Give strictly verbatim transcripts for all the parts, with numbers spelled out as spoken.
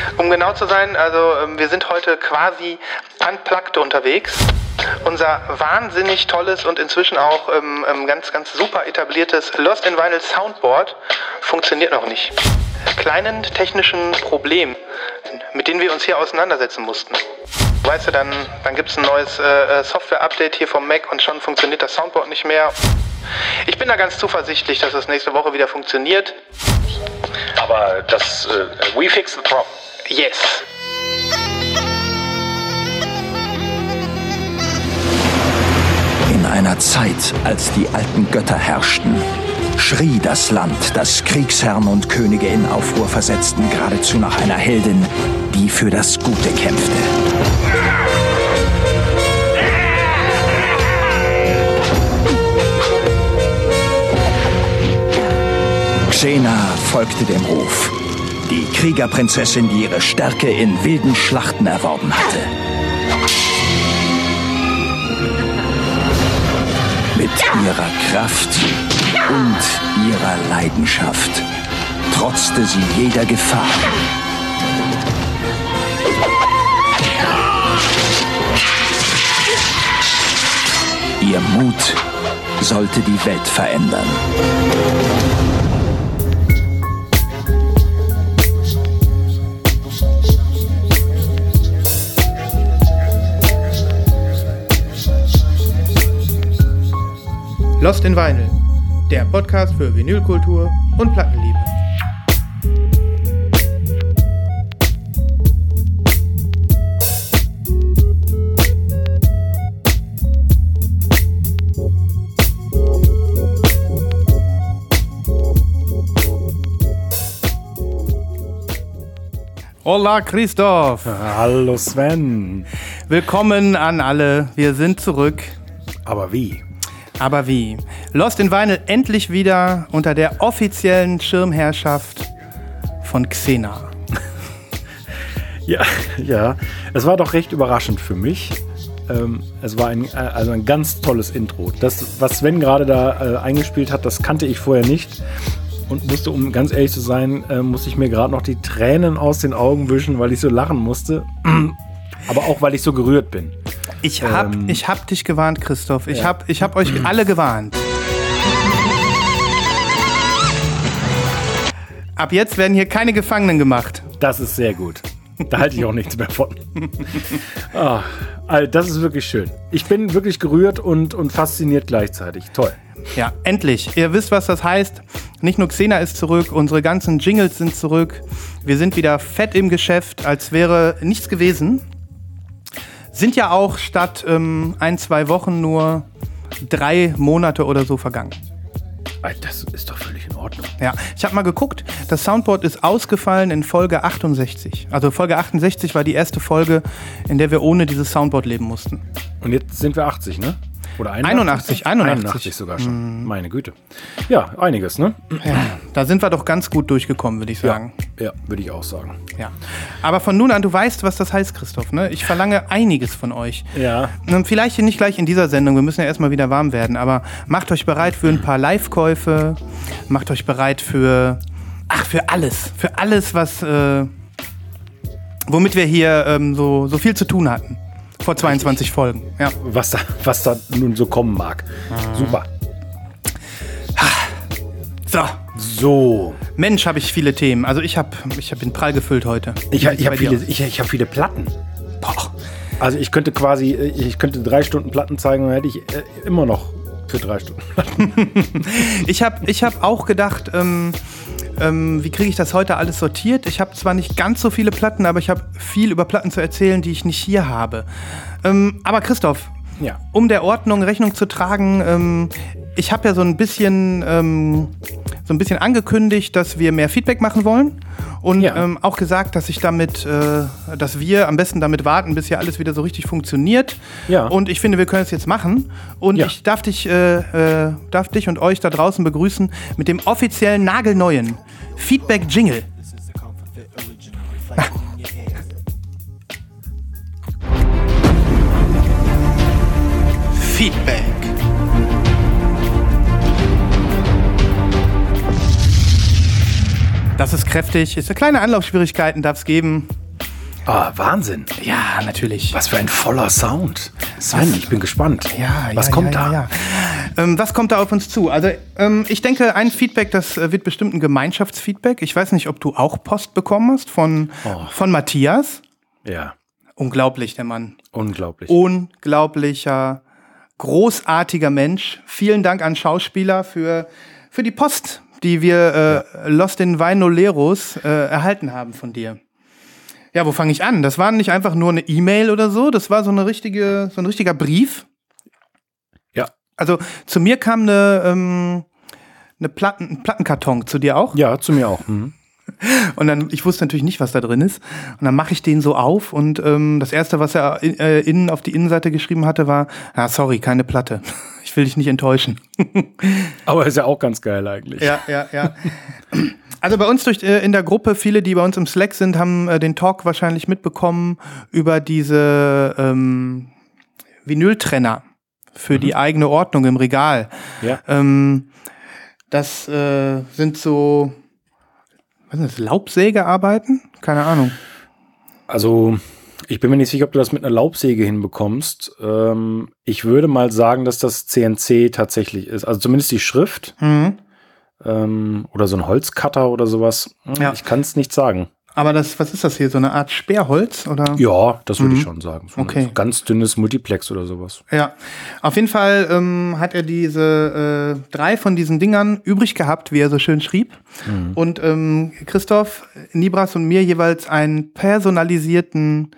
Um genau zu sein, also ähm, wir sind heute quasi unplugged unterwegs. Unser wahnsinnig tolles und inzwischen auch ähm, ähm, ganz, ganz super etabliertes Lost in Vinyl Soundboard funktioniert noch nicht. Kleinen technischen Problemen, mit denen wir uns hier auseinandersetzen mussten. Weißt du, dann, dann gibt es ein neues äh, Software-Update hier vom Mac und schon funktioniert das Soundboard nicht mehr. Ich bin da ganz zuversichtlich, dass das nächste Woche wieder funktioniert. Aber das, äh, we fix the problem. Yes. In einer Zeit, als die alten Götter herrschten, schrie das Land, das Kriegsherren und Könige in Aufruhr versetzten, geradezu nach einer Heldin, die für das Gute kämpfte. Xena folgte dem Ruf. Die Kriegerprinzessin, die ihre Stärke in wilden Schlachten erworben hatte. Mit ihrer Kraft und ihrer Leidenschaft trotzte sie jeder Gefahr. Ihr Mut sollte die Welt verändern. Lost in Vinyl, der Podcast für Vinylkultur und Plattenliebe. Hola Christoph. Hallo Sven. Willkommen an alle, wir sind zurück. Aber wie? Aber wie? Lost in Vinyl endlich wieder unter der offiziellen Schirmherrschaft von Xena. Ja, ja, es war doch recht überraschend für mich. Ähm, es war ein, also ein ganz tolles Intro. Das, was Sven gerade da äh, eingespielt hat, das kannte ich vorher nicht. Und musste, um ganz ehrlich zu sein, äh, musste ich mir gerade noch die Tränen aus den Augen wischen, weil ich so lachen musste. Aber auch, weil ich so gerührt bin. Ich hab, ähm, ich hab dich gewarnt, Christoph. Ich, ja. hab, ich hab euch alle gewarnt. Ab jetzt werden hier keine Gefangenen gemacht. Das ist sehr gut. Da halte ich auch nichts mehr von. Ah, also das ist wirklich schön. Ich bin wirklich gerührt und, und fasziniert gleichzeitig. Toll. Ja, endlich. Ihr wisst, was das heißt. Nicht nur Xena ist zurück, unsere ganzen Jingles sind zurück. Wir sind wieder fett im Geschäft, als wäre nichts gewesen. Sind ja auch statt ähm, ein, zwei Wochen nur drei Monate oder so vergangen. Das ist doch völlig in Ordnung. Ja, ich habe mal geguckt, das Soundboard ist ausgefallen in Folge achtundsechzig. Also Folge achtundsechzig war die erste Folge, in der wir ohne dieses Soundboard leben mussten. Und jetzt sind wir achtzig, ne? Oder einundachtzig, einundachtzig. einundachtzig sogar schon. Mm. Meine Güte. Ja, einiges, ne? Ja, da sind wir doch ganz gut durchgekommen, würde ich sagen. Ja, ja, würde ich auch sagen. Ja. Aber von nun an, du weißt, was das heißt, Christoph, ne? Ich verlange einiges von euch. Ja. Vielleicht nicht gleich in dieser Sendung, wir müssen ja erstmal wieder warm werden, aber macht euch bereit für ein paar Live-Käufe, macht euch bereit für, ach, für alles. Für alles, was, äh, womit wir hier ähm, so, so viel zu tun hatten. Vor zweiundzwanzig Folgen, ja. Was da, was da nun so kommen mag. Mhm. Super. So. So. Mensch, habe ich viele Themen. Also ich habe ich hab bin prall gefüllt heute. Ich, ich habe viele, ich, ich hab viele Platten. Boah. Also ich könnte quasi, ich könnte drei Stunden Platten zeigen und dann hätte ich äh, immer noch für drei Stunden Platten. ich habe ich hab auch gedacht, ähm, ähm, wie kriege ich das heute alles sortiert? Ich habe zwar nicht ganz so viele Platten, aber ich habe viel über Platten zu erzählen, die ich nicht hier habe. Ähm, aber Christoph, ja. Um der Ordnung Rechnung zu tragen, ähm, ich habe ja so ein bisschen ähm, so ein bisschen angekündigt, dass wir mehr Feedback machen wollen und ja. ähm, auch gesagt, dass ich damit, äh, dass wir am besten damit warten, bis hier alles wieder so richtig funktioniert. Ja. Und ich finde, wir können es jetzt machen. Und ja. ich darf dich, äh, äh, darf dich und euch da draußen begrüßen mit dem offiziellen nagelneuen Feedback-Jingle. Feedback. Das ist kräftig. Ist eine kleine Anlaufschwierigkeiten, darf es geben. Ah, Wahnsinn. Ja, natürlich. Was für ein voller Sound. Sven, ich bin gespannt. Ja, Was ja, kommt ja, da? Ja, ja. Ähm, was kommt da auf uns zu? Also ähm, ich denke, ein Feedback, das äh, wird bestimmt ein Gemeinschaftsfeedback. Ich weiß nicht, ob du auch Post bekommen hast von, Oh. von Matthias. Ja, Unglaublich, der Mann. unglaublich. Unglaublicher, großartiger Mensch. Vielen Dank an Schauspieler für, für die Post, die wir äh, Lost in Vinyleros äh, erhalten haben von dir. Ja, wo fange ich an? Das war nicht einfach nur eine E-Mail oder so, das war so eine richtige, so ein richtiger Brief. Ja. Also zu mir kam eine, ähm, eine Platten, ein Plattenkarton, zu dir auch? Ja, zu mir auch. Mhm. Und dann, ich wusste natürlich nicht, was da drin ist. Und dann mache ich den so auf und ähm, das Erste, was er in, äh, innen auf die Innenseite geschrieben hatte, war, ah, sorry, keine Platte. Ich will dich nicht enttäuschen. Aber ist ja auch ganz geil eigentlich. Ja, ja, ja. Also bei uns durch, äh, in der Gruppe, viele, die bei uns im Slack sind, haben äh, den Talk wahrscheinlich mitbekommen über diese ähm, Vinyltrenner für mhm. die eigene Ordnung im Regal. Ja. Ähm, das äh, sind so, was ist das, Laubsägearbeiten? Keine Ahnung. Also, ich bin mir nicht sicher, ob du das mit einer Laubsäge hinbekommst. Ähm, ich würde mal sagen, dass das C N C tatsächlich ist. Also zumindest die Schrift. Mhm. Ähm, oder so ein Holzcutter oder sowas. Ja. Ich kann es nicht sagen. Aber das, was ist das hier? So eine Art Sperrholz? Oder? Ja, das würde Mhm. ich schon sagen. So Okay. ein ganz dünnes Multiplex oder sowas. Ja, auf jeden Fall ähm, hat er diese äh, drei von diesen Dingern übrig gehabt, wie er so schön schrieb. Mhm. Und ähm, Christoph, Nibras und mir jeweils einen personalisierten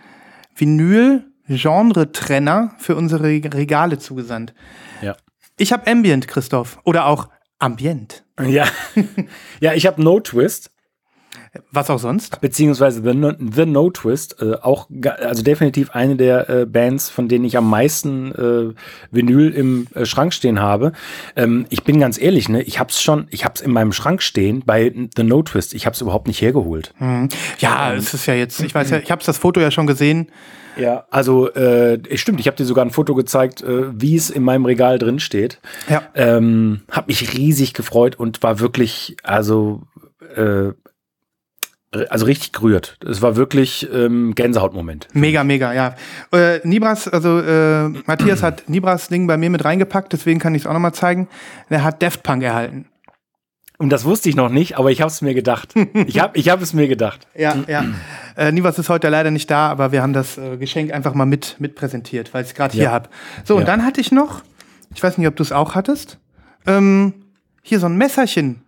Vinyl-Genre-Trenner für unsere Regale zugesandt. Ja. Ich habe Ambient, Christoph. Oder auch Ambient. Ja, ja, ich habe No Twist. Was auch sonst? Beziehungsweise The No, The No Twist, äh, auch ga- also definitiv eine der äh, Bands, von denen ich am meisten äh, Vinyl im äh, Schrank stehen habe. Ähm, ich bin ganz ehrlich, ne, ich hab's schon, ich hab's in meinem Schrank stehen bei The No Twist. Ich hab's überhaupt nicht hergeholt. Mhm. Ja, es ist ja jetzt, ich weiß ja, ich habe das Foto ja schon gesehen. Ja, also äh, stimmt, ich habe dir sogar ein Foto gezeigt, äh, wie es in meinem Regal drin steht. Ja. Ähm, hab mich riesig gefreut und war wirklich, also äh, also richtig gerührt. Es war wirklich ähm, Gänsehautmoment. Mega, mega, ja. Äh, Nibras, also äh, Matthias hat Nibras Ding bei mir mit reingepackt, deswegen kann ich es auch nochmal zeigen. Er hat Daft Punk erhalten. Und das wusste ich noch nicht, aber ich habe es mir gedacht. Ich habe ich hab es mir gedacht. Ja, ja. Äh, Nibras ist heute leider nicht da, aber wir haben das äh, Geschenk einfach mal mit, mit präsentiert, weil ich es gerade Ja. hier habe. So, und Ja. dann hatte ich noch, ich weiß nicht, ob du es auch hattest, ähm, hier so ein Messerchen.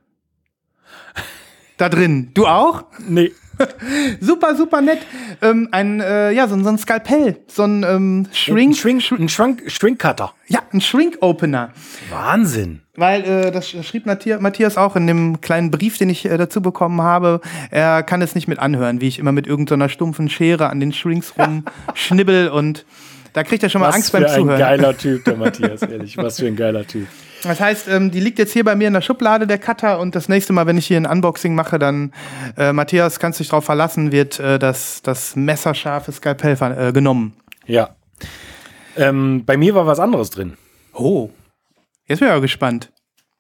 Da drin. Du auch? Nee. Super, super nett. Ähm, ein, äh, ja, so, so ein Skalpell. So ein ähm, Shrink. Ein Shrink, ein Shrink, Shrinkcutter. Ja, ein Shrink-Opener. Wahnsinn. Weil, äh, das schrieb Matthias auch in dem kleinen Brief, den ich äh, dazu bekommen habe. Er kann es nicht mit anhören, wie ich immer mit irgendeiner stumpfen Schere an den Shrinks rumschnibbel und da kriegt er schon mal Was Angst für beim ein Zuhören. geiler Typ, der Matthias, ehrlich. Was für ein geiler Typ. Das heißt, ähm, die liegt jetzt hier bei mir in der Schublade, der Cutter, und das nächste Mal, wenn ich hier ein Unboxing mache, dann, äh, Matthias, kannst du dich drauf verlassen, wird äh, das, das messerscharfe Skalpell äh, genommen. Ja. Ähm, bei mir war was anderes drin. Oh, jetzt bin ich aber gespannt.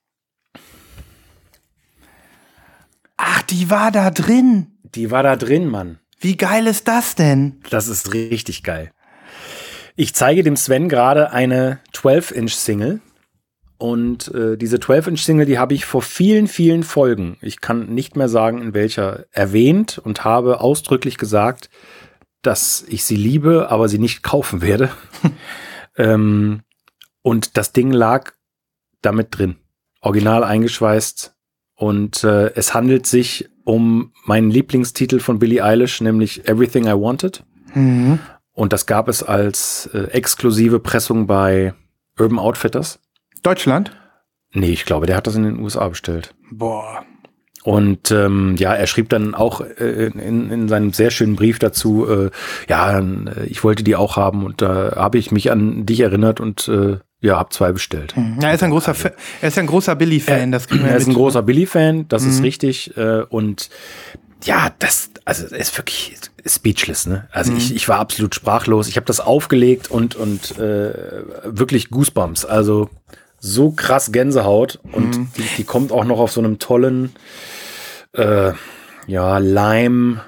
Ach, die war da drin. Die war da drin, Mann. Wie geil ist das denn? Das ist richtig geil. Ich zeige dem Sven gerade eine zwölf Inch Single. Und äh, diese zwölf Inch Single, die habe ich vor vielen, vielen Folgen, ich kann nicht mehr sagen, in welcher, erwähnt und habe ausdrücklich gesagt, dass ich sie liebe, aber sie nicht kaufen werde. ähm, und das Ding lag damit drin, original eingeschweißt. Und äh, es handelt sich um meinen Lieblingstitel von Billie Eilish, nämlich Everything I Wanted. Mhm. Und das gab es als äh, exklusive Pressung bei Urban Outfitters. Deutschland? Nee, ich glaube, der hat das in den U S A bestellt. Boah. Und ähm, ja, er schrieb dann auch äh, in, in seinem sehr schönen Brief dazu, äh, ja, äh, ich wollte die auch haben und da habe ich mich an dich erinnert und äh, ja, habe zwei bestellt. Ja, er ist ein großer, Fa- er ist ein großer Billy-Fan. Das kriegen wir Er ist ein mit. großer Billy-Fan, das Mhm. ist richtig. Äh, und ja, das, also er ist wirklich speechless, ne? Also Mhm. ich, ich war absolut sprachlos. Ich habe das aufgelegt und und äh, wirklich Goosebumps. Also so krass Gänsehaut und Mhm. die, die kommt auch noch auf so einem tollen, äh, Ja, Lime,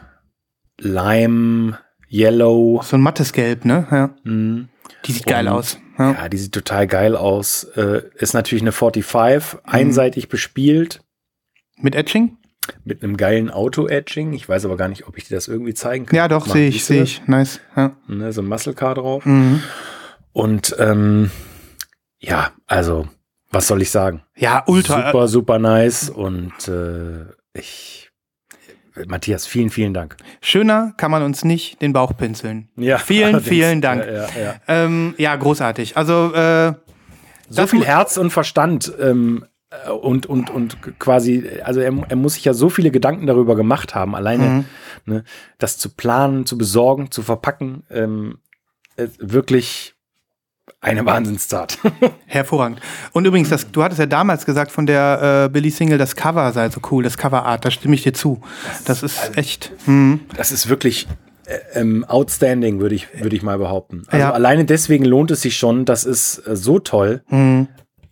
Lime, Yellow. So ein mattes Gelb, ne? Ja. Mhm. Die sieht geil Und, aus. Ja. ja, die sieht total geil aus. Äh, ist natürlich eine fünfundvierzig, mhm. einseitig bespielt. Mit Etching? Mit einem geilen Auto-Etching. Ich weiß aber gar nicht, ob ich dir das irgendwie zeigen kann. Ja, doch, sehe ich, sehe ich. Nice. Ja. Ne, so ein Muscle Car drauf. Mhm. Und ähm, ja, also, was soll ich sagen? Ja, ultra. Super, super nice. Und äh, ich, Matthias, vielen, vielen Dank. Schöner kann man uns nicht den Bauch pinseln. Ja, vielen, allerdings. vielen Dank. Ja, ja, ja. Ähm, ja großartig. Also, äh, so viel Herz und Verstand ähm, und, und, und quasi, also er, er muss sich ja so viele Gedanken darüber gemacht haben, alleine Mhm. ne, das zu planen, zu besorgen, zu verpacken, ähm, äh, wirklich eine Wahnsinnstat. hervorragend. Und übrigens, das, du hattest ja damals gesagt von der äh, Billy-Single, das Cover sei so cool, das Coverart, da stimme ich dir zu. Das ist echt. Mhm. Das ist wirklich äh, ähm, outstanding, würde ich, würde ich mal behaupten. Also Ja. alleine deswegen lohnt es sich schon, das ist äh, so toll. Mhm.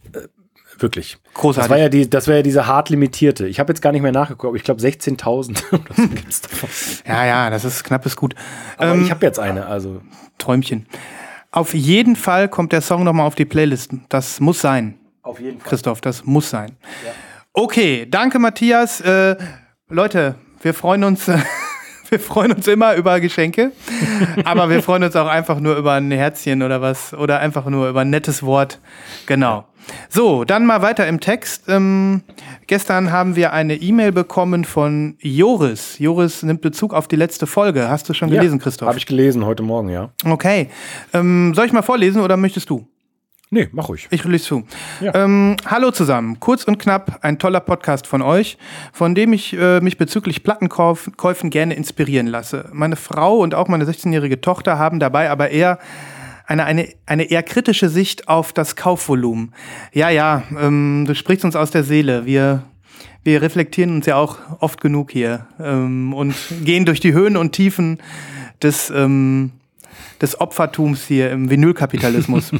Wirklich. Großartig. Das war ja, die, das war ja diese hart limitierte. Ich habe jetzt gar nicht mehr nachgeguckt, aber ich glaube sechzehntausend oder so gibt's davon. Ja, ja, das ist knappes Gut. Aber Ähm, ich habe jetzt eine, also. Träumchen. Auf jeden Fall kommt der Song nochmal auf die Playlisten. Das muss sein. Auf jeden Fall. Christoph, das muss sein. Ja. Okay, danke Matthias. Äh, Leute, wir freuen uns, wir freuen uns immer über Geschenke, aber wir freuen uns auch einfach nur über ein Herzchen oder was oder einfach nur über ein nettes Wort. Genau. So, dann mal weiter im Text. Ähm, gestern haben wir eine E-Mail bekommen von Joris. Joris nimmt Bezug auf die letzte Folge. Hast du schon gelesen, Ja, Christoph? habe ich gelesen heute Morgen, ja. Okay. Ähm, soll ich mal vorlesen oder möchtest du? Nee, mach ruhig. Ich lese zu. Ja. Ähm, hallo zusammen. Kurz und knapp ein toller Podcast von euch, von dem ich äh, mich bezüglich Plattenkäufen gerne inspirieren lasse. Meine Frau und auch meine sechzehnjährige Tochter haben dabei aber eher eine, eine, eine eher kritische Sicht auf das Kaufvolumen. Ja, ja, ähm, du sprichst uns aus der Seele. Wir, wir reflektieren uns ja auch oft genug hier ähm, und gehen durch die Höhen und Tiefen des, ähm, des Opfertums hier im Vinylkapitalismus.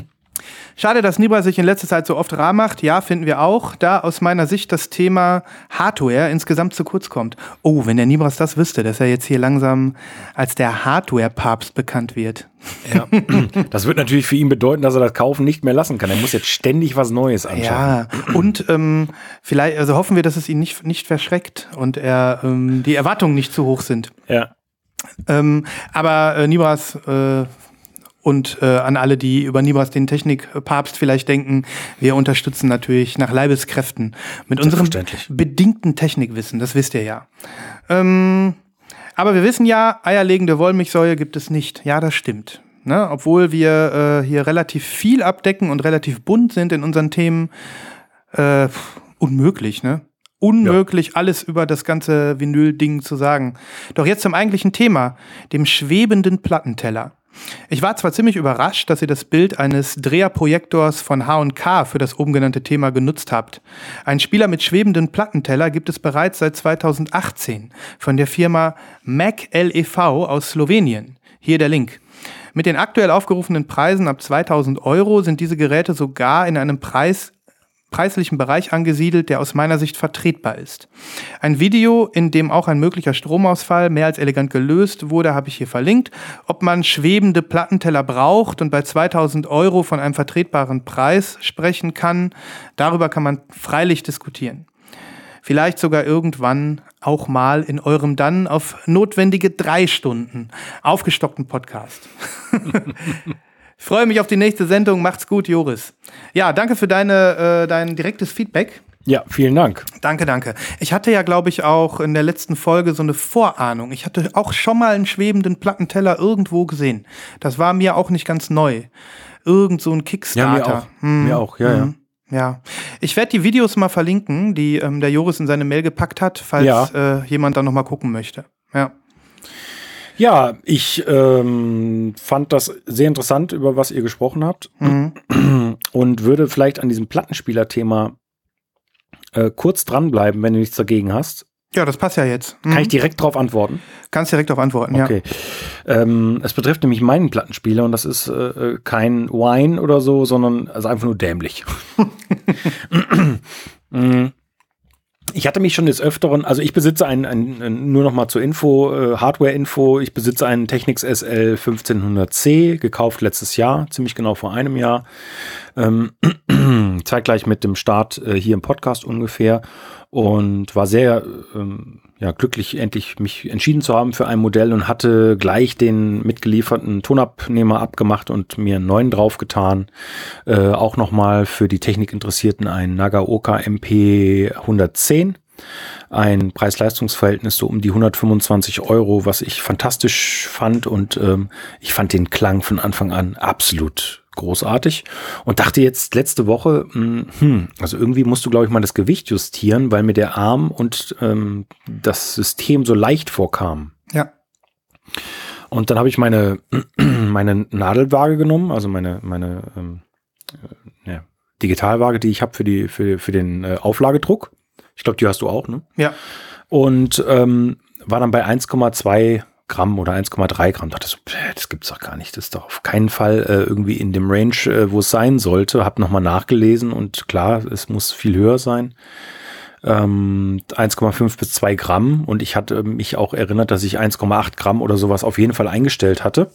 Schade, dass Nibra sich in letzter Zeit so oft rar macht. Ja, finden wir auch, da aus meiner Sicht das Thema Hardware insgesamt zu kurz kommt. Oh, wenn der Nibras das wüsste, dass er jetzt hier langsam als der Hardware-Papst bekannt wird. Ja. Das wird natürlich für ihn bedeuten, dass er das Kaufen nicht mehr lassen kann. Er muss jetzt ständig was Neues anschauen. Ja, und ähm, vielleicht, also hoffen wir, dass es ihn nicht, nicht verschreckt und er ähm, die Erwartungen nicht zu hoch sind. Ja. Ähm, aber äh, Nibras äh, und äh, an alle, die über Nibras den Technikpapst vielleicht denken, wir unterstützen natürlich nach Leibeskräften mit unserem bedingten Technikwissen, das wisst ihr ja. Ähm, aber wir wissen ja, eierlegende Wollmilchsäue gibt es nicht. Ja, das stimmt. Ne? Obwohl wir äh, hier relativ viel abdecken und relativ bunt sind in unseren Themen, äh, unmöglich, ne? Unmöglich, ja. Alles über das ganze Vinyl-Ding zu sagen. Doch jetzt zum eigentlichen Thema, dem schwebenden Plattenteller. Ich war zwar ziemlich überrascht, dass ihr das Bild eines Dreherprojektors von H und K für das oben genannte Thema genutzt habt. Einen Spieler mit schwebenden Plattenteller gibt es bereits seit zweitausendachtzehn von der Firma Mac L E V aus Slowenien. Hier der Link. Mit den aktuell aufgerufenen Preisen ab zweitausend Euro sind diese Geräte sogar in einem Preis preislichen Bereich angesiedelt, der aus meiner Sicht vertretbar ist. Ein Video, in dem auch ein möglicher Stromausfall mehr als elegant gelöst wurde, habe ich hier verlinkt. Ob man schwebende Plattenteller braucht und bei zweitausend Euro von einem vertretbaren Preis sprechen kann, darüber kann man freilich diskutieren. Vielleicht sogar irgendwann auch mal in eurem dann auf notwendige drei Stunden aufgestockten Podcast. Ich freue mich auf die nächste Sendung. Macht's gut, Joris. Ja, danke für deine, äh, dein direktes Feedback. Ja, vielen Dank. Danke, danke. Ich hatte ja, glaube ich, auch in der letzten Folge so eine Vorahnung. Ich hatte auch schon mal einen schwebenden Plattenteller irgendwo gesehen. Das war mir auch nicht ganz neu. Irgend so ein Kickstarter. Ja, mir auch. Hm. Mir auch, ja, hm. ja. Ja. Ich werde die Videos mal verlinken, die ähm, der Joris in seine Mail gepackt hat, falls ja. äh, jemand da noch mal gucken möchte. Ja. Ja, ich ähm, fand das sehr interessant, über was ihr gesprochen habt. Mhm. Und würde vielleicht an diesem Plattenspieler-Thema äh, kurz dranbleiben, wenn du nichts dagegen hast. Ja, das passt ja jetzt. Mhm. Kann ich direkt darauf antworten? Kannst direkt darauf antworten, okay. Ja. Ähm, es betrifft nämlich meinen Plattenspieler und das ist äh, kein Wine oder so, sondern also einfach nur dämlich. mhm. Ich hatte mich schon des Öfteren, also ich besitze ein, ein, ein nur noch mal zur Info, äh, Hardware-Info, ich besitze einen Technics S L fünfzehnhundert C, gekauft letztes Jahr, ziemlich genau vor einem Jahr, ähm, zeitgleich mit dem Start äh, hier im Podcast ungefähr und war sehr ähm, ja, glücklich, endlich mich entschieden zu haben für ein Modell und hatte gleich den mitgelieferten Tonabnehmer abgemacht und mir einen neuen draufgetan. Äh, auch nochmal für die Technikinteressierten ein Nagaoka M P hundertzehn. Ein Preis-Leistungs-Verhältnis so um die hundertfünfundzwanzig Euro, was ich fantastisch fand und ähm, ich fand den Klang von Anfang an absolut großartig und dachte jetzt letzte Woche, hm, also irgendwie musst du, glaube ich, mal das Gewicht justieren, weil mir der Arm und ähm, das System so leicht vorkamen. Ja. Und dann habe ich meine, meine Nadelwaage genommen, also meine, meine ähm, äh, ja, Digitalwaage, die ich habe für, die, für, für den äh, Auflagedruck. Ich glaube, die hast du auch, ne? Ja. Und ähm, war dann bei eins Komma zwei Gramm oder eins Komma drei Gramm. Dachte so, das gibt's doch gar nicht. Das ist doch auf keinen Fall äh, irgendwie in dem Range, äh, wo es sein sollte. Hab nochmal nachgelesen und klar, es muss viel höher sein. Ähm, eins Komma fünf bis zwei Gramm und ich hatte mich auch erinnert, dass ich eins Komma acht Gramm oder sowas auf jeden Fall eingestellt hatte.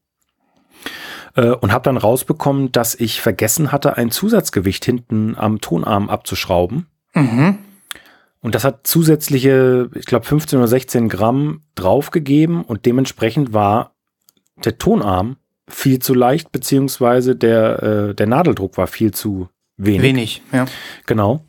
Äh, und habe dann rausbekommen, dass ich vergessen hatte, ein Zusatzgewicht hinten am Tonarm abzuschrauben. Mhm. Und das hat zusätzliche, ich glaube, fünfzehn oder sechzehn Gramm draufgegeben und dementsprechend war der Tonarm viel zu leicht, beziehungsweise der, äh, der Nadeldruck war viel zu wenig. Wenig, ja. Genau.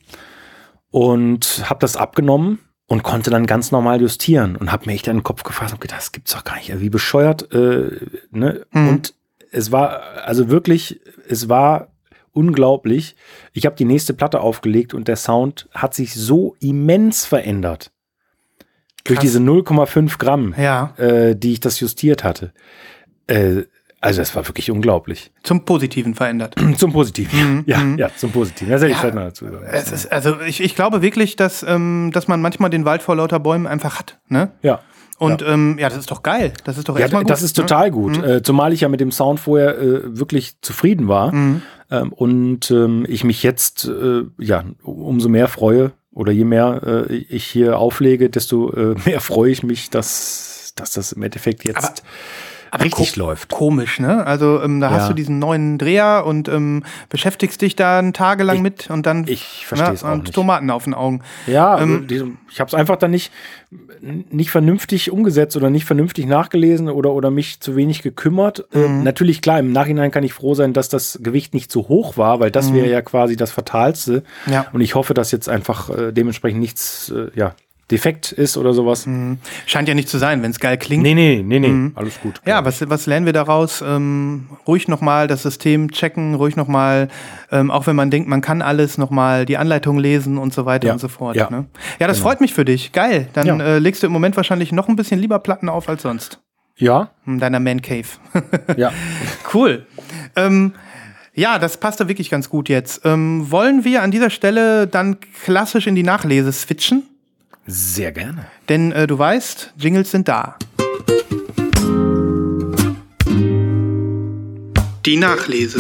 Und habe das abgenommen und konnte dann ganz normal justieren und habe mir echt in den Kopf gefasst und gedacht, das gibt's doch gar nicht, wie bescheuert. Äh, ne? Mhm. Und es war, also wirklich, es war unglaublich. Ich habe die nächste Platte aufgelegt und der Sound hat sich so immens verändert. Durch Krass. diese null Komma fünf Gramm, Ja. äh, die ich das justiert hatte. Äh, also das war wirklich unglaublich. Zum Positiven verändert. Zum Positiven. Mhm, Ja, mhm. ja, zum Positiven. Das hätte ich Ja, vielleicht noch dazu sagen. Es ist, also ich, ich glaube wirklich, dass, ähm, dass man manchmal den Wald vor lauter Bäumen einfach hat. Ne? Ja. Und ja. Ähm, ja, das ist doch geil. Das ist doch Ja, erstmal gut. das ist total gut. Mhm. Äh, zumal ich ja mit dem Sound vorher äh, wirklich zufrieden war. Mhm. Ähm, und ähm, ich mich jetzt äh, ja umso mehr freue, oder je mehr äh, ich hier auflege, desto äh, mehr freue ich mich, dass, dass das im Endeffekt jetzt Aber- Aber richtig ko- läuft. Komisch, ne? Also ähm, da Ja. hast du diesen neuen Dreher und ähm, beschäftigst dich da tagelang Ich- mit und dann ich versteh's auch und nicht. Tomaten auf den Augen. Ja, Ähm, die, ich habe es einfach dann nicht, nicht vernünftig umgesetzt oder nicht vernünftig nachgelesen oder, oder mich zu wenig gekümmert. Äh, Mhm. natürlich, klar, im Nachhinein kann ich froh sein, dass das Gewicht nicht so hoch war, weil das wäre ja quasi das Fatalste. Mhm. Ja. Und ich hoffe, dass jetzt einfach äh, dementsprechend nichts äh, ja, defekt ist oder sowas. Mhm. Scheint ja nicht zu sein, wenn es geil klingt. Nee, nee, nee, nee, alles gut. Ja, was, was lernen wir daraus? Ähm, ruhig nochmal das System checken, ruhig nochmal, ähm, auch wenn man denkt, man kann alles, nochmal die Anleitung lesen und so weiter Ja. und so fort. Ja. Ne? Ja, das Genau. freut mich für dich. Geil. Dann Ja. äh, legst du im Moment wahrscheinlich noch ein bisschen lieber Platten auf als sonst. Ja, In deiner Man Cave. ja. Cool. Ähm, ja, das passt da wirklich ganz gut jetzt. Ähm, wollen wir an dieser Stelle dann klassisch in die Nachlese switchen? Sehr gerne. Denn äh, du weißt, Jingles sind da. Die Nachlese.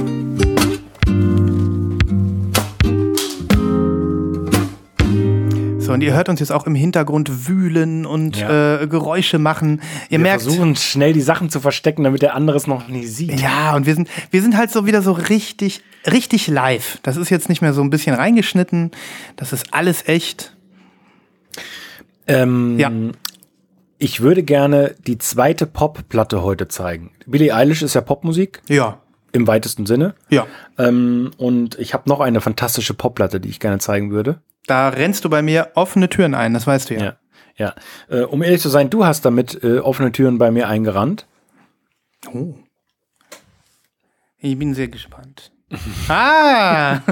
So, und ihr hört uns jetzt auch im Hintergrund wühlen und Ja. äh, Geräusche machen. Ihr Wir merkt. versuchen schnell die Sachen zu verstecken, damit der andere es noch nicht sieht. Ja, und wir sind, wir sind halt so wieder so richtig, richtig live. Das ist jetzt nicht mehr so ein bisschen reingeschnitten. Das ist alles echt. Ähm, Ja. Ich würde gerne die zweite Pop-Platte heute zeigen. Billie Eilish ist ja Popmusik Ja. im weitesten Sinne. Ja. Ähm, und ich habe noch eine fantastische Popplatte, die ich gerne zeigen würde. Da rennst du bei mir offene Türen ein, das weißt du ja. Ja. Ja. Äh, um ehrlich zu sein, du hast damit äh, offene Türen bei mir eingerannt. Oh. Ich bin sehr gespannt. ah!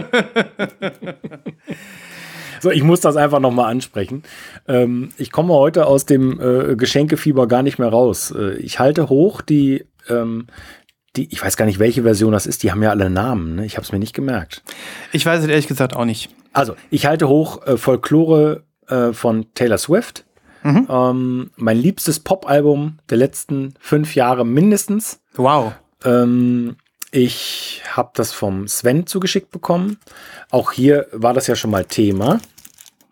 So, ich muss das einfach nochmal ansprechen. Ähm, ich komme heute aus dem äh, Geschenkefieber gar nicht mehr raus. Äh, ich halte hoch die, ähm, die, ich weiß gar nicht, welche Version das ist, die haben ja alle Namen, ne? Ich habe es mir nicht gemerkt. Ich weiß es ehrlich gesagt auch nicht. Also, ich halte hoch äh, Folklore äh, von Taylor Swift. Mhm. Ähm, mein liebstes Pop-Album der letzten fünf Jahre mindestens. Wow. Ähm, ich habe das vom Sven zugeschickt bekommen. Auch hier war das ja schon mal Thema.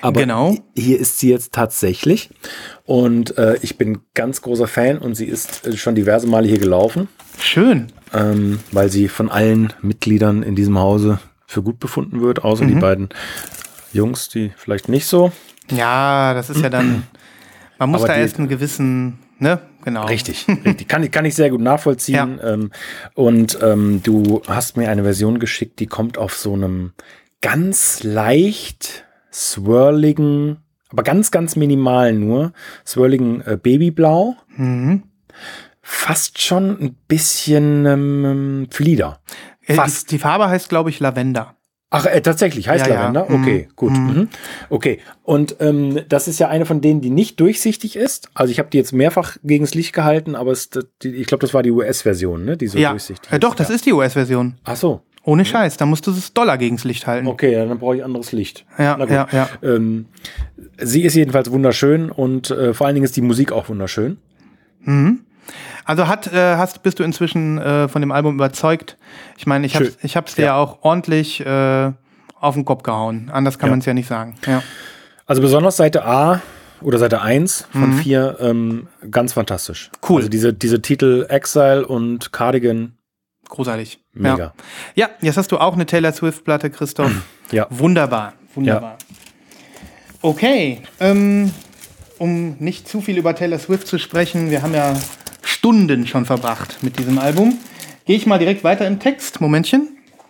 Aber genau. Hier ist sie jetzt tatsächlich. Und äh, ich bin ganz großer Fan und sie ist äh, schon diverse Male hier gelaufen. Schön. Ähm, weil sie von allen Mitgliedern in diesem Hause für gut befunden wird, außer mhm. die beiden Jungs, die vielleicht nicht so. Ja, das ist ja dann, man muss Aber da die, erst einen gewissen, ne, genau. Richtig, richtig. Kann, kann ich sehr gut nachvollziehen. Ja. Ähm, und ähm, du hast mir eine Version geschickt, die kommt auf so einem ganz leicht swirligen, aber ganz, ganz minimal nur, swirligen äh, Babyblau. Mhm. Fast schon ein bisschen ähm, Flieder. Fast. Die, die Farbe heißt, glaube ich, Lavender. Ach, äh, tatsächlich, heißt ja, Lavender? Ja. Okay, mhm. gut. Mhm. Okay, und ähm, das ist ja eine von denen, die nicht durchsichtig ist. Also ich habe die jetzt mehrfach gegen das Licht gehalten, aber es, die, ich glaube, das war die U S-Version, ne? Die so ja. durchsichtig ja, ist. Doch, das ja. ist die U S-Version. Ach so. Ohne mhm. Scheiß, da musst du es doller gegens Licht halten. Okay, ja, dann brauche ich anderes Licht. Ja, Na gut. ja, ja. Ähm, sie ist jedenfalls wunderschön und äh, vor allen Dingen ist die Musik auch wunderschön. Mhm. Also hat, äh, hast, bist du inzwischen äh, von dem Album überzeugt? Ich meine, ich habe ich hab's dir ja. ja auch ordentlich äh, auf den Kopf gehauen. Anders kann ja. man es ja nicht sagen. Ja. Also besonders Seite A oder Seite eins von mhm. vier ähm, ganz fantastisch. Cool. Also diese, diese Titel Exile und Cardigan. Großartig. Mega. Ja. ja, jetzt hast du auch eine Taylor Swift-Platte, Christoph. Ja. Wunderbar. Wunderbar. Ja. Okay. Ähm, um nicht zu viel über Taylor Swift zu sprechen, wir haben ja Stunden schon verbracht mit diesem Album. Gehe ich mal direkt weiter im Text. Momentchen.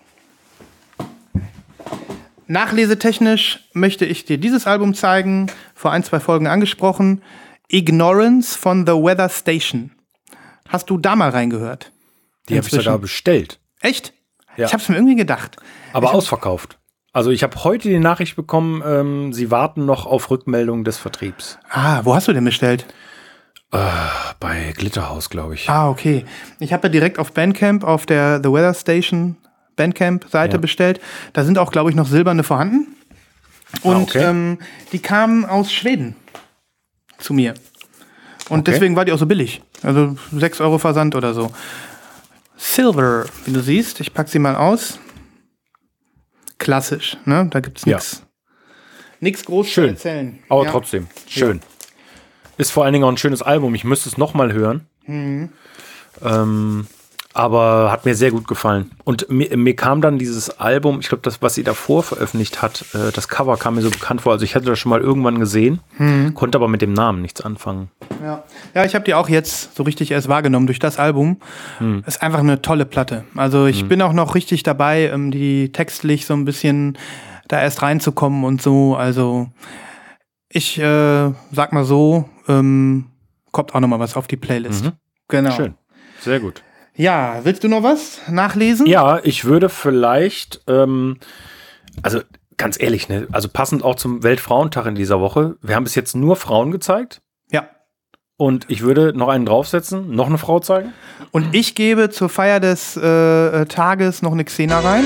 Nachlesetechnisch möchte ich dir dieses Album zeigen, vor ein, zwei Folgen angesprochen. Ignorance von The Weather Station. Hast du da mal reingehört? Die habe ich sogar bestellt. Echt? Ja. Ich habe es mir irgendwie gedacht. Aber ich ausverkauft. Also ich habe heute die Nachricht bekommen, ähm, sie warten noch auf Rückmeldung des Vertriebs. Ah, wo hast du denn bestellt? Äh, bei Glitterhouse, glaube ich. Ah, okay. Ich habe ja direkt auf Bandcamp, auf der The Weather Station Bandcamp-Seite ja. bestellt. Da sind auch, glaube ich, noch silberne vorhanden. Und ah, okay. ähm, die kamen aus Schweden zu mir. Und okay. deswegen war die auch so billig. Also sechs Euro Versand oder so. Silver, wie du siehst. Ich pack sie mal aus. Klassisch, ne? Da gibt's nichts ja. nichts groß zu erzählen. Aber ja. trotzdem, schön. Ja. Ist vor allen Dingen auch ein schönes Album. Ich müsste es nochmal hören. Mhm. Ähm, aber hat mir sehr gut gefallen. Und mir, mir kam dann dieses Album, ich glaube, das, was sie davor veröffentlicht hat, äh, das Cover kam mir so bekannt vor. Also ich hatte das schon mal irgendwann gesehen, mhm. konnte aber mit dem Namen nichts anfangen. Ja, ja, ich habe die auch jetzt so richtig erst wahrgenommen durch das Album. Mhm. Ist einfach eine tolle Platte. Also ich mhm. bin auch noch richtig dabei, um die textlich so ein bisschen da erst reinzukommen und so. Also ich äh, sag mal so, ähm, kommt auch noch mal was auf die Playlist. Mhm. Genau. Schön, sehr gut. Ja, willst du noch was nachlesen? Ja, ich würde vielleicht, ähm, also ganz ehrlich, ne, also passend auch zum Weltfrauentag in dieser Woche. Wir haben bis jetzt nur Frauen gezeigt. Ja. Und ich würde noch einen draufsetzen, noch eine Frau zeigen. Und ich gebe zur Feier des äh, Tages noch eine Xena rein.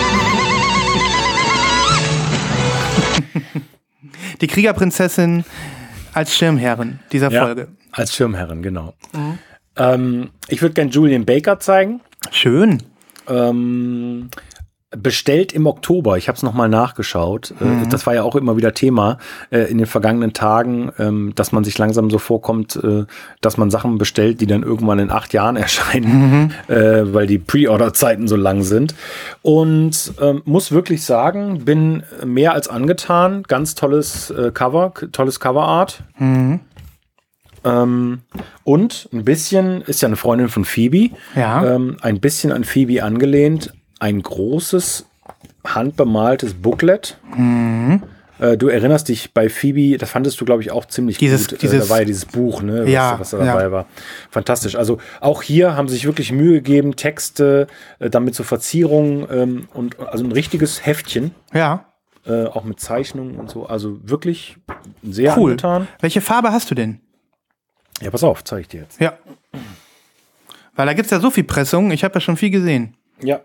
Die Kriegerprinzessin als Schirmherrin dieser ja, Folge. Als Schirmherrin, genau. Mhm. Ähm, ich würde gerne Julian Baker zeigen. Schön. Ähm, bestellt im Oktober. Ich habe es nochmal nachgeschaut. Mhm. Äh, das war ja auch immer wieder Thema äh, in den vergangenen Tagen, ähm, dass man sich langsam so vorkommt, äh, dass man Sachen bestellt, die dann irgendwann in acht Jahren erscheinen, mhm. äh, weil die Pre-Order-Zeiten so lang sind. Und ähm, muss wirklich sagen, bin mehr als angetan. Ganz tolles äh, Cover, tolles Coverart. Mhm. Ähm, und ein bisschen, ist ja eine Freundin von Phoebe, ja. ähm, ein bisschen an Phoebe angelehnt, ein großes, handbemaltes Booklet. Mhm. Äh, du erinnerst dich bei Phoebe, das fandest du, glaube ich, auch ziemlich dieses, gut. Dieses, äh, da war ja dieses Buch, ne, was, ja, was da dabei ja. war. Fantastisch. Also auch hier haben sie sich wirklich Mühe gegeben, Texte, äh, damit so Verzierungen ähm, und also ein richtiges Heftchen. Ja. Äh, auch mit Zeichnungen und so. Also wirklich sehr cool. angetan. Welche Farbe hast du denn? Ja, pass auf, zeige ich dir jetzt. Ja. Weil da gibt es ja so viel Pressung. Ich habe ja schon viel gesehen. Ja.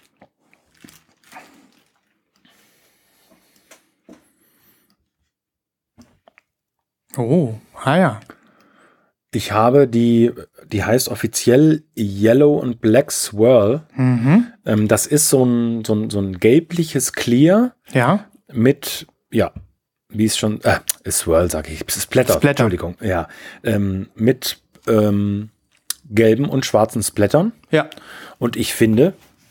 Oh, ah ja. Ich habe die, die heißt offiziell Yellow and Black Swirl. Mhm. Ähm, das ist so ein, so ein, so ein gelbliches Clear. Ja. Mit, ja, wie es schon, äh, Swirl, sage ich, Splatter, Splatter. Entschuldigung, ja, ähm, mit ähm, gelben und schwarzen Splattern. Ja. Und ich finde,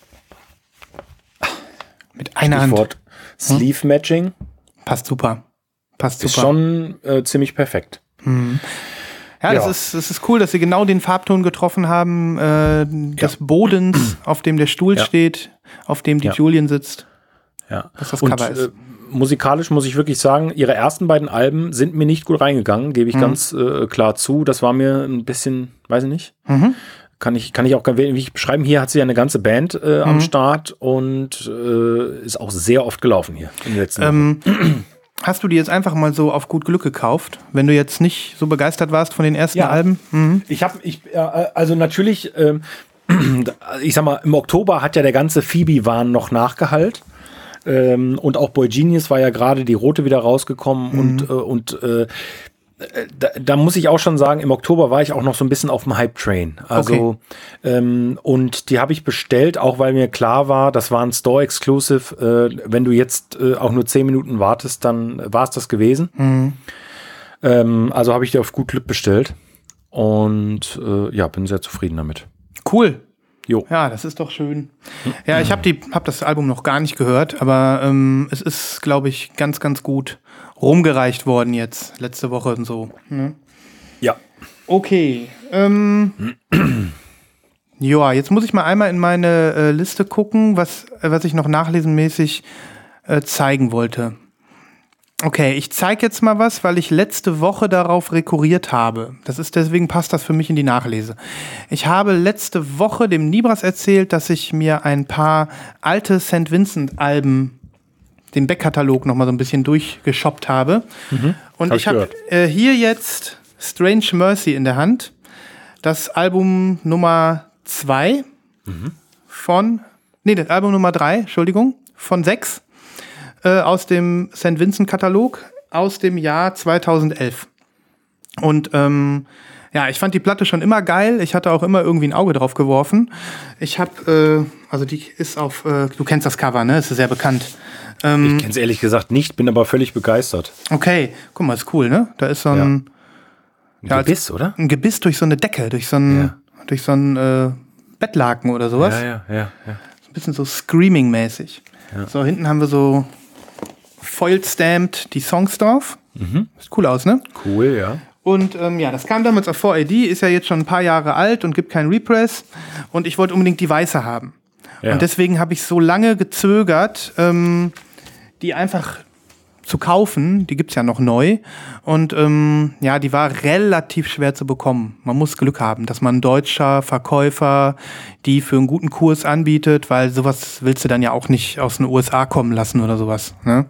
Mit einer Hand. Stichwort Sleeve Matching Passt super. Passt ist super. schon äh, ziemlich perfekt. Ja, das Ja. ist, das ist cool, dass sie genau den Farbton getroffen haben, äh, des Bodens, auf dem der Stuhl Ja. steht, auf dem die Ja. Julian sitzt. Ja. Was das und, Cover ist. Äh, musikalisch muss ich wirklich sagen, ihre ersten beiden Alben sind mir nicht gut reingegangen, gebe ich Mhm. ganz äh, klar zu. Das war mir ein bisschen, weiß ich nicht. Mhm. Kann ich, kann ich auch gar nicht beschreiben. Hier hat sie ja eine ganze Band äh, am Start und äh, ist auch sehr oft gelaufen hier in den letzten Jahren. Ähm, hast du die jetzt einfach mal so auf gut Glück gekauft, wenn du jetzt nicht so begeistert warst von den ersten Ja. Alben? Mhm. Ich habe, ich, äh, also natürlich, ähm, ich sag mal, im Oktober hat ja der ganze Phoebe-Wahn noch nachgehallt. Ähm, und auch Boy Genius war ja gerade die rote wieder rausgekommen Mhm. und, äh, und äh, da, da muss ich auch schon sagen, im Oktober war ich auch noch so ein bisschen auf dem Hype-Train. Also, ähm, und die habe ich bestellt, auch weil mir klar war, das war ein Store-Exclusive. Äh, wenn du jetzt äh, auch nur zehn Minuten wartest, dann war es das gewesen. Mhm. Ähm, also habe ich die auf gut Glück bestellt. Und äh, ja, bin sehr zufrieden damit. Cool. Jo. Ja, das ist doch schön. Ja, ich habe die, hab das Album noch gar nicht gehört, aber ähm, es ist, glaube ich, ganz, ganz gut rumgereicht worden jetzt, letzte Woche und so. Ne? Ja. Okay. Ähm, ja, jetzt muss ich mal einmal in meine äh, Liste gucken, was, äh, was ich noch nachlesenmäßig äh, zeigen wollte. Okay, ich zeige jetzt mal was, weil ich letzte Woche darauf rekurriert habe. Das ist deswegen passt das für mich in die Nachlese. Ich habe letzte Woche dem Nibras erzählt, dass ich mir ein paar alte Saint Vincent Alben, den Backkatalog noch mal so ein bisschen durchgeshoppt habe. Und Hab ich ich habe gehört. äh, hier jetzt Strange Mercy in der Hand. Das Album Nummer zwei von, nee, das Album Nummer drei, Entschuldigung, von sechs. Aus dem Saint Vincent-Katalog aus dem Jahr zweitausendelf. Und ähm, ja, ich fand die Platte schon immer geil. Ich hatte auch immer irgendwie ein Auge drauf geworfen. Ich habe, äh, also die ist auf, äh, du kennst das Cover, ne? Ist sehr bekannt. Ähm, Ich kenne es ehrlich gesagt nicht, bin aber völlig begeistert. okay, guck mal, ist cool, ne? Da ist so ein, Ein Ja, als- Gebiss, oder? ein Gebiss durch so eine Decke, durch so ein, durch so ein äh, Bettlaken oder sowas. Ja, ja, ja, ja. Ein bisschen so Screaming-mäßig. So, hinten haben wir so foil-stamped die Songs drauf. Sieht cool aus, ne? Cool, ja. Und ähm, ja, das kam damals auf vier A D, ist ja jetzt schon ein paar Jahre alt und gibt keinen Repress. Und ich wollte unbedingt die weiße haben. Ja. Und deswegen habe ich so lange gezögert, ähm, die einfach zu kaufen. Die gibt's ja noch neu. Und ähm, ja, die war relativ schwer zu bekommen. Man muss Glück haben, dass man ein deutscher Verkäufer die für einen guten Kurs anbietet, weil sowas willst du dann ja auch nicht aus den U S A kommen lassen oder sowas. Ne?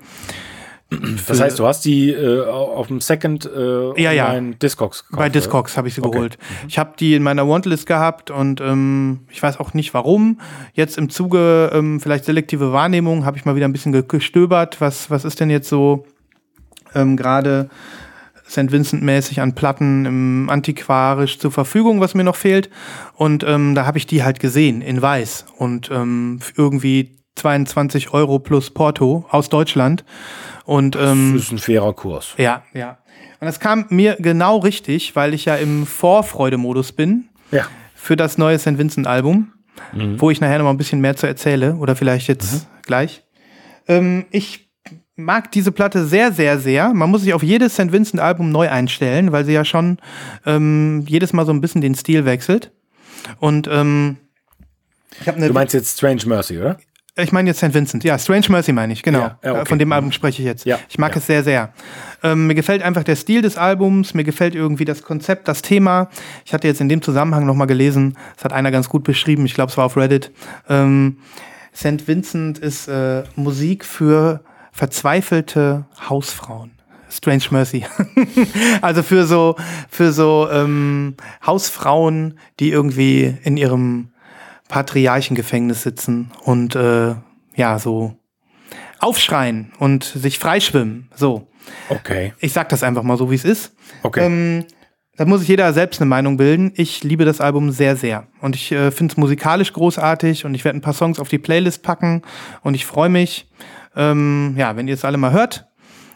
Das heißt, du hast die äh, auf dem Second äh, Ja, ja. online Discogs gekauft, Bei oder? Discogs habe ich sie Okay. geholt. Ich habe die in meiner Wantlist gehabt und ähm, ich weiß auch nicht warum. Jetzt im Zuge ähm, vielleicht selektive Wahrnehmung habe ich mal wieder ein bisschen ge- gestöbert. Was, was ist denn jetzt so ähm, gerade Saint Vincent-mäßig an Platten im antiquarisch zur Verfügung, was mir noch fehlt. Und ähm, da habe ich die halt gesehen in weiß und ähm, irgendwie zweiundzwanzig Euro plus Porto aus Deutschland. Und ähm, Das ist ein fairer Kurs. ja, ja. Und das kam mir genau richtig, weil ich ja im Vorfreude-Modus bin Ja. für das neue Saint Vincent-Album, wo ich nachher noch mal ein bisschen mehr zu erzähle oder vielleicht jetzt gleich. Ähm, ich mag diese Platte sehr, sehr, sehr. Man muss sich auf jedes Saint Vincent-Album neu einstellen, weil sie ja schon ähm, jedes Mal so ein bisschen den Stil wechselt. Und ähm, ich habe eine Du meinst jetzt Strange Mercy, oder? Ich meine jetzt Saint Vincent. Ja, Strange Mercy meine ich, genau. Ja, ja, okay. Von dem Album spreche ich jetzt. Ja, ich mag ja. es sehr, sehr. Ähm, mir gefällt einfach der Stil des Albums, mir gefällt irgendwie das Konzept, das Thema. Ich hatte jetzt in dem Zusammenhang nochmal gelesen, das hat einer ganz gut beschrieben, ich glaube, es war auf Reddit. Ähm, Saint Vincent ist äh, Musik für verzweifelte Hausfrauen. Strange Mercy. Also für so, für so ähm, Hausfrauen, die irgendwie in ihrem Patriarchengefängnis sitzen und äh, ja, so aufschreien und sich freischwimmen. So. Okay. Ich sag das einfach mal so, wie es ist. Okay. Ähm, da muss sich jeder selbst eine Meinung bilden. Ich liebe das Album sehr, sehr. Und ich äh, finde es musikalisch großartig und ich werde ein paar Songs auf die Playlist packen und ich freue mich, ähm, ja, wenn ihr es alle mal hört.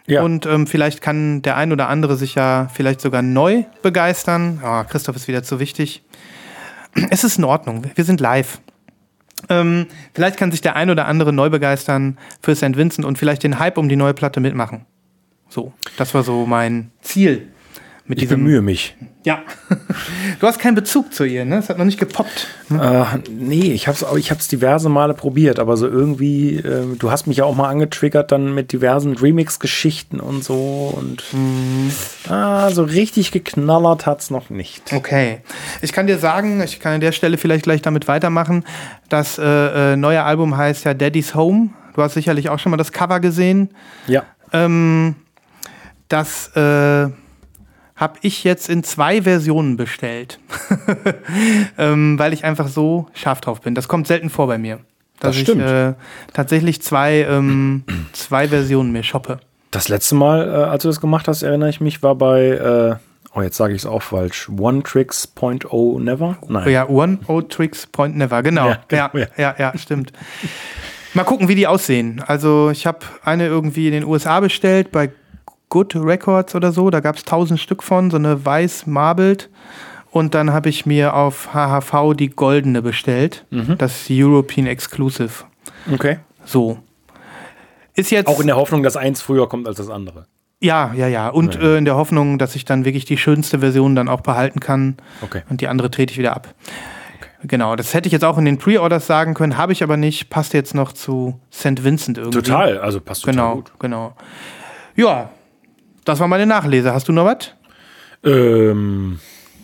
Ja. Und ähm, vielleicht kann der ein oder andere sich ja vielleicht sogar neu begeistern. Oh, Christoph ist wieder zu wichtig. Es ist in Ordnung, wir sind live. Ähm, vielleicht kann sich der ein oder andere neu begeistern für Sankt Vincent und vielleicht den Hype um die neue Platte mitmachen. So, das war so mein Ziel. Mit ich diesem, bemühe mich. Ja. Du hast keinen Bezug zu ihr, ne? Es hat noch nicht gepoppt. Hm? Äh, nee, ich hab's, ich hab's diverse Male probiert, aber so irgendwie, äh, du hast mich ja auch mal angetriggert dann mit diversen Remix-Geschichten und so und mhm. ah, so richtig geknallert hat's noch nicht. Okay. Ich kann dir sagen, ich kann an der Stelle vielleicht gleich damit weitermachen, das äh, äh, neue Album heißt ja Daddy's Home. Du hast sicherlich auch schon mal das Cover gesehen. Ja. Ähm, das, äh, habe ich jetzt in zwei Versionen bestellt, ähm, weil ich einfach so scharf drauf bin. Das kommt selten vor bei mir. Dass das stimmt. ich äh, tatsächlich zwei, ähm, zwei Versionen mir shoppe. Das letzte Mal, äh, als du das gemacht hast, erinnere ich mich, war bei, äh, oh jetzt sage ich es auch falsch, One Tricks Point Oh Never? Nein. Ja, One Oh Tricks Point Never, genau. Ja, ja, ja, ja, ja, stimmt. Mal gucken, wie die aussehen. Also ich habe eine irgendwie in den U S A bestellt, bei Good Records oder so, da gab es tausend Stück von, so eine weiß marbled. Und dann habe ich mir auf H H V die goldene bestellt. Mhm. Das European Exclusive. Okay. So. Ist jetzt. Auch in der Hoffnung, dass eins früher kommt als das andere. Ja, ja, ja. Und ja. Äh, in der Hoffnung, dass ich dann wirklich die schönste Version dann auch behalten kann. Okay. Und die andere trete ich wieder ab. Okay. Genau, das hätte ich jetzt auch in den Pre-Orders sagen können, habe ich aber nicht. Passt jetzt noch zu Sankt Vincent irgendwie. Total, also passt total genau, gut. Genau, genau. Ja. Das war meine Nachlese. Hast du noch was? Ähm.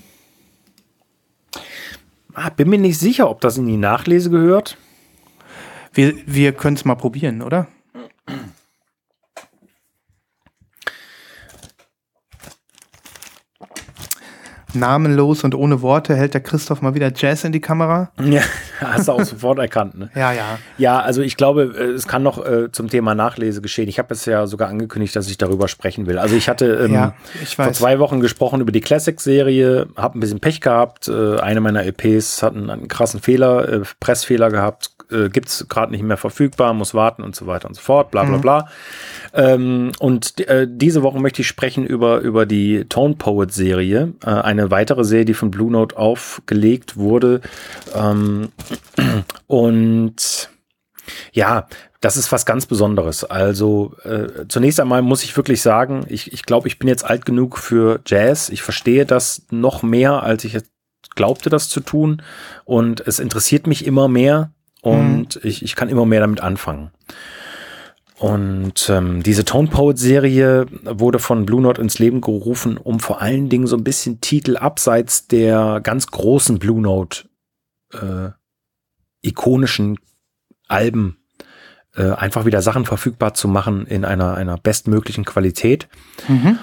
Ah, bin mir nicht sicher, ob das in die Nachlese gehört. Wir, wir können es mal probieren, oder? Namenlos und ohne Worte hält der Christoph mal wieder Jazz in die Kamera. Ja, hast du auch sofort erkannt, ne? Ja, ja. Ja, also ich glaube, es kann noch äh, zum Thema Nachlese geschehen. Ich habe es ja sogar angekündigt, dass ich darüber sprechen will. Also ich hatte ähm, ja, ich vor zwei Wochen gesprochen über die Classic-Serie, habe ein bisschen Pech gehabt. Äh, eine meiner L Ps hat einen, einen krassen Fehler, äh, Pressfehler gehabt. Äh, gibt es gerade nicht mehr verfügbar, muss warten und so weiter und so fort, bla bla mhm. bla. Ähm, und äh, diese Woche möchte ich sprechen über, über die Tone Poet Serie, äh, eine weitere Serie, die von Blue Note aufgelegt wurde. Ähm, und ja, das ist was ganz Besonderes. Also äh, zunächst einmal muss ich wirklich sagen, ich, ich glaube, ich bin jetzt alt genug für Jazz. Ich verstehe das noch mehr, als ich jetzt glaubte, das zu tun. Und es interessiert mich immer mehr. Und mhm. ich, ich kann immer mehr damit anfangen. Und ähm, diese Tone Poet Serie wurde von Blue Note ins Leben gerufen, um vor allen Dingen so ein bisschen Titel abseits der ganz großen Blue Note äh, ikonischen Alben äh, einfach wieder Sachen verfügbar zu machen in einer, einer bestmöglichen Qualität. Mhm.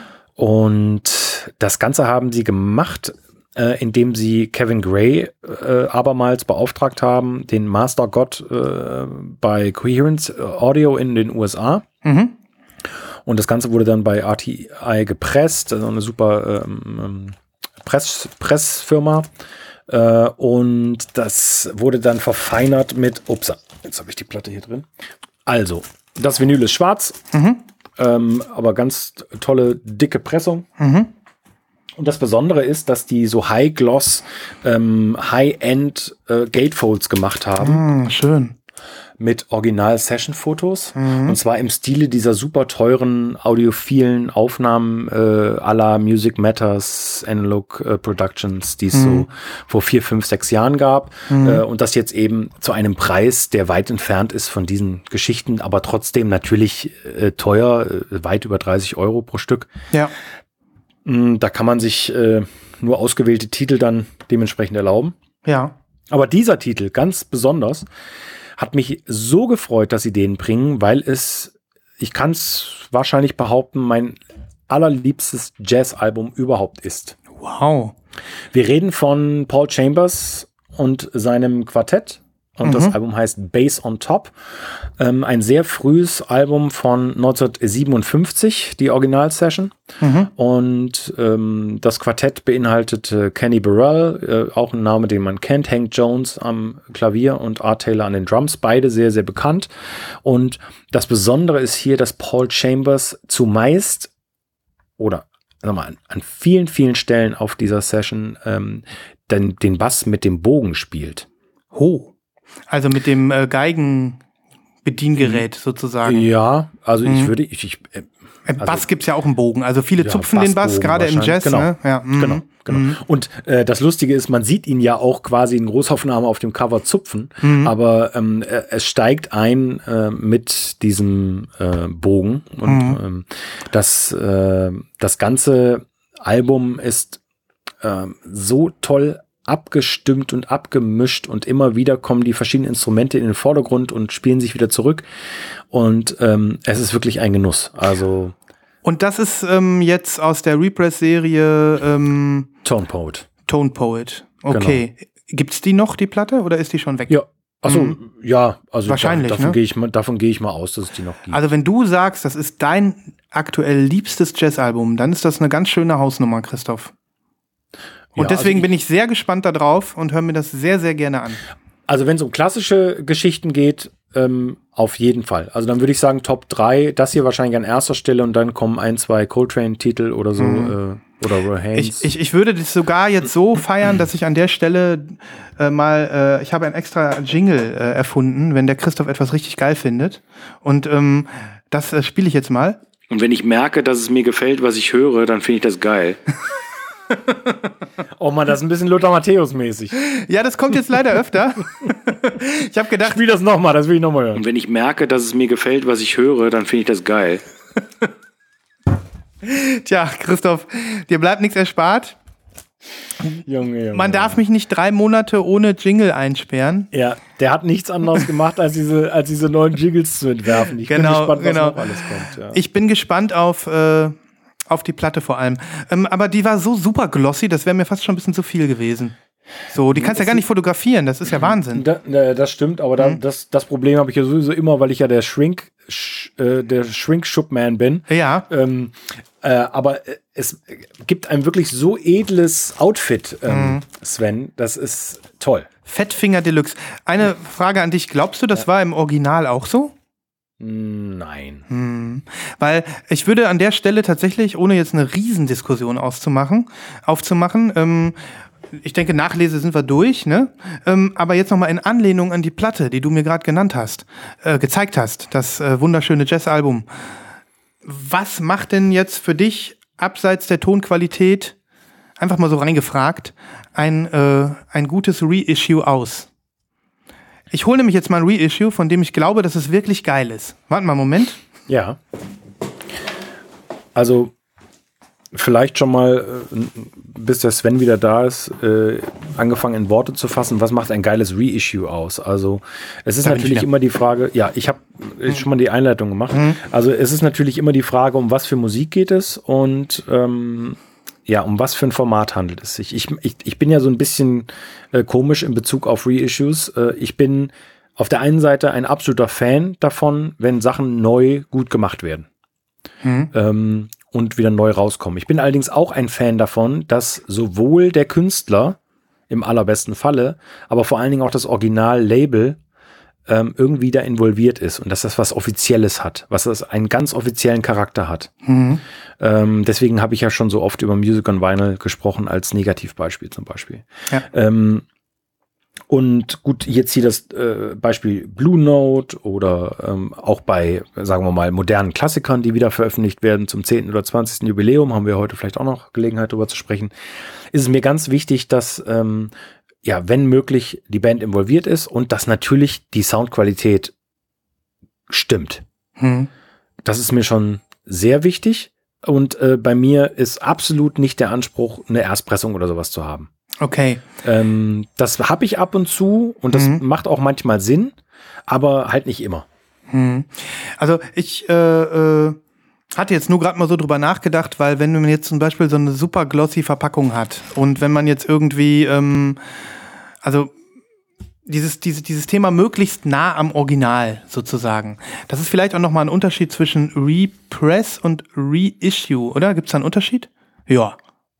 Und das Ganze haben sie gemacht, Äh, indem sie Kevin Gray äh, abermals beauftragt haben, den Master God äh, bei Coherence Audio in den U S A. Mhm. Und das Ganze wurde dann bei R T I gepresst, also eine super ähm, Press, Pressfirma. Äh, und das wurde dann verfeinert mit, ups, jetzt habe ich die Platte hier drin. Also, das Vinyl ist schwarz, mhm. ähm, aber ganz tolle, dicke Pressung. Mhm. Und das Besondere ist, dass die so High-Gloss, ähm, High-End äh, Gatefolds gemacht haben. Mm, schön. Mit Original-Session-Fotos. Mhm. Und zwar im Stile dieser super teuren audiophilen Aufnahmen äh, à la Music Matters, Analog äh, Productions, die es mhm. so vor vier, fünf, sechs Jahren gab. Mhm. Äh, und das jetzt eben zu einem Preis, der weit entfernt ist von diesen Geschichten, aber trotzdem natürlich äh, teuer, äh, weit über dreißig Euro pro Stück. Ja. Da kann man sich äh, nur ausgewählte Titel dann dementsprechend erlauben. Ja. Aber dieser Titel, ganz besonders, hat mich so gefreut, dass sie den bringen, weil es, ich kann es wahrscheinlich behaupten, mein allerliebstes Jazz-Album überhaupt ist. Wow. Wir reden von Paul Chambers und seinem Quartett. Und mhm. das Album heißt Bass on Top. Ähm, ein sehr frühes Album von neunzehnhundertsiebenundfünfzig, die Original-Session. Mhm. Und ähm, das Quartett beinhaltete Kenny Burrell, äh, auch ein Name, den man kennt, Hank Jones am Klavier und Art Taylor an den Drums, beide sehr, sehr bekannt. Und das Besondere ist hier, dass Paul Chambers zumeist oder sag mal, an, an vielen, vielen Stellen auf dieser Session ähm, den, den Bass mit dem Bogen spielt. Oh. Also mit dem äh, Geigenbediengerät sozusagen. Ja, also mhm. ich würde, ich, ich äh, also, Bass gibt's ja auch im Bogen. Also viele ja, zupfen den Bass, gerade im Jazz. Genau, ne? ja. mhm. genau, genau. Mhm. Und äh, das Lustige ist, man sieht ihn ja auch quasi in Großaufnahme auf dem Cover zupfen, mhm. aber ähm, es steigt ein äh, mit diesem äh, Bogen. Und mhm. ähm, das, äh, das ganze Album ist äh, so toll abgestimmt und abgemischt und immer wieder kommen die verschiedenen Instrumente in den Vordergrund und spielen sich wieder zurück und ähm, es ist wirklich ein Genuss. Also und das ist ähm, jetzt aus der Repress-Serie ähm, Tone Poet. Tone Poet. Okay. Genau. Gibt's die noch, die Platte, oder ist die schon weg? Ja. Achso, mhm. ja, also wahrscheinlich, da, davon ne? gehe ich mal, davon gehe ich mal aus, dass es die noch gibt. Also wenn du sagst, das ist dein aktuell liebstes Jazzalbum, dann ist das eine ganz schöne Hausnummer, Christoph. Und ja, deswegen also ich, bin ich sehr gespannt darauf und höre mir das sehr, sehr gerne an. Also wenn es um klassische Geschichten geht, ähm, auf jeden Fall. Also dann würde ich sagen Top drei, das hier wahrscheinlich an erster Stelle und dann kommen ein, zwei Coltrane-Titel oder so mhm. äh, oder Roy Haynes. Ich, ich, ich würde das sogar jetzt so feiern, dass ich an der Stelle äh, mal, äh, ich habe ein extra Jingle äh, erfunden, wenn der Christoph etwas richtig geil findet. Und ähm, das äh, spiele ich jetzt mal. Und wenn ich merke, dass es mir gefällt, was ich höre, dann finde ich das geil. Oh Mann, das ist ein bisschen Lothar Matthäus-mäßig. Ja, das kommt jetzt leider öfter. Ich habe gedacht... Spiel das nochmal, das will ich nochmal hören. Und wenn ich merke, dass es mir gefällt, was ich höre, dann finde ich das geil. Tja, Christoph, dir bleibt nichts erspart. Junge, Junge. Man darf mich nicht drei Monate ohne Jingle einsperren. Ja, der hat nichts anderes gemacht, als diese, als diese neuen Jingles zu entwerfen. Ich genau, bin gespannt, was genau. noch alles kommt. Ja. Ich bin gespannt auf... Äh, Auf die Platte vor allem. Ähm, aber die war so super glossy, das wäre mir fast schon ein bisschen zu viel gewesen. So, die kannst du ja gar nicht fotografieren, das ist ja Wahnsinn. Da, das stimmt, aber da, mhm. das, das Problem habe ich ja sowieso immer, weil ich ja der Shrink, sch, äh, der Shrink-Shop-Man bin. Ja. Ähm, äh, aber es gibt ein wirklich so edles Outfit, ähm, mhm. Sven, das ist toll. Fettfinger Deluxe. Eine Frage an dich, glaubst du, das ja. war im Original auch so? Nein. Hm. Weil ich würde an der Stelle tatsächlich, ohne jetzt eine Riesendiskussion auszumachen, aufzumachen, ähm, ich denke, Nachlese sind wir durch, ne? Ähm, aber jetzt nochmal in Anlehnung an die Platte, die du mir gerade genannt hast, äh, gezeigt hast, das äh, wunderschöne Jazzalbum. Was macht denn jetzt für dich, abseits der Tonqualität, einfach mal so reingefragt, ein, äh, ein gutes Reissue aus? Ich hole nämlich jetzt mal ein Reissue, von dem ich glaube, dass es wirklich geil ist. Warte mal einen Moment. Ja. Also, vielleicht schon mal, bis der Sven wieder da ist, äh, angefangen in Worte zu fassen, was macht ein geiles Reissue aus? Also, es ist da natürlich immer die Frage, ja, ich habe mhm. schon mal die Einleitung gemacht. Mhm. Also, es ist natürlich immer die Frage, um was für Musik geht es und ähm, ja, um was für ein Format handelt es sich? Ich, ich, ich bin ja so ein bisschen äh, komisch in Bezug auf Reissues. Äh, ich bin auf der einen Seite ein absoluter Fan davon, wenn Sachen neu gut gemacht werden hm. ähm, und wieder neu rauskommen. Ich bin allerdings auch ein Fan davon, dass sowohl der Künstler im allerbesten Falle, aber vor allen Dingen auch das Original-Label ähm, irgendwie da involviert ist und dass das was Offizielles hat, was das einen ganz offiziellen Charakter hat. Mhm. Ähm, deswegen habe ich ja schon so oft über Music on Vinyl gesprochen als Negativbeispiel zum Beispiel. Ja. Ähm, und gut, jetzt hier das äh, Beispiel Blue Note oder ähm, auch bei, sagen wir mal, modernen Klassikern, die wieder veröffentlicht werden zum zehnten oder zwanzigsten Jubiläum, haben wir heute vielleicht auch noch Gelegenheit darüber zu sprechen, ist es mir ganz wichtig, dass ähm, ja, wenn möglich, die Band involviert ist und dass natürlich die Soundqualität stimmt. Hm. Das ist mir schon sehr wichtig und äh, bei mir ist absolut nicht der Anspruch, eine Erstpressung oder sowas zu haben. Okay. Ähm, das habe ich ab und zu und das hm. macht auch manchmal Sinn, aber halt nicht immer. Hm. Also ich äh, äh hatte jetzt nur gerade mal so drüber nachgedacht, weil wenn man jetzt zum Beispiel so eine super glossy Verpackung hat und wenn man jetzt irgendwie, ähm, also Dieses, diese, dieses Thema möglichst nah am Original sozusagen. Das ist vielleicht auch nochmal ein Unterschied zwischen Repress und Reissue, oder? Gibt es da einen Unterschied? Ja.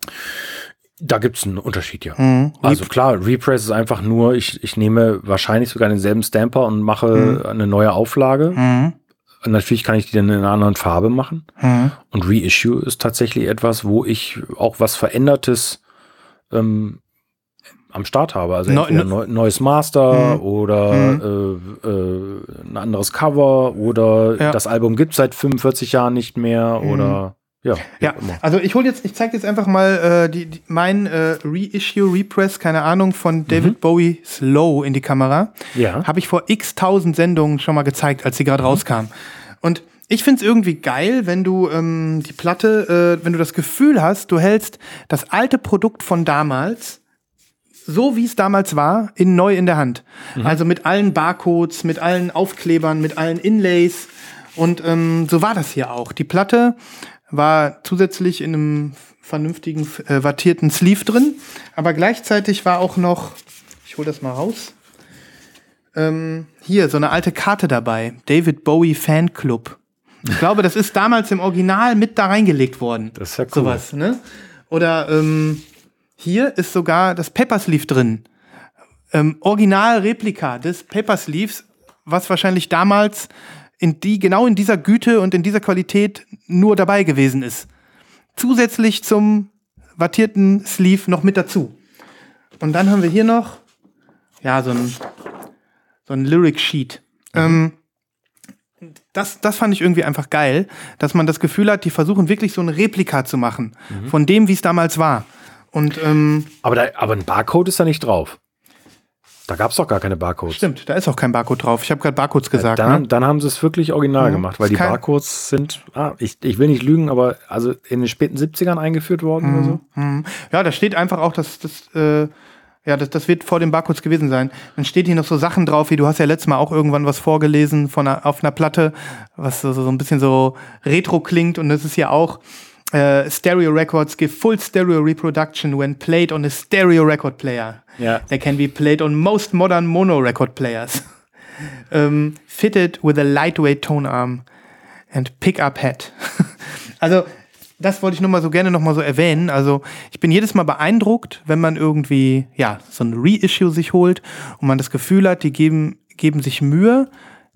Da gibt es einen Unterschied, ja. Mhm. Also klar, Repress ist einfach nur, ich, ich nehme wahrscheinlich sogar denselben Stamper und mache mhm. eine neue Auflage. Mhm. Und natürlich kann ich die dann in einer anderen Farbe machen. Mhm. Und Reissue ist tatsächlich etwas, wo ich auch was Verändertes ähm, am Start habe. Also entweder ein neu, neues Master mhm. oder mhm. Äh, äh, ein anderes Cover oder ja. das Album gibt es seit fünfundvierzig Jahren nicht mehr mhm. oder ja. Ja, also ich hole jetzt, ich zeige jetzt einfach mal äh, die, die, mein äh, Reissue, Repress, keine Ahnung, von David mhm. Bowie Slow in die Kamera. Ja. Habe ich vor x tausend Sendungen schon mal gezeigt, als sie gerade mhm. rauskam. Und ich finde es irgendwie geil, wenn du ähm, die Platte, äh, wenn du das Gefühl hast, du hältst das alte Produkt von damals so wie es damals war, in neu in der Hand. Mhm. Also mit allen Barcodes, mit allen Aufklebern, mit allen Inlays. Und ähm, so war das hier auch. Die Platte war zusätzlich in einem vernünftigen, äh, wattierten Sleeve drin. Aber gleichzeitig war auch noch, ich hole das mal raus, ähm, hier so eine alte Karte dabei. David Bowie Fanclub. Ich glaube, das ist damals im Original mit da reingelegt worden. Das ist ja cool. Sowas, ne? Oder, ähm, hier ist sogar das Papersleeve drin. Ähm, Original-Replika des Papersleeves, was wahrscheinlich damals in die, genau in dieser Güte und in dieser Qualität nur dabei gewesen ist. Zusätzlich zum wattierten Sleeve noch mit dazu. Und dann haben wir hier noch, ja, so ein, so ein Lyric-Sheet. Mhm. Ähm, das, das fand ich irgendwie einfach geil, dass man das Gefühl hat, die versuchen wirklich so ein Replika zu machen mhm. von dem, wie es damals war. Und, ähm, aber, da, aber ein Barcode ist da nicht drauf. Da gab es doch gar keine Barcodes. Stimmt, da ist auch kein Barcode drauf. Ich habe gerade Barcodes gesagt. Ja, dann, ne? dann haben sie es wirklich original mhm. gemacht, weil die Barcodes sind, ah, ich, ich will nicht lügen, aber also in den späten siebzigern eingeführt worden mhm. oder so. Mhm. Ja, da steht einfach auch, dass das, äh, ja, das, das wird vor den Barcodes gewesen sein. Dann steht hier noch so Sachen drauf, wie du hast ja letztes Mal auch irgendwann was vorgelesen von einer, auf einer Platte, was so, so ein bisschen so retro klingt. Und das ist hier auch, Uh, stereo records give full stereo reproduction when played on a stereo record player. Yeah. They can be played on most modern mono record players. um, fitted with a lightweight tone arm and pickup head. Also, das wollte ich nur mal so gerne noch mal so erwähnen. Also, ich bin jedes Mal beeindruckt, wenn man irgendwie, ja, so ein Reissue sich holt und man das Gefühl hat, die geben, geben sich Mühe,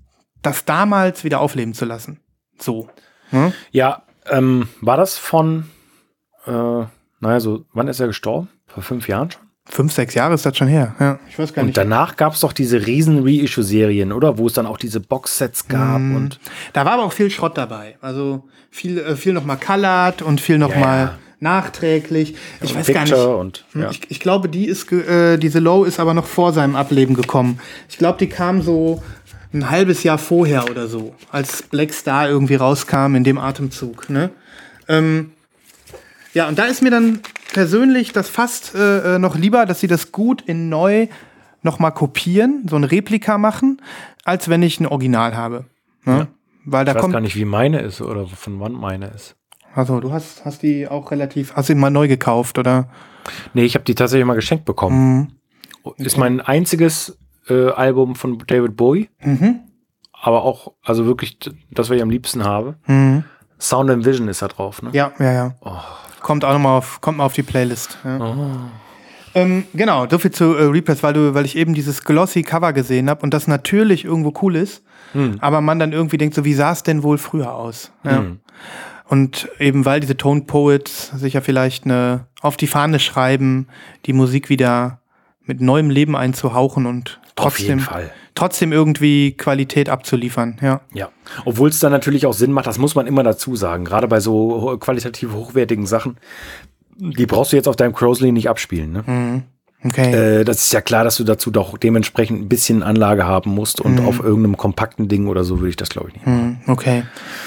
das damals wieder aufleben zu lassen. So. Hm? Ja, Ähm, war das von, äh, naja, so, wann ist er gestorben? Vor fünf Jahren schon? Fünf, sechs Jahre ist das schon her, ja. Ich weiß gar und nicht. Und danach gab es doch diese riesen Reissue-Serien, oder? Wo es dann auch diese Boxsets gab mm, und. Da war aber auch viel Schrott dabei. Also viel, äh, viel nochmal colored und viel nochmal yeah. nachträglich. Ich und weiß Picture gar nicht. Und, ja. ich, ich glaube, die ist, äh, diese Low ist aber noch vor seinem Ableben gekommen. Ich glaube, die kam so ein halbes Jahr vorher oder so, als Black Star irgendwie rauskam in dem Atemzug, ne? Ähm, ja, und da ist mir dann persönlich das fast äh, noch lieber, dass sie das gut in neu nochmal kopieren, so ein Replika machen, als wenn ich ein Original habe. Ne? Ja. Weil da ich weiß kommt gar nicht, wie meine ist oder von wann meine ist. Also du hast, hast die auch relativ, hast du die mal neu gekauft, oder? Nee, ich habe die tatsächlich mal geschenkt bekommen. Mhm. Okay. Ist mein einziges äh, Album von David Bowie. Mhm. Aber auch, also wirklich das, was ich am liebsten habe. Mhm. Sound and Vision ist da drauf, ne? Ja, ja, ja. Oh. Kommt auch nochmal auf, kommt mal auf die Playlist. Ja. Oh. Ähm, genau, so viel zu äh, Repress, weil, du, weil ich eben dieses glossy Cover gesehen habe und das natürlich irgendwo cool ist, hm. aber man dann irgendwie denkt, so wie sah es denn wohl früher aus? Ja. Hm. Und eben weil diese Tone Poets sich ja vielleicht eine auf die Fahne schreiben, die Musik wieder mit neuem Leben einzuhauchen und trotzdem, trotzdem irgendwie Qualität abzuliefern. Ja, ja. Obwohl es dann natürlich auch Sinn macht, das muss man immer dazu sagen, gerade bei so qualitativ hochwertigen Sachen, die brauchst du jetzt auf deinem Crosley nicht abspielen. Ne? Mhm. Okay. Äh, das ist ja klar, dass du dazu doch dementsprechend ein bisschen Anlage haben musst und mhm. auf irgendeinem kompakten Ding oder so würde ich das, glaube ich, nicht machen. Mhm. Okay.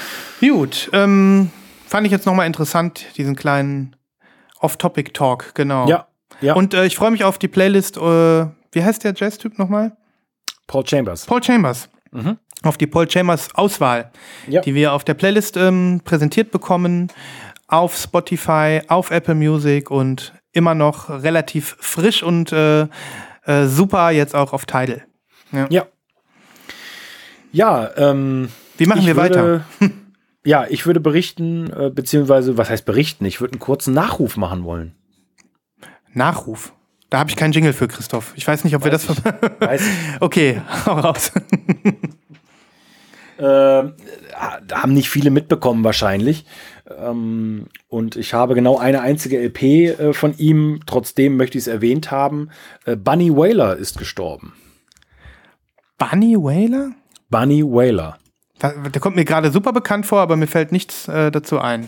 Gut, ähm, fand ich jetzt nochmal interessant, diesen kleinen Off-Topic-Talk, genau. Ja, ja. Und äh, ich freue mich auf die Playlist, äh, wie heißt der Jazz-Typ nochmal? Paul Chambers. Paul Chambers. Mhm. Auf die Paul Chambers Auswahl, ja. die wir auf der Playlist ähm, präsentiert bekommen, auf Spotify, auf Apple Music und immer noch relativ frisch und äh, Äh, super, jetzt auch auf Tidal. Ja. Ja, ja ähm, wie machen wir würde, weiter? Ja, ich würde berichten, äh, beziehungsweise, was heißt berichten? Ich würde einen kurzen Nachruf machen wollen. Nachruf? Da habe ich keinen Jingle für, Christoph. Ich weiß nicht, ob weiß wir das... Ich. Weiß ich. Okay, hau raus. äh, haben nicht viele mitbekommen wahrscheinlich. Ähm, und ich habe genau eine einzige L P äh, von ihm. Trotzdem möchte ich es erwähnt haben. Äh, Bunny Wailer ist gestorben. Bunny Wailer? Bunny Wailer. Da, der kommt mir gerade super bekannt vor, aber mir fällt nichts äh, dazu ein.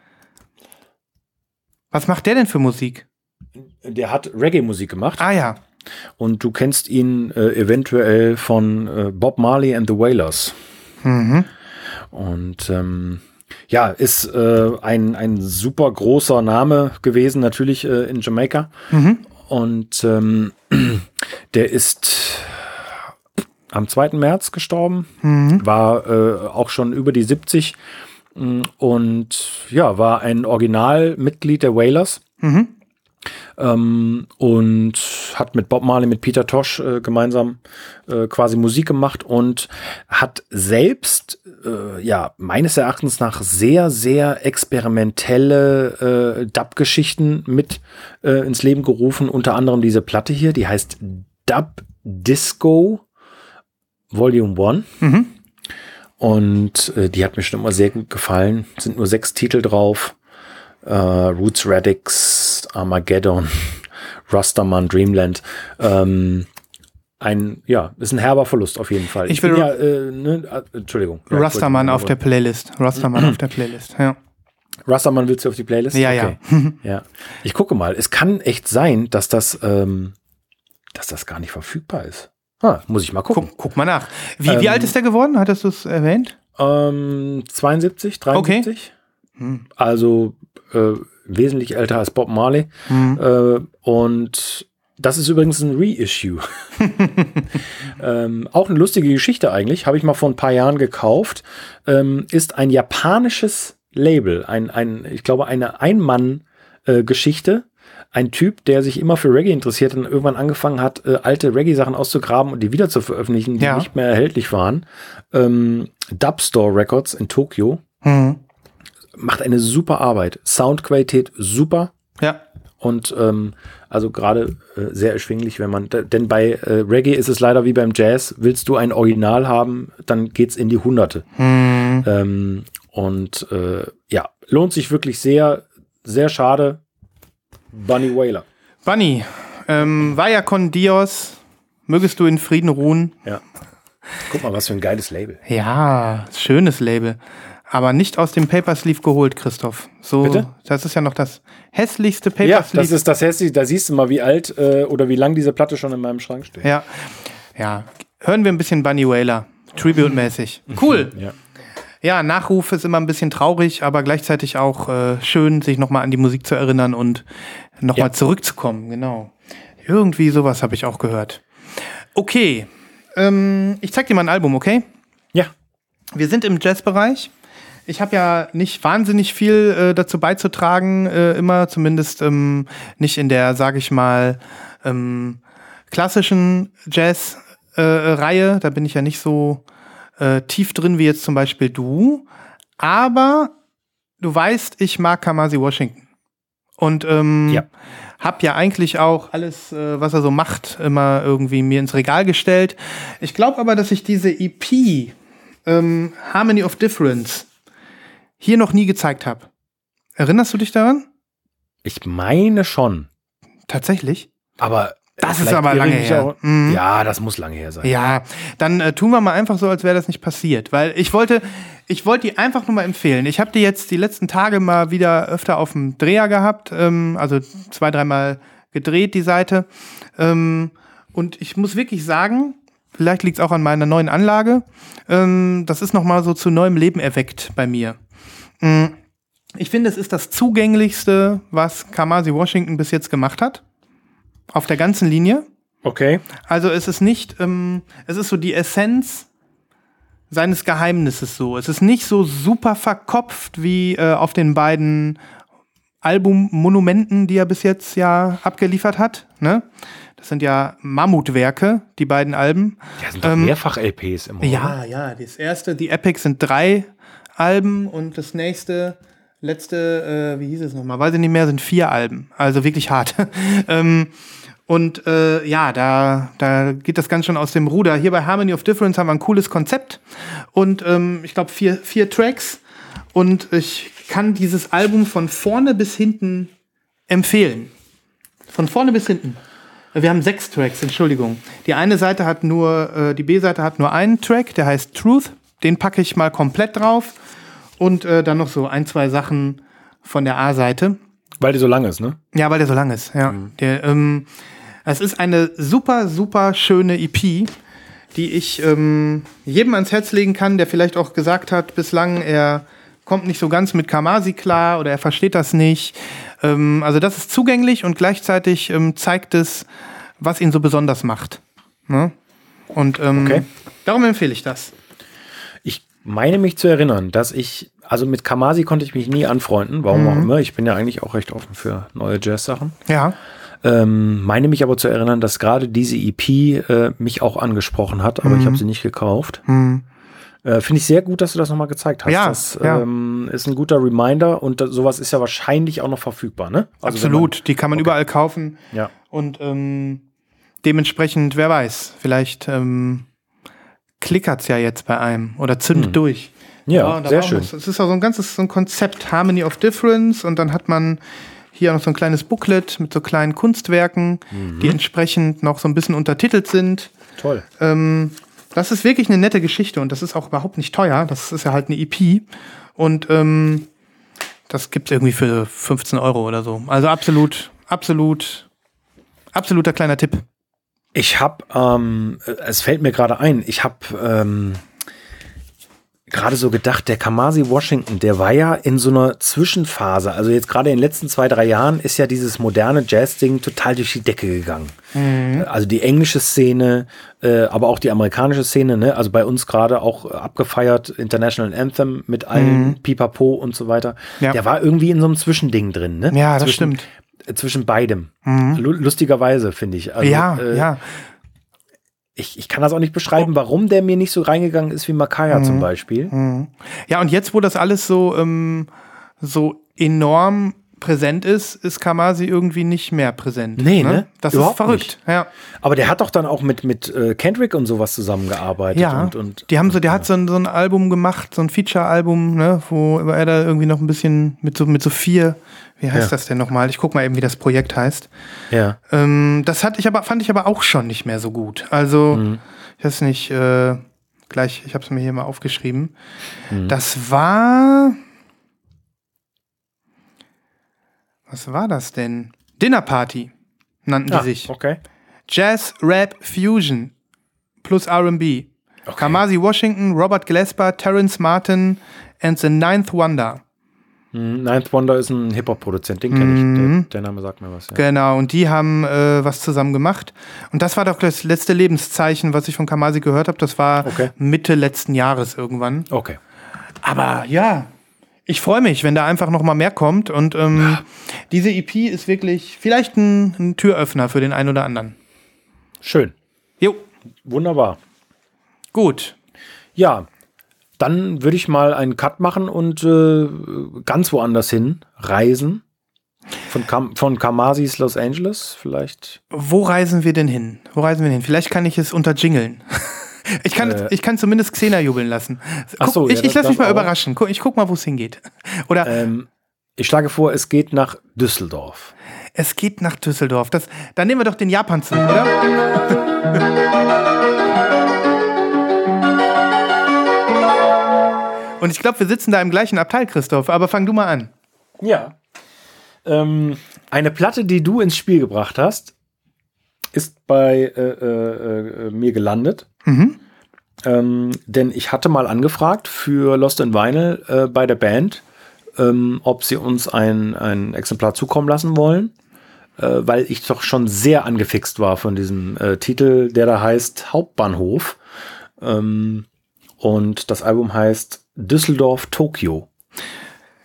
Was macht der denn für Musik? Der hat Reggae-Musik gemacht. Ah ja. Und du kennst ihn äh, eventuell von äh, Bob Marley and the Wailers. Mhm. Und ähm, ja, ist äh, ein, ein super großer Name gewesen, natürlich äh, in Jamaika. Mhm. Und ähm, der ist am zweiten März gestorben, mhm. war äh, auch schon über die siebzig und ja, war ein Originalmitglied der Wailers. Mhm. Ähm, und hat mit Bob Marley, mit Peter Tosh äh, gemeinsam äh, quasi Musik gemacht und hat selbst, äh, ja, meines Erachtens nach sehr, sehr experimentelle äh, Dub-Geschichten mit äh, ins Leben gerufen. Unter anderem diese Platte hier, die heißt Dub Disco Volume One. Mhm. Und äh, die hat mir schon immer sehr gut gefallen. Sind nur sechs Titel drauf. Uh, Roots Radix, Armageddon, Rastaman, Dreamland. Ähm, ein, ja, ist ein herber Verlust auf jeden Fall. Ich will ja, äh, ne, äh, Entschuldigung. Ja, Rastaman auf der Playlist. Rastaman auf der Playlist, ja. Rastaman willst du auf die Playlist? Ja, okay. ja. Ja. Ich gucke mal. Es kann echt sein, dass das, ähm, dass das gar nicht verfügbar ist. Ah, muss ich mal gucken. Guck, guck mal nach. Wie, ähm, wie alt ist der geworden? Hattest du es erwähnt? Ähm, zweiundsiebzig, dreiundsiebzig. Okay. Hm. Also äh, wesentlich älter als Bob Marley. Hm. Äh, und das ist übrigens ein Reissue. ähm, auch eine lustige Geschichte eigentlich. Habe ich mal vor ein paar Jahren gekauft. Ähm, ist ein japanisches Label. Ein, ein, ich glaube, eine Ein-Mann-Geschichte. Ein Typ, der sich immer für Reggae interessiert und irgendwann angefangen hat, äh, alte Reggae-Sachen auszugraben und die wieder zu veröffentlichen, die ja. nicht mehr erhältlich waren. Ähm, Dubstore Records in Tokio. Hm. Macht eine super Arbeit. Soundqualität super. Ja. Und ähm, also gerade äh, sehr erschwinglich, wenn man, denn bei äh, Reggae ist es leider wie beim Jazz, willst du ein Original haben, dann geht's in die Hunderte. Hm. Ähm, und äh, ja, lohnt sich wirklich sehr, sehr schade. Bunny Wailer. Bunny, ähm, vaya con Dios, mögest du in Frieden ruhen. Ja. Guck mal, was für ein geiles Label. Ja, schönes Label. Aber nicht aus dem Papersleeve geholt, Christoph. So, Bitte? Das ist ja noch das hässlichste Ja, Papersleeve. das ist das hässliche. Da siehst du mal, wie alt äh, oder wie lang diese Platte schon in meinem Schrank steht. Ja, ja. Hören wir ein bisschen Bunny Wailer. Tribute-mäßig. Cool. Ja. Ja, Nachruf ist immer ein bisschen traurig, aber gleichzeitig auch äh, schön, sich nochmal an die Musik zu erinnern und nochmal Ja. zurückzukommen. Genau. Irgendwie sowas habe ich auch gehört. Okay. Ähm, ich zeig dir mal ein Album, okay? Ja. Wir sind im Jazzbereich. Ich habe ja nicht wahnsinnig viel äh, dazu beizutragen, äh, immer zumindest ähm, nicht in der, sage ich mal, ähm, klassischen Jazz-Reihe. Äh, da bin ich ja nicht so äh, tief drin wie jetzt zum Beispiel du. Aber du weißt, ich mag Kamasi Washington. Und ähm, Ja. hab ja eigentlich auch alles, äh, was er so macht, immer irgendwie mir ins Regal gestellt. Ich glaube aber, dass ich diese E P ähm, Harmony of Difference hier noch nie gezeigt habe. Erinnerst du dich daran? Ich meine schon. Tatsächlich? Aber Das ist vielleicht aber irre lange ich mich her. auch- Mhm. Ja, das muss lange her sein. Ja, dann äh, tun wir mal einfach so, als wäre das nicht passiert. Weil ich wollte, ich wollte die einfach nur mal empfehlen. Ich habe die jetzt die letzten Tage mal wieder öfter auf dem Dreher gehabt. Ähm, also zwei, dreimal gedreht, die Seite. Ähm, und ich muss wirklich sagen, vielleicht liegt es auch an meiner neuen Anlage, ähm, das ist nochmal so zu neuem Leben erweckt bei mir. Mhm. Ich finde, es ist das zugänglichste, was Kamasi Washington bis jetzt gemacht hat. Auf der ganzen Linie. Okay. Also es ist nicht, ähm, es ist so die Essenz seines Geheimnisses so. Es ist nicht so super verkopft wie äh, auf den beiden Albummonumenten, die er bis jetzt ja abgeliefert hat. Ne? Das sind ja Mammutwerke, die beiden Alben. Ja, sind doch ähm, mehrfach L Ps immer. Ja, oder? ja. Das erste, die Epic, sind drei Alben und das nächste, letzte, äh, wie hieß es nochmal? Weiß ich nicht mehr, sind vier Alben. Also wirklich hart. ähm, und äh, ja, da, da geht das ganz schön aus dem Ruder. Hier bei Harmony of Difference haben wir ein cooles Konzept und ähm, ich glaube vier, vier Tracks. Und ich kann dieses Album von vorne bis hinten empfehlen. Von vorne bis hinten. Wir haben sechs Tracks, Entschuldigung. Die eine Seite hat nur, äh, die B-Seite hat nur einen Track, der heißt Truth. Den packe ich mal komplett drauf. Und äh, dann noch so ein, zwei Sachen von der A-Seite. Weil der so lang ist, ne? Ja, weil der so lang ist, ja. Mhm. Der, ähm, es ist eine super, super schöne E P, die ich ähm, jedem ans Herz legen kann, der vielleicht auch gesagt hat, bislang er kommt nicht so ganz mit Kamasi klar oder er versteht das nicht. Ähm, also das ist zugänglich und gleichzeitig ähm, zeigt es, was ihn so besonders macht. Ne? Und ähm, okay. Darum empfehle ich das. Ich meine mich zu erinnern, dass ich, also mit Kamasi konnte ich mich nie anfreunden, warum mhm. auch immer. Ich bin ja eigentlich auch recht offen für neue Jazz-Sachen. Ja. Ähm, meine mich aber zu erinnern, dass gerade diese E P äh, mich auch angesprochen hat, aber mhm. ich habe sie nicht gekauft. Mhm. Äh, Finde ich sehr gut, dass du das nochmal gezeigt hast. Ja, das ja. Ähm, ist ein guter Reminder und das, sowas ist ja wahrscheinlich auch noch verfügbar, ne? Also Absolut, man, die kann man okay. überall kaufen. Ja. Und ähm, dementsprechend, wer weiß, vielleicht ähm, klickert es ja jetzt bei einem oder zündet hm. durch. Ja, ja sehr schön. Es ist auch so ein ganzes so ein Konzept, Harmony of Difference, und dann hat man hier noch so ein kleines Booklet mit so kleinen Kunstwerken, mhm. die entsprechend noch so ein bisschen untertitelt sind. Toll. Ähm, das ist wirklich eine nette Geschichte und das ist auch überhaupt nicht teuer. Das ist ja halt eine E P und ähm, das gibt's irgendwie für fünfzehn Euro oder so. Also absolut, absolut, absoluter kleiner Tipp. Ich habe, ähm, es fällt mir gerade ein, ich habe ähm, gerade so gedacht, der Kamasi Washington, der war ja in so einer Zwischenphase. Also jetzt gerade in den letzten zwei, drei Jahren ist ja dieses moderne Jazz-Ding total durch die Decke gegangen. Mhm. Also die englische Szene, äh, aber auch die amerikanische Szene, ne? Also bei uns gerade auch abgefeiert, International Anthem mit allen mhm. Pipapo und so weiter. Ja. Der war irgendwie in so einem Zwischending drin, ne? Ja, das zwischen, stimmt. Zwischen beidem. Mhm. Lustigerweise, finde ich. Also, ja, äh, ja. Ich, ich kann das auch nicht beschreiben, warum der mir nicht so reingegangen ist wie Makaya mhm. zum Beispiel. Mhm. Ja, und jetzt, wo das alles so, ähm, so enorm präsent ist, ist Kamasi irgendwie nicht mehr präsent. Nee, ne? Das Überhaupt ist verrückt. Nicht. Ja. Aber der hat doch dann auch mit, mit äh, Kendrick und sowas zusammengearbeitet. Ja, und, und, die haben so, der und, hat so ein, so ein Album gemacht, so ein Feature-Album, ne, wo er da irgendwie noch ein bisschen mit so, mit so vier, wie heißt ja. das denn nochmal? Ich guck mal eben, wie das Projekt heißt. Ja. Ähm, das hatte ich aber, fand ich aber auch schon nicht mehr so gut. Also, mhm. ich weiß nicht, äh, gleich, ich habe es mir hier mal aufgeschrieben. Mhm. Das war, was war das denn? Dinner Party nannten ah, die sich. Okay. Jazz, Rap, Fusion plus R and B. Okay. Kamasi Washington, Robert Glasper, Terrence Martin and the Ninth Wonder. Ninth Wonder ist ein Hip-Hop-Produzent, den kenne mhm. ich. Der, der Name sagt mir was. Ja. Genau, und die haben äh, was zusammen gemacht. Und das war doch das letzte Lebenszeichen, was ich von Kamasi gehört habe. Das war okay. Mitte letzten Jahres irgendwann. Okay. Aber ja, ich freue mich, wenn da einfach noch mal mehr kommt. Und ähm, ja. diese E P ist wirklich vielleicht ein, ein Türöffner für den einen oder anderen. Schön. Jo. Wunderbar. Gut. Ja, dann würde ich mal einen Cut machen und äh, ganz woanders hin reisen. Von, Kam- von Kamasis Los Angeles vielleicht. Wo reisen wir denn hin? Wo reisen wir denn hin? Vielleicht kann ich es unterjingeln. ich, kann, äh, ich kann zumindest Xena jubeln lassen. Guck, ach so, ich ja, ich lasse mich mal auch. überraschen. Ich guck mal, wo es hingeht. Oder ähm, ich schlage vor, es geht nach Düsseldorf. Es geht nach Düsseldorf. Das, dann nehmen wir doch den Japan-Zug, oder? Und ich glaube, wir sitzen da im gleichen Abteil, Christoph. Aber fang du mal an. Ja. Ähm, eine Platte, die du ins Spiel gebracht hast, ist bei äh, äh, mir gelandet. Mhm. Ähm, denn ich hatte mal angefragt für Lost in Vinyl äh, bei der Band, ähm, ob sie uns ein, ein Exemplar zukommen lassen wollen. Äh, weil ich doch schon sehr angefixt war von diesem äh, Titel, der da heißt Hauptbahnhof. Ähm, und das Album heißt Düsseldorf Tokio.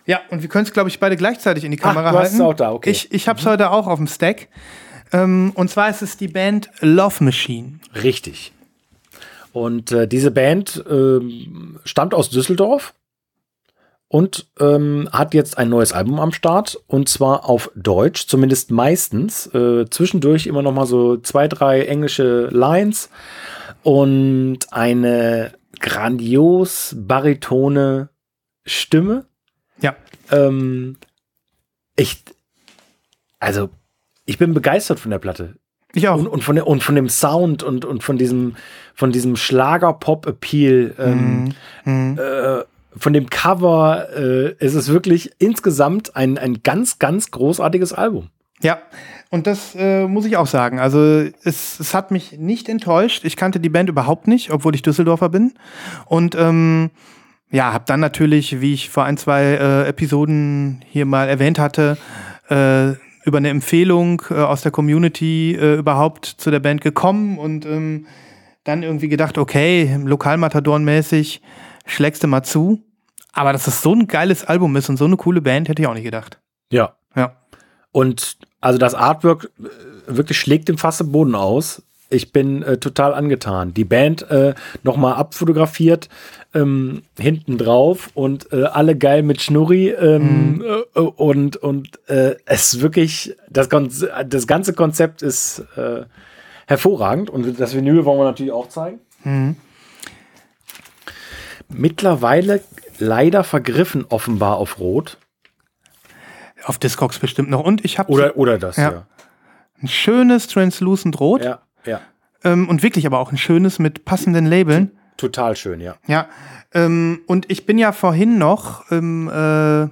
Ja, und wir können es, glaube ich, beide gleichzeitig in die Kamera Ach, du hast halten. es auch da, okay. Ich, ich habe es mhm. heute auch auf dem Stack. Ähm, und zwar ist es die Band Love Machine. Richtig. Und äh, diese Band äh, stammt aus Düsseldorf und ähm, hat jetzt ein neues Album am Start. Und zwar auf Deutsch, zumindest meistens. Äh, zwischendurch immer noch mal so zwei, drei englische Lines. Und eine grandios baritone Stimme. Ja. Ähm, ich, also, ich bin begeistert von der Platte. Ich auch. Und, und, von, der, und von dem Sound und, und von diesem, von diesem Schlager-Pop-Appeal. Ähm, mm. äh, von dem Cover. Äh, es ist wirklich insgesamt ein, ein ganz, ganz großartiges Album. Ja, und das äh, muss ich auch sagen. Also es, es hat mich nicht enttäuscht. Ich kannte die Band überhaupt nicht, obwohl ich Düsseldorfer bin. Und ähm, ja, habe dann natürlich, wie ich vor ein, zwei äh, Episoden hier mal erwähnt hatte, äh, über eine Empfehlung äh, aus der Community äh, überhaupt zu der Band gekommen und ähm, dann irgendwie gedacht, okay, Lokalmatadoren-mäßig schlägst du mal zu. Aber dass das so ein geiles Album ist und so eine coole Band, hätte ich auch nicht gedacht. Ja. Ja. Und also das Artwork wirklich schlägt dem Fass im Boden aus. Ich bin äh, total angetan. Die Band äh, nochmal abfotografiert, ähm, hinten drauf und äh, alle geil mit Schnurri. Ähm, mhm. äh, und und äh, es ist wirklich, das, das ganze Konzept ist äh, hervorragend. Und das Vinyl wollen wir natürlich auch zeigen. Mhm. Mittlerweile leider vergriffen offenbar auf Rot. Auf Discogs bestimmt noch. Und ich habe oder, oder das, ja. ja. Ein schönes Translucent Rot. Ja, ja. Ähm, und wirklich aber auch ein schönes mit passenden Labeln. Total schön, ja. Ja. Ähm, und ich bin ja vorhin noch ähm, äh,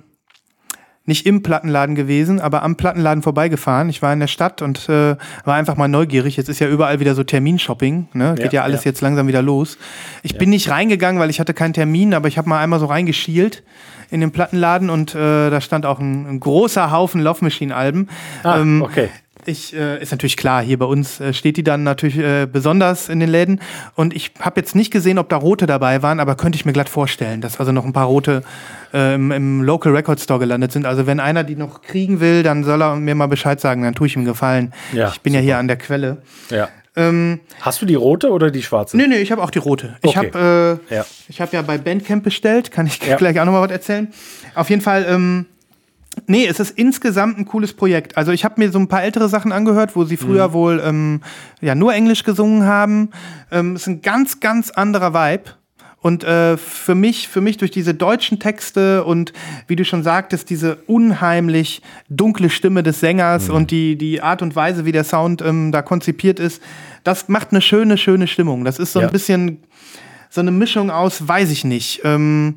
nicht im Plattenladen gewesen, aber am Plattenladen vorbeigefahren. Ich war in der Stadt und äh, war einfach mal neugierig. Jetzt ist ja überall wieder so Terminshopping, ne? Geht ja, ja alles ja. jetzt langsam wieder los. Ich ja. bin nicht reingegangen, weil ich hatte keinen Termin, aber ich habe mal einmal so reingeschielt in den Plattenladen und äh, da stand auch ein, ein großer Haufen Love Machine Alben. Ah, ähm, okay. Ich, äh, ist natürlich klar, hier bei uns äh, steht die dann natürlich äh, besonders in den Läden. Und ich habe jetzt nicht gesehen, ob da rote dabei waren, aber könnte ich mir glatt vorstellen, dass also noch ein paar rote äh, im, im Local Record Store gelandet sind. Also wenn einer die noch kriegen will, dann soll er mir mal Bescheid sagen, dann tue ich ihm einen Gefallen. Ja, ich bin super. ja hier an der Quelle. Ja. Ähm, Hast du die rote oder die schwarze? Nee, nee, ich habe auch die rote. Ich okay. habe äh, ja. ich hab ja bei Bandcamp bestellt, kann ich ja. gleich auch noch mal was erzählen. Auf jeden Fall, ähm, nee, es ist insgesamt ein cooles Projekt. Also ich habe mir so ein paar ältere Sachen angehört, wo sie früher mhm. wohl ähm, ja, nur Englisch gesungen haben. Ähm, es ist ein ganz, ganz anderer Vibe. Und äh, für mich, für mich durch diese deutschen Texte und wie du schon sagtest, diese unheimlich dunkle Stimme des Sängers mhm. und die, die Art und Weise, wie der Sound ähm, da konzipiert ist, das macht eine schöne, schöne Stimmung. Das ist so ja. ein bisschen so eine Mischung aus, weiß ich nicht, ähm,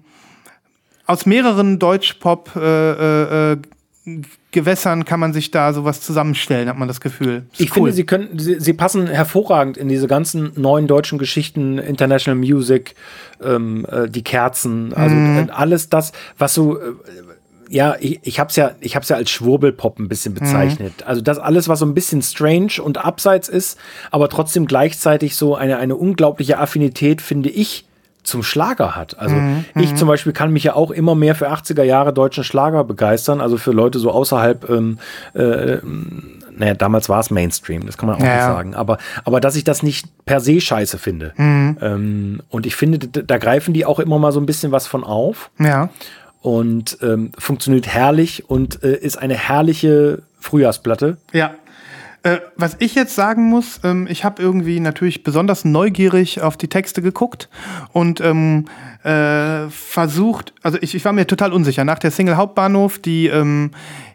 aus mehreren Deutsch-Pop äh, äh, Gewässern kann man sich da sowas zusammenstellen, hat man das Gefühl. Ich cool. finde, sie können, sie, sie passen hervorragend in diese ganzen neuen deutschen Geschichten, International Music, ähm, äh, die Kerzen, also mhm. alles das, was so, äh, ja, ich, ich hab's ja, ich hab's ja als Schwurbelpop ein bisschen bezeichnet. Mhm. Also das alles, was so ein bisschen strange und abseits ist, aber trotzdem gleichzeitig so eine, eine unglaubliche Affinität, finde ich, zum Schlager hat. Also mhm, ich zum Beispiel kann mich ja auch immer mehr für achtziger Jahre deutschen Schlager begeistern, also für Leute so außerhalb, ähm, äh, naja, damals war es Mainstream, das kann man auch ja, nicht sagen, aber, aber dass ich das nicht per se scheiße finde. Mhm. Ähm, und ich finde, da, da greifen die auch immer mal so ein bisschen was von auf. Ja. Und ähm, funktioniert herrlich und äh, ist eine herrliche Frühjahrsplatte. Ja. Äh, was ich jetzt sagen muss, ähm, ich habe irgendwie natürlich besonders neugierig auf die Texte geguckt und ähm, äh, versucht, also ich, ich war mir total unsicher, nach der Single Hauptbahnhof, die, ähm,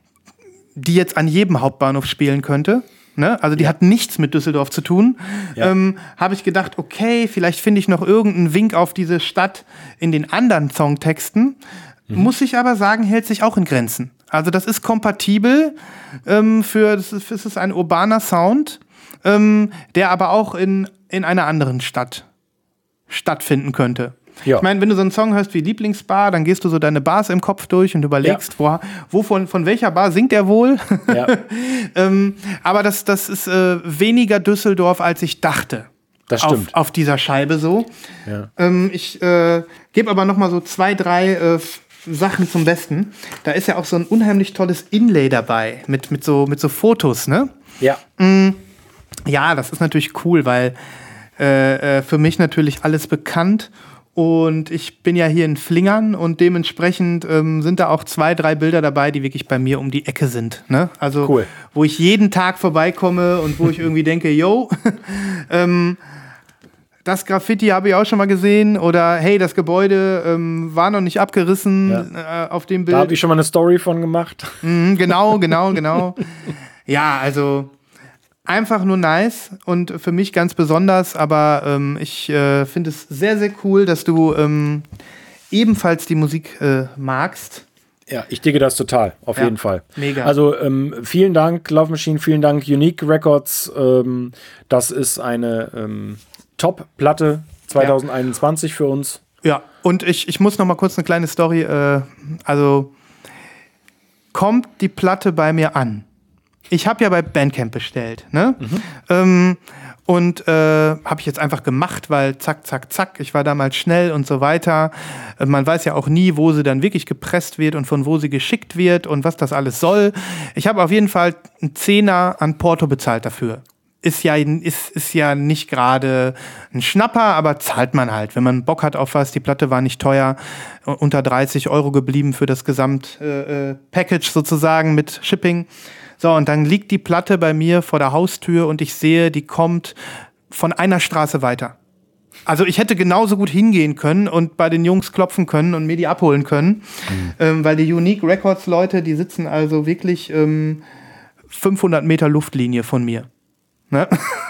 die jetzt an jedem Hauptbahnhof spielen könnte, ne? Also die ja. hat nichts mit Düsseldorf zu tun, ja. ähm, habe ich gedacht, okay, vielleicht finde ich noch irgendeinen Wink auf diese Stadt in den anderen Songtexten, mhm. muss ich aber sagen, hält sich auch in Grenzen. Also das ist kompatibel ähm, für, das ist, das ist ein urbaner Sound, ähm, der aber auch in, in einer anderen Stadt stattfinden könnte. Ja. Ich meine, wenn du so einen Song hörst wie Lieblingsbar, dann gehst du so deine Bars im Kopf durch und überlegst, ja. wo, wo von, von welcher Bar singt er wohl? Ja. ähm, aber das, das ist äh, weniger Düsseldorf, als ich dachte. Das stimmt. Auf, auf dieser Scheibe so. Ja. Ähm, ich äh, gebe aber noch mal so zwei, drei äh, Sachen zum Besten. Da ist ja auch so ein unheimlich tolles Inlay dabei, mit, mit, so, mit so Fotos, ne? Ja. Mm, ja, das ist natürlich cool, weil äh, äh, für mich natürlich alles bekannt. Und ich bin ja hier in Flingern und dementsprechend ähm, sind da auch zwei, drei Bilder dabei, die wirklich bei mir um die Ecke sind. Ne? Also, cool. Wo ich jeden Tag vorbeikomme und wo ich irgendwie denke, yo, ähm, das Graffiti habe ich auch schon mal gesehen oder hey, das Gebäude ähm, war noch nicht abgerissen ja. äh, auf dem Bild. Da habe ich schon mal eine Story von gemacht. Mhm, genau, genau, genau. Ja, also einfach nur nice und für mich ganz besonders, aber ähm, ich äh, finde es sehr, sehr cool, dass du ähm, ebenfalls die Musik äh, magst. Ja, ich digge das total, auf ja, jeden Fall. Mega. Also ähm, vielen Dank, Love Machine, vielen Dank, Unique Records. Ähm, das ist eine ähm, Top-Platte zwanzig einundzwanzig ja. für uns. Ja, und ich, ich muss noch mal kurz eine kleine Story, äh, also kommt die Platte bei mir an. Ich habe ja bei Bandcamp bestellt, ne? Mhm. Ähm, und äh, habe ich jetzt einfach gemacht, weil zack, zack, zack, ich war damals schnell und so weiter. Äh, man weiß ja auch nie, wo sie dann wirklich gepresst wird und von wo sie geschickt wird und was das alles soll. Ich habe auf jeden Fall einen Zehner an Porto bezahlt dafür. Ist ja, ist, ist ja nicht gerade ein Schnapper, aber zahlt man halt, wenn man Bock hat auf was. Die Platte war nicht teuer, unter dreißig Euro geblieben für das Gesamt-Package äh, sozusagen mit Shipping. So, und dann liegt die Platte bei mir vor der Haustür und ich sehe, die kommt von einer Straße weiter. Also ich hätte genauso gut hingehen können und bei den Jungs klopfen können und mir die abholen können, mhm. ähm, weil die Unique Records Leute, die sitzen also wirklich ähm, fünfhundert Meter Luftlinie von mir. Ne?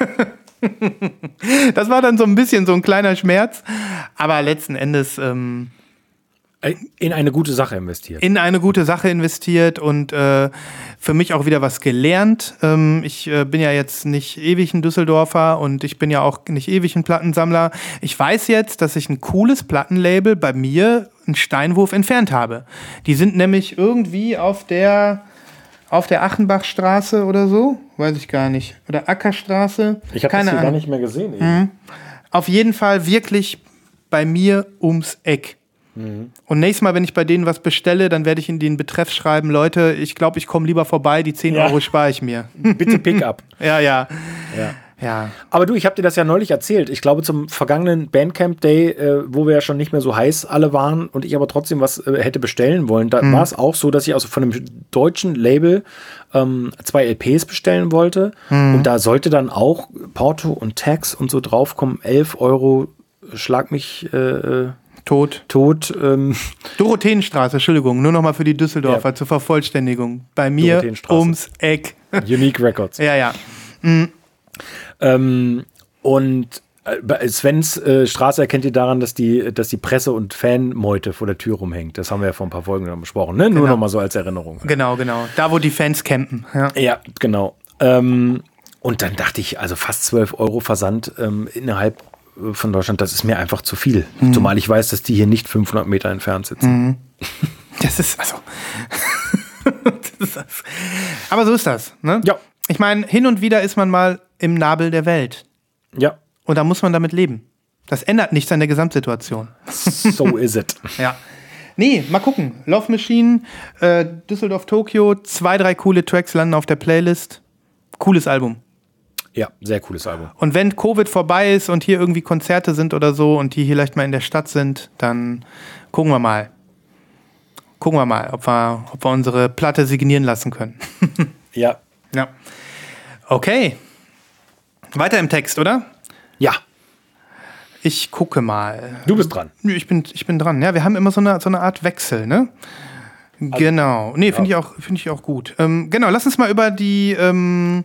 Das war dann so ein bisschen so ein kleiner Schmerz, aber letzten Endes ähm, in eine gute Sache investiert. In eine gute Sache investiert und äh, für mich auch wieder was gelernt. Ähm, ich äh, bin ja jetzt nicht ewig ein Düsseldorfer und ich bin ja auch nicht ewig ein Plattensammler. Ich weiß jetzt, dass ich ein cooles Plattenlabel bei mir einen Steinwurf entfernt habe. Die sind nämlich irgendwie auf der auf der Achenbachstraße oder so, weiß ich gar nicht. Oder Ackerstraße. Ich habe das hier gar nicht mehr gesehen. Mhm. Auf jeden Fall wirklich bei mir ums Eck. Mhm. Und nächstes Mal, wenn ich bei denen was bestelle, dann werde ich in den Betreff schreiben, Leute, ich glaube, ich komme lieber vorbei, die zehn ja. Euro spare ich mir. Bitte Pick-up. ja, ja, ja. Ja. Aber du, ich habe dir das ja neulich erzählt. Ich glaube, zum vergangenen Bandcamp Day, äh, wo wir ja schon nicht mehr so heiß alle waren und ich aber trotzdem was äh, hätte bestellen wollen, da mhm. war es auch so, dass ich also von einem deutschen Label ähm, zwei L Ps bestellen wollte. Mhm. Und da sollte dann auch Porto und Tax und so draufkommen. elf Euro, schlag mich äh, tot. Tot. Ähm. Dorotheenstraße, Entschuldigung, nur nochmal für die Düsseldorfer ja. zur Vervollständigung. Bei mir ums Eck. Unique Records. Ja, ja. Mhm. Ähm, und äh, Svens äh, Straße erkennt ihr daran, dass die, dass die Presse- und Fanmeute vor der Tür rumhängt. Das haben wir ja vor ein paar Folgen besprochen, ne? Nur genau. noch mal so als Erinnerung. Genau, genau. Da, wo die Fans campen. Ja, ja genau. Ähm, und dann dachte ich, also fast zwölf Euro Versand ähm, innerhalb von Deutschland, das ist mir einfach zu viel. Mhm. Zumal ich weiß, dass die hier nicht fünfhundert Meter entfernt sitzen. Mhm. Das ist also... das ist das. Aber so ist das, ne? Ja. Ich meine, hin und wieder ist man mal im Nabel der Welt. Ja. Und da muss man damit leben. Das ändert nichts an der Gesamtsituation. So is it. Ja. Nee, mal gucken. Love Machine, äh, Düsseldorf, Tokio, zwei, drei coole Tracks landen auf der Playlist. Cooles Album. Ja, sehr cooles Album. Und wenn Covid vorbei ist und hier irgendwie Konzerte sind oder so und die vielleicht mal in der Stadt sind, dann gucken wir mal. Gucken wir mal, ob wir, ob wir unsere Platte signieren lassen können. Ja. Ja. Okay. Weiter im Text, oder? Ja. Ich gucke mal. Du bist dran. Ich bin, ich bin dran. Ja, wir haben immer so eine, so eine Art Wechsel, ne? Also, genau. Nee, finde ja. ich, auch, find ich auch gut. Ähm, genau, lass uns mal über die, ähm,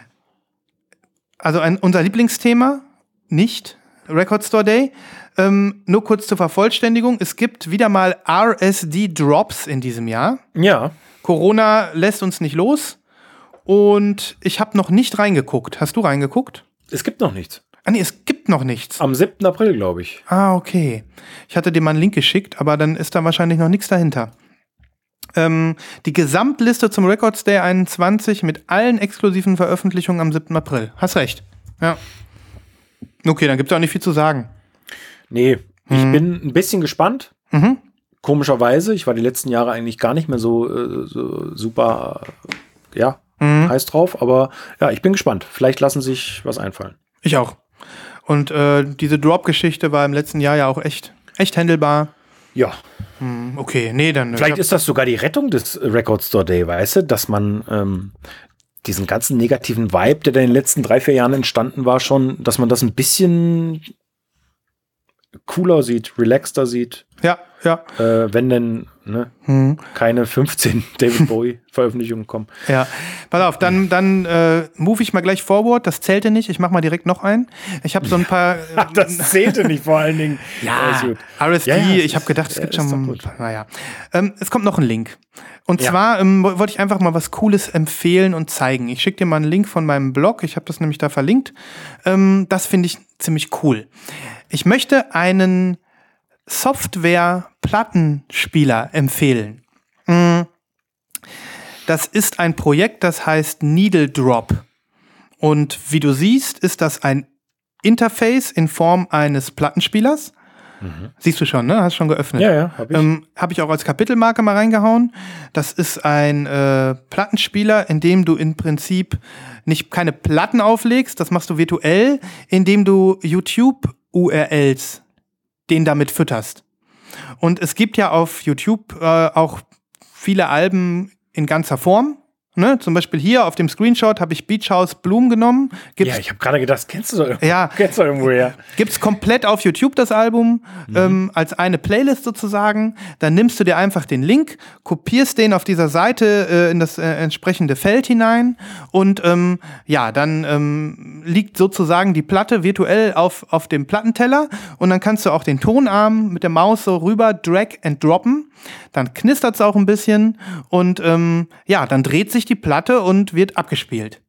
also ein, unser Lieblingsthema, nicht Record Store Day. Ähm, nur kurz zur Vervollständigung. Es gibt wieder mal R S D-Drops in diesem Jahr. Ja. Corona lässt uns nicht los. Und ich habe noch nicht reingeguckt. Hast du reingeguckt? Es gibt noch nichts. Ah nee, es gibt noch nichts. Am siebten April, glaube ich. Ah, okay. Ich hatte dir mal einen Link geschickt, aber dann ist da wahrscheinlich noch nichts dahinter. Ähm, die Gesamtliste zum Records Day einundzwanzig mit allen exklusiven Veröffentlichungen am siebten April. Hast recht. Ja. Okay, dann gibt es auch nicht viel zu sagen. Nee, ich mhm. bin ein bisschen gespannt. Mhm. komischerweise. Ich war die letzten Jahre eigentlich gar nicht mehr so, äh, so super, äh, ja, mhm. heiß drauf. Aber ja, ich bin gespannt. Vielleicht lassen sich was einfallen. Ich auch. Und äh, diese Drop-Geschichte war im letzten Jahr ja auch echt, echt handelbar. Ja. Hm, okay, nee, dann. Vielleicht ist das sogar die Rettung des Record Store Day, weißt du, dass man ähm, diesen ganzen negativen Vibe, der da in den letzten drei, vier Jahren entstanden war, schon, dass man das ein bisschen cooler sieht, relaxter sieht. Ja, ja. Äh, wenn denn ne, hm. keine fünfzehn David Bowie-Veröffentlichungen kommen. Ja, pass auf, dann, dann äh, move ich mal gleich forward. Das zählte nicht. Ich mach mal direkt noch ein. Ich habe so ein paar. Äh, das zählte nicht vor allen Dingen. Ja, R S D. Ja, ja, ich habe gedacht, es gibt ja, schon. Naja, ähm, es kommt noch ein Link. Und ja. zwar ähm, wollte ich einfach mal was Cooles empfehlen und zeigen. Ich schicke dir mal einen Link von meinem Blog. Ich habe das nämlich da verlinkt. Ähm, das finde ich ziemlich cool. Ich möchte einen Software-Plattenspieler empfehlen. Das ist ein Projekt, das heißt Needle Drop. Und wie du siehst, ist das ein Interface in Form eines Plattenspielers. Mhm. Siehst du schon, ne? Hast schon geöffnet. Ja, ja, hab ich. Ähm, hab ich auch als Kapitelmarke mal reingehauen. Das ist ein äh, Plattenspieler, in dem du im Prinzip nicht keine Platten auflegst, das machst du virtuell, indem du YouTube-U R Ls den damit fütterst. Und es gibt ja auf YouTube äh, auch viele Alben in ganzer Form. Ne? Zum Beispiel hier auf dem Screenshot habe ich Beach House Bloom genommen. Gibt's, ja, ich habe gerade gedacht, kennst du doch ja, kennst du irgendwo her. Gibt's komplett auf YouTube das Album, mhm. ähm, als eine Playlist sozusagen. Dann nimmst du dir einfach den Link, kopierst den auf dieser Seite äh, in das äh, entsprechende Feld hinein und ähm, ja, dann ähm, liegt sozusagen die Platte virtuell auf, auf dem Plattenteller und dann kannst du auch den Tonarm mit der Maus so rüber drag and droppen. Dann knistert es auch ein bisschen und ähm, ja, dann dreht sich die Platte und wird abgespielt.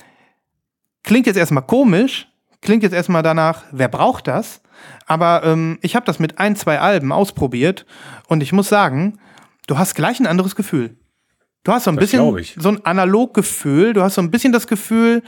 Klingt jetzt erstmal komisch, klingt jetzt erstmal danach, wer braucht das? Aber ähm, ich habe das mit ein, zwei Alben ausprobiert und ich muss sagen, du hast gleich ein anderes Gefühl. Du hast so ein das bisschen so ein Analoggefühl, du hast so ein bisschen das Gefühl,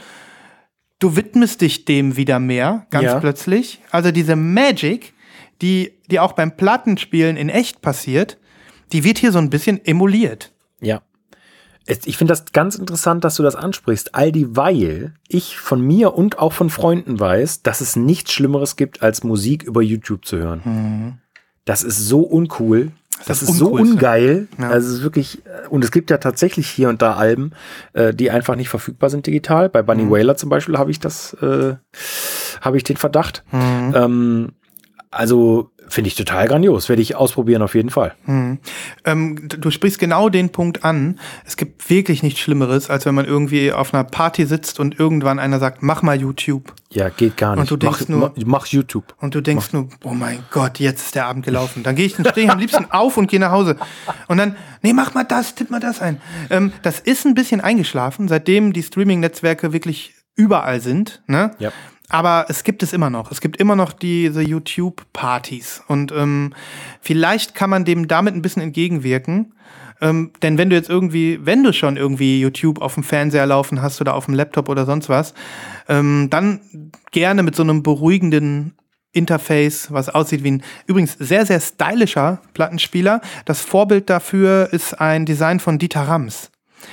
du widmest dich dem wieder mehr, ganz ja. plötzlich. Also diese Magic, die, die auch beim Plattenspielen in echt passiert, die wird hier so ein bisschen emuliert. Ja. Ich finde das ganz interessant, dass du das ansprichst, all dieweil ich von mir und auch von Freunden weiß, dass es nichts Schlimmeres gibt, als Musik über YouTube zu hören. Mhm. Das ist so uncool. Das, das ist, ist so ungeil. Ja. Also es ist wirklich, und es gibt ja tatsächlich hier und da Alben, äh, die einfach nicht verfügbar sind digital. Bei Bunny mhm. Wailer zum Beispiel habe ich das, äh, habe ich den Verdacht. Mhm. Ähm, also finde ich total grandios. Werde ich ausprobieren auf jeden Fall. Mhm. Ähm, du sprichst genau den Punkt an. Es gibt wirklich nichts Schlimmeres, als wenn man irgendwie auf einer Party sitzt und irgendwann einer sagt, mach mal YouTube. Ja, geht gar nicht. Und du denkst mach, nur, mach, mach YouTube. Und du denkst mach. nur, oh mein Gott, jetzt ist der Abend gelaufen. Dann gehe ich, stehe ich am liebsten auf und gehe nach Hause. Und dann, nee, mach mal das, tipp mal das ein. Ähm, das ist ein bisschen eingeschlafen, seitdem die Streaming-Netzwerke wirklich überall sind. Ne? Ja. Aber es gibt es immer noch. Es gibt immer noch diese YouTube-Partys. Und ähm, vielleicht kann man dem damit ein bisschen entgegenwirken. Ähm, denn wenn du jetzt irgendwie, wenn du schon irgendwie YouTube auf dem Fernseher laufen hast oder auf dem Laptop oder sonst was, ähm, dann gerne mit so einem beruhigenden Interface, was aussieht wie ein übrigens sehr, sehr stylischer Plattenspieler. Das Vorbild dafür ist ein Design von Dieter Rams.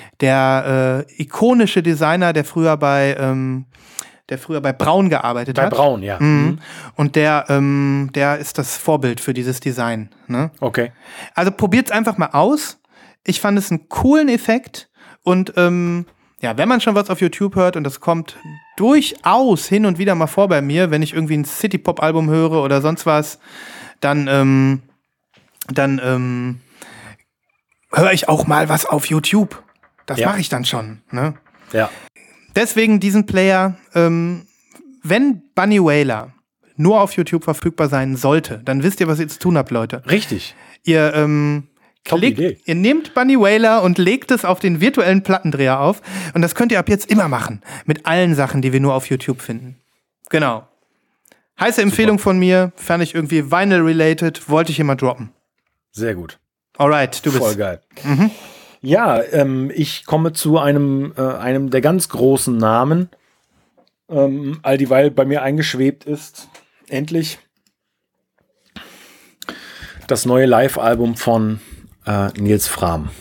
Der äh, ikonische Designer, der früher bei ähm, der früher bei Braun gearbeitet bei hat. Bei Braun, ja. Mhm. Und der, ähm, der ist das Vorbild für dieses Design. Ne? Okay. Also probiert's einfach mal aus. Ich fand es einen coolen Effekt. Und ähm, ja, wenn man schon was auf YouTube hört, und das kommt durchaus hin und wieder mal vor bei mir, wenn ich irgendwie ein City-Pop-Album höre oder sonst was, dann, ähm, dann ähm, höre ich auch mal was auf YouTube. Das ja. mache ich dann schon. Ne? Ja. Deswegen diesen Player, ähm, wenn Bunny Wailer nur auf YouTube verfügbar sein sollte, dann wisst ihr, was ihr zu tun habt, Leute. Richtig. Ihr, ähm, klickt, ihr nehmt Bunny Wailer und legt es auf den virtuellen Plattendreher auf. Und das könnt ihr ab jetzt immer machen. Mit allen Sachen, die wir nur auf YouTube finden. Genau. Heiße Empfehlung Super. Von mir. Fand ich irgendwie Vinyl-related. Wollte ich immer droppen. Sehr gut. Alright, du bist. Voll geil. Mhm. Ja, ähm, ich komme zu einem, äh, einem der ganz großen Namen, ähm, all dieweil bei mir eingeschwebt ist, endlich, das neue Live-Album von äh, Nils Frahm.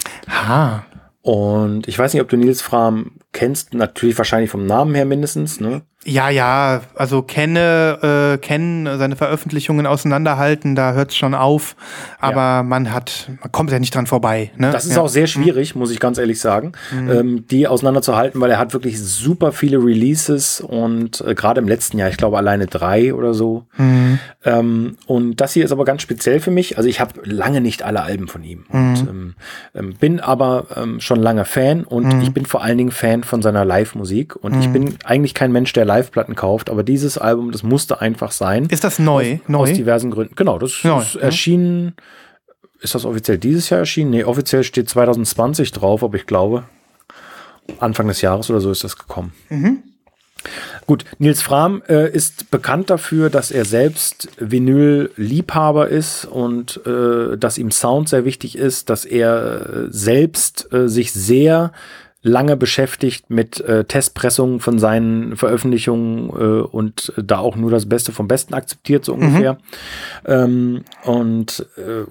Ha. Und ich weiß nicht, ob du Nils Frahm kennst, natürlich wahrscheinlich vom Namen her mindestens, ne? Ja, ja, also kenne, äh, kennen seine Veröffentlichungen auseinanderhalten, da hört es schon auf, aber ja. man hat, man kommt ja nicht dran vorbei. Ne? Das ist ja. auch sehr schwierig, mhm. muss ich ganz ehrlich sagen, mhm. ähm, die auseinanderzuhalten, weil er hat wirklich super viele Releases und äh, gerade im letzten Jahr, ich glaube alleine drei oder so. Mhm. Ähm, und das hier ist aber ganz speziell für mich. Also ich habe lange nicht alle Alben von ihm mhm. und ähm, ähm, bin aber ähm, schon lange Fan und mhm. ich bin vor allen Dingen Fan von seiner Live-Musik und mhm. ich bin eigentlich kein Mensch, der Live-Platten kauft, aber dieses Album, das musste einfach sein. Ist das neu? Aus, neu? aus diversen Gründen. Genau, das neu, ist erschienen. Ist das offiziell dieses Jahr erschienen? Nee, offiziell steht zwanzig zwanzig drauf, aber ich glaube, Anfang des Jahres oder so ist das gekommen. Mhm. Gut, Nils Frahm äh, ist bekannt dafür, dass er selbst Vinyl-Liebhaber ist und äh, dass ihm Sound sehr wichtig ist, dass er äh, selbst äh, sich sehr lange beschäftigt mit äh, Testpressungen von seinen Veröffentlichungen äh, und da auch nur das Beste vom Besten akzeptiert, so ungefähr. Mhm. Ähm, und äh,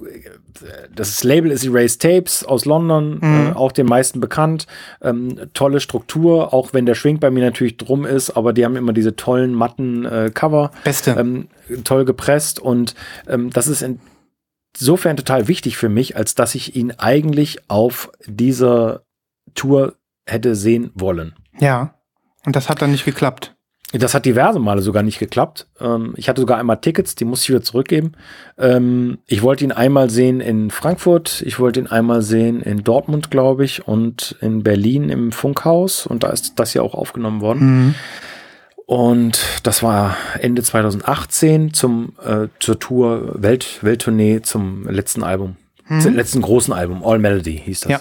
das Label ist Erased Tapes aus London, mhm. äh, auch den meisten bekannt. Ähm, tolle Struktur, auch wenn der Schwing bei mir natürlich drum ist, aber die haben immer diese tollen, matten äh, Cover. Beste. Ähm, toll gepresst und ähm, das ist insofern total wichtig für mich, als dass ich ihn eigentlich auf dieser Tour hätte sehen wollen. Ja, und das hat dann nicht geklappt. Das hat diverse Male sogar nicht geklappt. Ähm, ich hatte sogar einmal Tickets, die musste ich wieder zurückgeben. Ähm, ich wollte ihn einmal sehen in Frankfurt, ich wollte ihn einmal sehen in Dortmund, glaube ich, und in Berlin im Funkhaus. Und da ist das ja auch aufgenommen worden. Mhm. Und das war Ende zwanzig achtzehn zum, äh, zur Tour, Welt, Welttournee zum letzten Album. Mhm. Zum letzten großen Album, All Melody hieß das. Ja.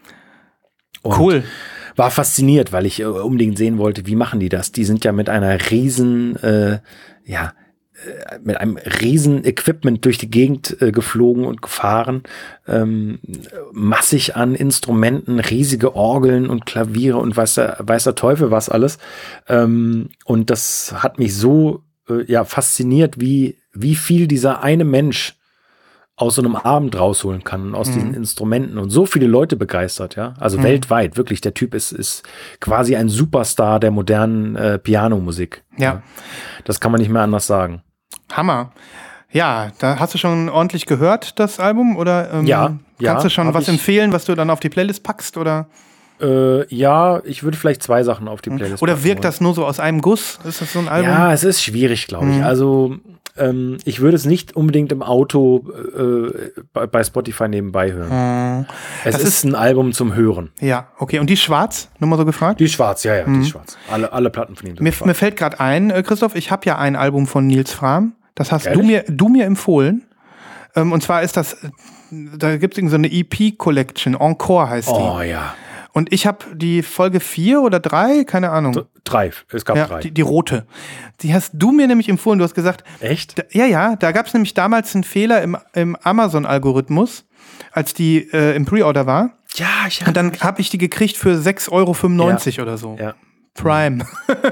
Und cool. War fasziniert, weil ich äh, unbedingt sehen wollte, wie machen die das? Die sind ja mit einer riesen, äh, ja, äh, mit einem riesen Equipment durch die Gegend äh, geflogen und gefahren. Ähm, massig an Instrumenten, riesige Orgeln und Klaviere und weiß der, weiß der Teufel was alles. Ähm, und das hat mich so äh, ja, fasziniert, wie, wie viel dieser eine Mensch aus so einem Abend rausholen kann, aus mhm. diesen Instrumenten und so viele Leute begeistert, ja, also mhm. weltweit, wirklich, der Typ ist, ist quasi ein Superstar der modernen äh, Pianomusik. Ja. ja. Das kann man nicht mehr anders sagen. Hammer. Ja, da hast du schon ordentlich gehört, das Album, oder ähm, ja, kannst ja, du schon was empfehlen, was du dann auf die Playlist packst, oder? Äh, ja, ich würde vielleicht zwei Sachen auf die Playlist Oder packen wirkt wollen. Das nur so aus einem Guss? Ist das so ein Album? Ja, es ist schwierig, glaube ich. Mhm. Also ähm, ich würde es nicht unbedingt im Auto äh, bei, bei Spotify nebenbei hören. Mhm. Es ist, ist ein Album zum Hören. Ja, okay. Und die ist schwarz? Nur mal so gefragt? Die ist schwarz, ja, ja, mhm. die ist schwarz. Alle, alle Platten von ihm sind mir, schwarz. Mir fällt gerade ein, äh, Christoph, ich habe ja ein Album von Nils Frahm. Das hast du mir, du mir empfohlen. Ähm, und zwar ist das, da gibt es so eine E P-Collection, Encore heißt die. Oh ja. Und ich habe die Folge vier oder drei, keine Ahnung. D- drei, es gab ja, drei. Die, die rote. Die hast du mir nämlich empfohlen. Du hast gesagt. Echt? Da, ja, ja, da gab es nämlich damals einen Fehler im, im Amazon-Algorithmus, als die äh, im Pre-Order war. Ja, ich Und dann habe ich die gekriegt für sechs Euro fünfundneunzig ja. oder so. Ja. Prime.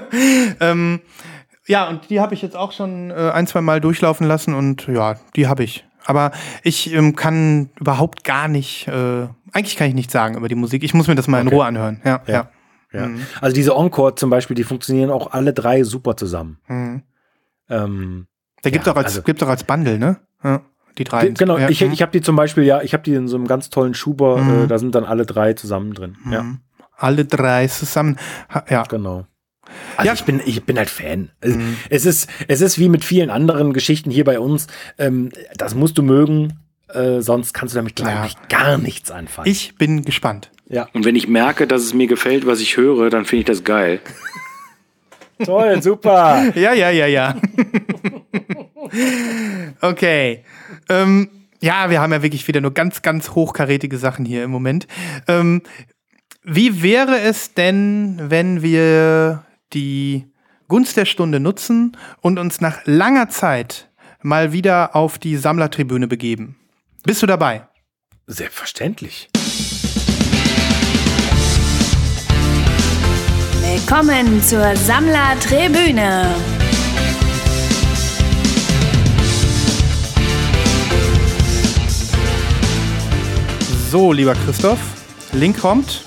ähm, ja, und die habe ich jetzt auch schon äh, ein, zwei Mal durchlaufen lassen und ja, die habe ich. Aber ich ähm, kann überhaupt gar nicht, äh, eigentlich kann ich nichts sagen über die Musik. Ich muss mir das mal okay. in Ruhe anhören. Ja, ja. ja. ja. Mhm. Also diese Encore zum Beispiel, die funktionieren auch alle drei super zusammen. Mhm. Ähm, da gibt es ja, auch, als, also, gibt's auch als Bundle, ne? Ja, die drei. Die, genau, ja. ich, ich habe die zum Beispiel, ja, ich habe die in so einem ganz tollen Schuber, mhm. äh, da sind dann alle drei zusammen drin. Mhm. Ja. Alle drei zusammen, ja. Genau. Also ja. ich bin, ich bin halt Fan. Mhm. Es ist, es ist wie mit vielen anderen Geschichten hier bei uns. Ähm, das musst du mögen, äh, sonst kannst du damit glaube ich ja. gar nichts anfangen. Ich bin gespannt. Ja. Und wenn ich merke, dass es mir gefällt, was ich höre, dann finde ich das geil. Toll, super. ja, ja, ja, ja. Okay. Ähm, ja, wir haben ja wirklich wieder nur ganz, ganz hochkarätige Sachen hier im Moment. Ähm, wie wäre es denn, wenn wir die Gunst der Stunde nutzen und uns nach langer Zeit mal wieder auf die Sammlertribüne begeben? Bist du dabei? Selbstverständlich. Willkommen zur Sammlertribüne. So, lieber Christoph, Link kommt.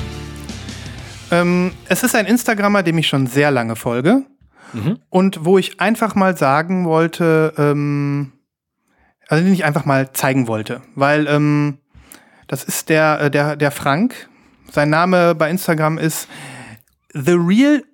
Ähm, es ist ein Instagrammer, dem ich schon sehr lange folge. Mhm. Und wo ich einfach mal sagen wollte, ähm, also den ich einfach mal zeigen wollte. Weil ähm, das ist der, äh, der, der Frank. Sein Name bei Instagram ist The Real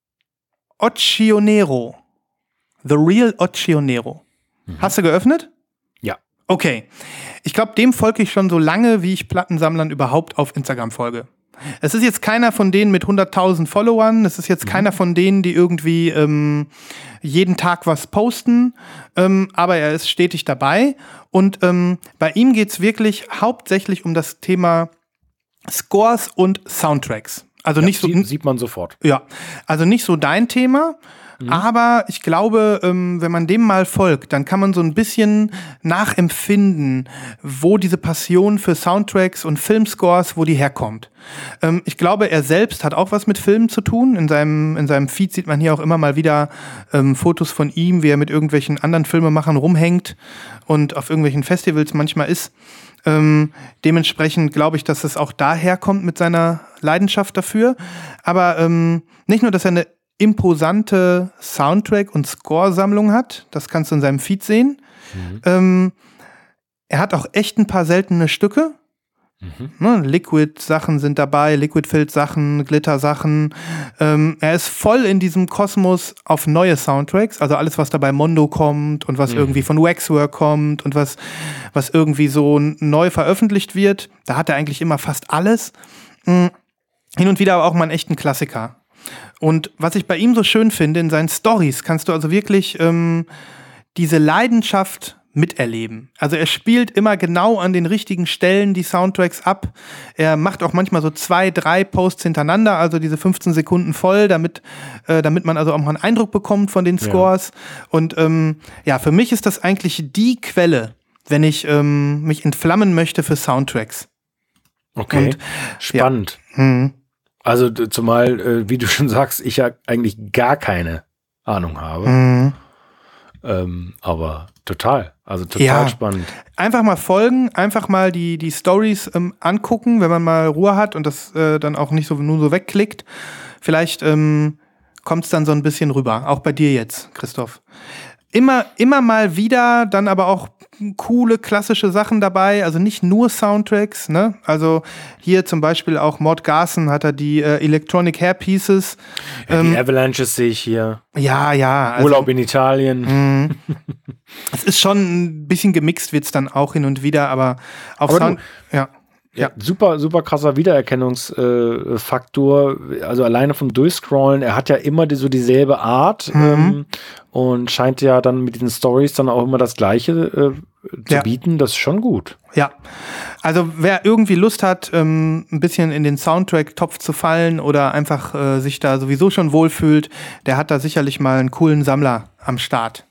Occionero. The Real Occionero. Mhm. Hast du geöffnet? Ja. Okay. Ich glaube, dem folge ich schon so lange, wie ich Plattensammlern überhaupt auf Instagram folge. Es ist jetzt keiner von denen mit hunderttausend Followern. Es ist jetzt mhm. keiner von denen, die irgendwie ähm, jeden Tag was posten. Ähm, aber er ist stetig dabei. Und ähm, bei ihm geht es wirklich hauptsächlich um das Thema Scores und Soundtracks. Also ja, nicht so sieht, sieht man sofort. Ja, also nicht so dein Thema. Mhm. Aber ich glaube, ähm, wenn man dem mal folgt, dann kann man so ein bisschen nachempfinden, wo diese Passion für Soundtracks und Filmscores, wo die herkommt. Ähm, ich glaube, er selbst hat auch was mit Filmen zu tun. In seinem, in seinem Feed sieht man hier auch immer mal wieder ähm, Fotos von ihm, wie er mit irgendwelchen anderen Filmemachern rumhängt und auf irgendwelchen Festivals manchmal ist. Ähm, dementsprechend glaube ich, dass es auch daher kommt mit seiner Leidenschaft dafür. Aber ähm, nicht nur, dass er eine imposante Soundtrack- und Score-Sammlung hat. Das kannst du in seinem Feed sehen. Mhm. Ähm, er hat auch echt ein paar seltene Stücke. Mhm. Ne, Liquid-Sachen sind dabei, Liquid-Filled-Sachen, Glitter-Sachen. Ähm, er ist voll in diesem Kosmos auf neue Soundtracks. Also alles, was da bei Mondo kommt und was mhm. irgendwie von Waxwork kommt und was, was irgendwie so neu veröffentlicht wird. Da hat er eigentlich immer fast alles. Mhm. Hin und wieder aber auch mal einen echten Klassiker. Und was ich bei ihm so schön finde, in seinen Storys kannst du also wirklich ähm, diese Leidenschaft miterleben. Also er spielt immer genau an den richtigen Stellen die Soundtracks ab. Er macht auch manchmal so zwei, drei Posts hintereinander, also diese fünfzehn Sekunden voll, damit, äh, damit man also auch mal einen Eindruck bekommt von den Scores. Ja. Und ähm, ja, für mich ist das eigentlich die Quelle, wenn ich ähm, mich entflammen möchte für Soundtracks. Okay, und, spannend. Ja. Hm. Also zumal, äh, wie du schon sagst, ich ja eigentlich gar keine Ahnung habe. Mhm. Ähm, aber total, also total ja. spannend. Einfach mal folgen, einfach mal die, die Stories ähm, angucken, wenn man mal Ruhe hat und das äh, dann auch nicht so nur so wegklickt. Vielleicht ähm, kommt es dann so ein bisschen rüber, auch bei dir jetzt, Christoph. Immer, immer mal wieder, dann aber auch coole, klassische Sachen dabei, also nicht nur Soundtracks, ne? Also hier zum Beispiel auch Mort Garson hat er die äh, Electronic Hairpieces. Ja, ähm, die Avalanches sehe ich hier. Ja, ja. Also, Urlaub in Italien. Es ist schon ein bisschen gemixt, wird's dann auch hin und wieder, aber auf aber Sound, du, ja. Ja, super, super krasser Wiedererkennungsfaktor. Äh, also alleine vom Durchscrollen, er hat ja immer die, so dieselbe Art mhm. ähm, und scheint ja dann mit diesen Stories dann auch immer das Gleiche äh, zu ja. bieten. Das ist schon gut. Ja, also wer irgendwie Lust hat, ähm, ein bisschen in den Soundtrack-Topf zu fallen oder einfach äh, sich da sowieso schon wohlfühlt, der hat da sicherlich mal einen coolen Sammler am Start.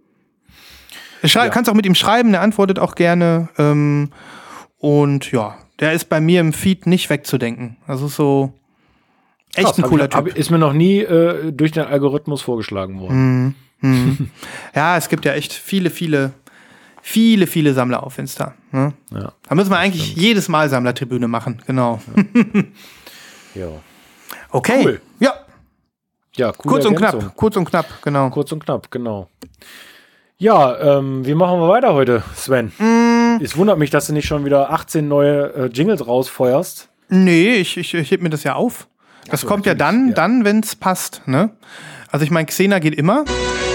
Du ja. kannst auch mit ihm schreiben, der antwortet auch gerne. Ähm, und ja, der ist bei mir im Feed nicht wegzudenken. Also so echt Krass, ein cooler ich, hab, Typ. Ist mir noch nie äh, durch den Algorithmus vorgeschlagen worden. Mm, mm. Ja, es gibt ja echt viele, viele, viele, viele Sammler auf Insta. Ne? Ja, da müssen wir eigentlich stimmt. jedes Mal Sammlertribüne machen. Genau. Ja. Okay. Cool. Ja. Ja, kurz und knapp. Kurz und knapp, genau. Kurz und knapp, genau. Ja, ähm, wie machen wir weiter heute, Sven? Mm. Es wundert mich, dass du nicht schon wieder achtzehn neue äh, Jingles rausfeuerst. Nee, ich, ich, ich heb mir das ja auf. Das so, kommt ja dann, ja. dann wenn es passt. Ne? Also ich meine, Xena geht immer.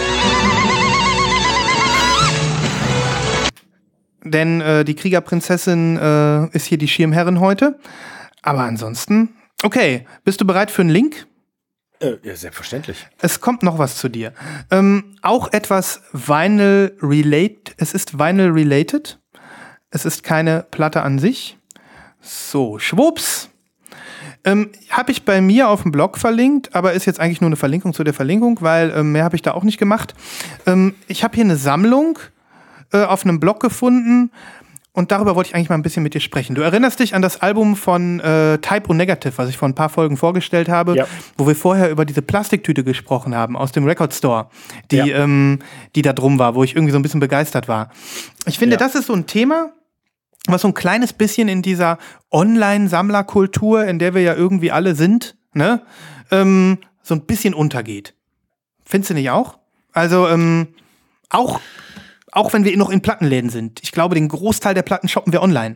Denn äh, die Kriegerprinzessin äh, ist hier die Schirmherrin heute. Aber ansonsten, okay, bist du bereit für einen Link? Äh, ja, selbstverständlich. Es kommt noch was zu dir. Ähm, auch etwas Vinyl-related. Es ist Vinyl-related. Es ist keine Platte an sich. So, schwupps. Ähm, habe ich bei mir auf dem Blog verlinkt, aber ist jetzt eigentlich nur eine Verlinkung zu der Verlinkung, weil ähm, mehr habe ich da auch nicht gemacht. Ähm, ich habe hier eine Sammlung äh, auf einem Blog gefunden und darüber wollte ich eigentlich mal ein bisschen mit dir sprechen. Du erinnerst dich an das Album von äh, Type O Negative, was ich vor ein paar Folgen vorgestellt habe, ja. wo wir vorher über diese Plastiktüte gesprochen haben aus dem Record Store, die, ja. ähm, die da drum war, wo ich irgendwie so ein bisschen begeistert war. Ich finde, ja. das ist so ein Thema, was so ein kleines bisschen in dieser Online-Sammlerkultur, in der wir ja irgendwie alle sind, ne, ähm, so ein bisschen untergeht. Findest du nicht auch? Also, ähm, auch, auch wenn wir noch in Plattenläden sind. Ich glaube, den Großteil der Platten shoppen wir online.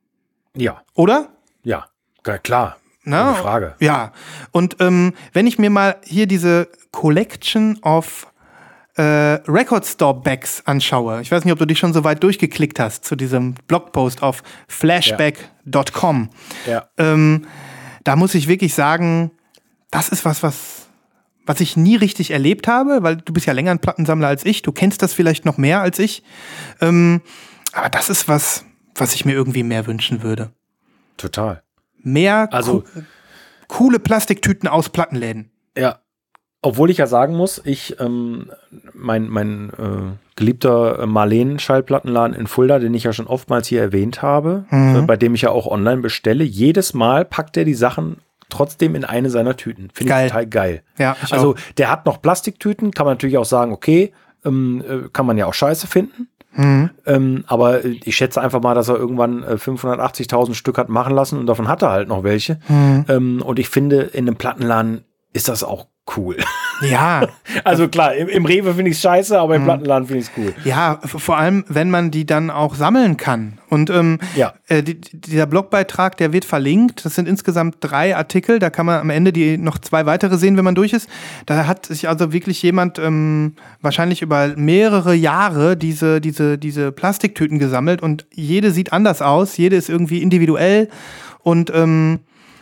Ja. Oder? Ja, klar. Na, Ohne Frage. Ja. Und ähm, wenn ich mir mal hier diese Collection of äh, Record Store Bags anschaue, ich weiß nicht, ob du dich schon so weit durchgeklickt hast zu diesem Blogpost auf flashback Punkt com. Ja. Ähm, da muss ich wirklich sagen, das ist was, was, was ich nie richtig erlebt habe, weil du bist ja länger ein Plattensammler als ich. Du kennst das vielleicht noch mehr als ich. Ähm, aber das ist was, was ich mir irgendwie mehr wünschen würde. Total. Mehr also, co- coole Plastiktüten aus Plattenläden. Ja. Obwohl ich ja sagen muss, ich, ähm, mein, mein äh, geliebter Marleen-Schallplattenladen in Fulda, den ich ja schon oftmals hier erwähnt habe, Mhm. äh, bei dem ich ja auch online bestelle, jedes Mal packt er die Sachen trotzdem in eine seiner Tüten. Finde ich Geil. total geil. Ja, ich Also auch. der hat noch Plastiktüten, kann man natürlich auch sagen, okay, ähm, äh, kann man ja auch scheiße finden. Mhm. Ähm, aber ich schätze einfach mal, dass er irgendwann äh, fünfhundertachtzigtausend Stück hat machen lassen und davon hat er halt noch welche. Mhm. Ähm, und ich finde, in einem Plattenladen ist das auch cool. Ja, Also klar, im, im Rewe finde ich es scheiße, aber im Plattenladen finde ich es cool. ja, v- vor allem, wenn man die dann auch sammeln kann. Und ähm, Ja. äh, die, dieser Blogbeitrag, der wird verlinkt. Das sind insgesamt drei Artikel. Da kann man am Ende die noch zwei weitere sehen, wenn man durch ist. Da hat sich also wirklich jemand ähm, wahrscheinlich über mehrere Jahre diese, diese, diese Plastiktüten gesammelt. Und jede sieht anders aus. Jede ist irgendwie individuell. Und ähm,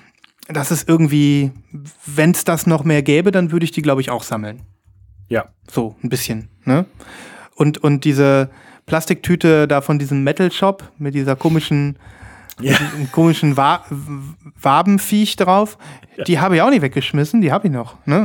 das ist irgendwie, wenn es das noch mehr gäbe, dann würde ich die, glaube ich, auch sammeln. Ja. So, ein bisschen, ne? Und, und diese Plastiktüte da von diesem Metal-Shop mit dieser komischen, Ja. mit diesem komischen Wa Wabenviech drauf, die habe ich auch nicht weggeschmissen, die habe ich noch, ne?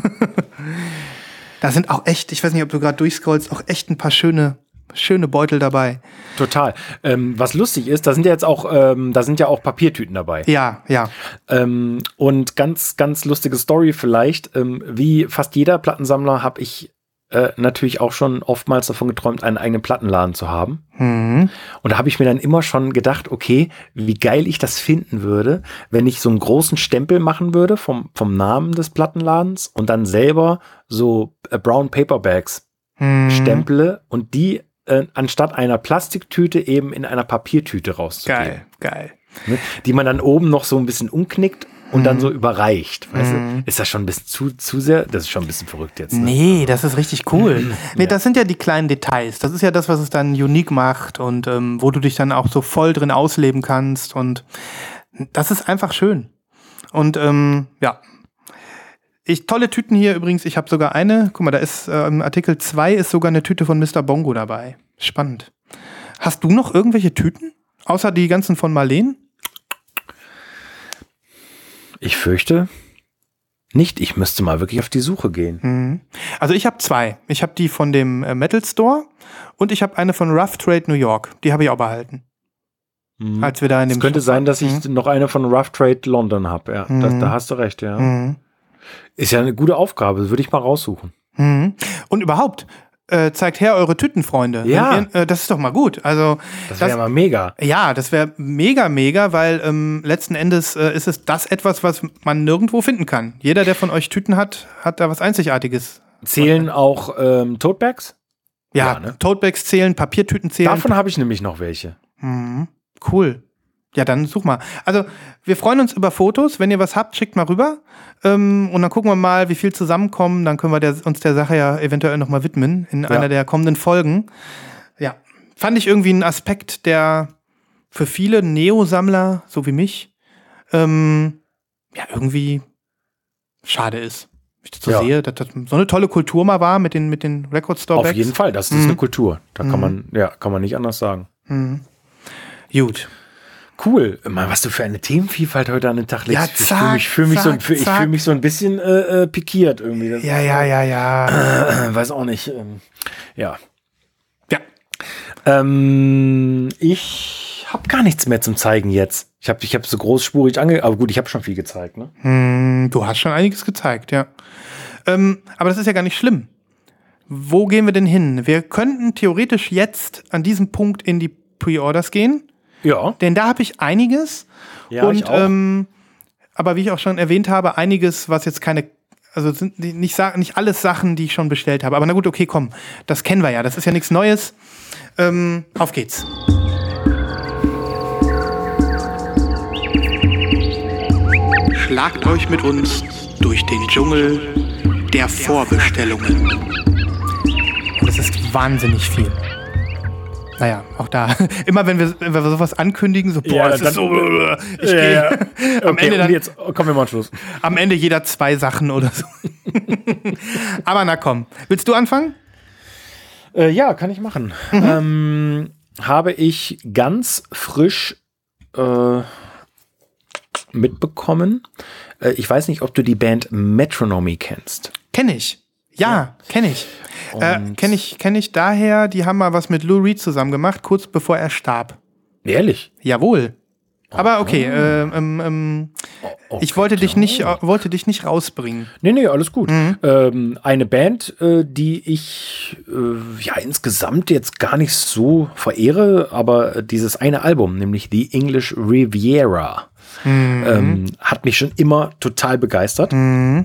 Da sind auch echt, ich weiß nicht, ob du gerade durchscrollst, auch echt ein paar schöne, schöne Beutel dabei. Total. Ähm, was lustig ist, da sind ja jetzt auch, ähm, da sind ja auch Papiertüten dabei. Ja, ja. Ähm, und ganz, ganz lustige Story vielleicht. Ähm, wie fast jeder Plattensammler habe ich äh, natürlich auch schon oftmals davon geträumt, einen eigenen Plattenladen zu haben. Mhm. Und da habe ich mir dann immer schon gedacht, okay, wie geil ich das finden würde, wenn ich so einen großen Stempel machen würde vom, vom Namen des Plattenladens und dann selber so äh, Brown Paper Bags Mhm. stemple und die äh, anstatt einer Plastiktüte eben in einer Papiertüte rauszugeben. Geil, geil. Ne? Die man dann oben noch so ein bisschen umknickt und Mhm. dann so überreicht. Weißt Mhm. du? Ist das schon ein bisschen zu, zu sehr? Das ist schon ein bisschen verrückt jetzt. Ne? Nee, das ist richtig cool. Nee, Ja. das sind ja die kleinen Details. Das ist ja das, was es dann unique macht und ähm, wo du dich dann auch so voll drin ausleben kannst. Und das ist einfach schön. Und ähm, ja. Ich, tolle Tüten hier übrigens. Ich habe sogar eine. Guck mal, da ist äh, im Artikel zwei ist sogar eine Tüte von Mister Bongo dabei. Spannend. Hast du noch irgendwelche Tüten? Außer die ganzen von Marleen? Ich fürchte nicht. Ich müsste mal wirklich auf die Suche gehen. Mhm. Also ich habe zwei. Ich habe die von dem äh, Metal Store und ich habe eine von Rough Trade New York. Die habe ich auch behalten. Mhm. Als wir da in dem Es könnte Shop sein, waren. dass ich noch eine von Rough Trade London habe. Ja, das, Mhm. da hast du recht, ja. Mhm. Ist ja eine gute Aufgabe. Das würde ich mal raussuchen. Mhm. Und überhaupt, äh, zeigt her eure Tütenfreunde. Ja. Wenn ihr, äh, das ist doch mal gut. Also Das wäre mal mega. ja, das wäre mega, mega, weil ähm, letzten Endes äh, ist es das etwas, was man nirgendwo finden kann. Jeder, der von euch Tüten hat, hat da was Einzigartiges. Zählen auch ähm, Totebags? Ja, Ja, ne? Totebags zählen, Papiertüten zählen. Davon habe ich nämlich noch welche. Mhm. Cool. Ja, dann such mal. Also, wir freuen uns über Fotos. Wenn ihr was habt, schickt mal rüber. Ähm, und dann gucken wir mal, wie viel zusammenkommen. Dann können wir der, uns der Sache ja eventuell nochmal widmen in einer der kommenden Folgen. Ja, fand ich irgendwie einen Aspekt, der für viele Neo-Sammler, so wie mich, ähm, ja, irgendwie schade ist. Wenn ich das so Ja. sehe, dass das so eine tolle Kultur mal war mit den, mit den Record Store Auf Bags. jeden Fall. Das ist Mhm. eine Kultur. Da Mhm. kann man, ja, kann man nicht anders sagen. Mhm. Gut. Cool. Mann, was du für eine Themenvielfalt heute an den Tag legst. Ja, ich fühle zack, mich, fühl mich, so, zack, fühl- ich zack. fühl mich so ein bisschen äh, äh, pikiert irgendwie. Das, Ja, ja, ja, ja. äh, weiß auch nicht. Ähm, ja. Ja. Ähm, ich habe gar nichts mehr zum Zeigen jetzt. Ich habe ich hab so großspurig ange... Aber gut, ich habe schon viel gezeigt, ne? Hm, du hast schon einiges gezeigt, ja. Ähm, aber das ist ja gar nicht schlimm. Wo gehen wir denn hin? Wir könnten theoretisch jetzt an diesem Punkt in die Pre-Orders gehen. Ja. Denn da habe ich einiges. Ja, und, ich auch. Ähm, aber wie ich auch schon erwähnt habe, einiges, was jetzt keine, also sind nicht, nicht alles Sachen, die ich schon bestellt habe. Aber na gut, okay, komm, das kennen wir ja. Das ist ja nichts Neues. Ähm, auf geht's. Schlagt euch mit uns durch den Dschungel der Vorbestellungen. Und es ist wahnsinnig viel. Naja, auch da. Immer wenn wir, wenn wir sowas ankündigen, so, boah, Ja, es ist dann- so, ich Ja, gehe ja. am Okay, Ende und dann, jetzt kommen wir mal am Schluss. am Ende jeder zwei Sachen oder so. Aber na komm. Willst du anfangen? Äh, ja, kann ich machen. Mhm. Ähm, habe ich ganz frisch äh, mitbekommen. Äh, ich weiß nicht, ob du die Band Metronomy kennst. Kenn ich. Ja, kenn ich. Äh, kenn ich. Kenn ich daher, die haben mal was mit Lou Reed zusammen gemacht, kurz bevor er starb. Ehrlich? Jawohl. Aber okay, äh, ähm, ähm, Okay, ich wollte dich, nicht, äh, wollte dich nicht rausbringen. Nee, nee, alles gut. Mhm. Ähm, eine Band, äh, die ich äh, ja insgesamt jetzt gar nicht so verehre, aber dieses eine Album, nämlich The English Riviera, Mhm. ähm, hat mich schon immer total begeistert. Mhm.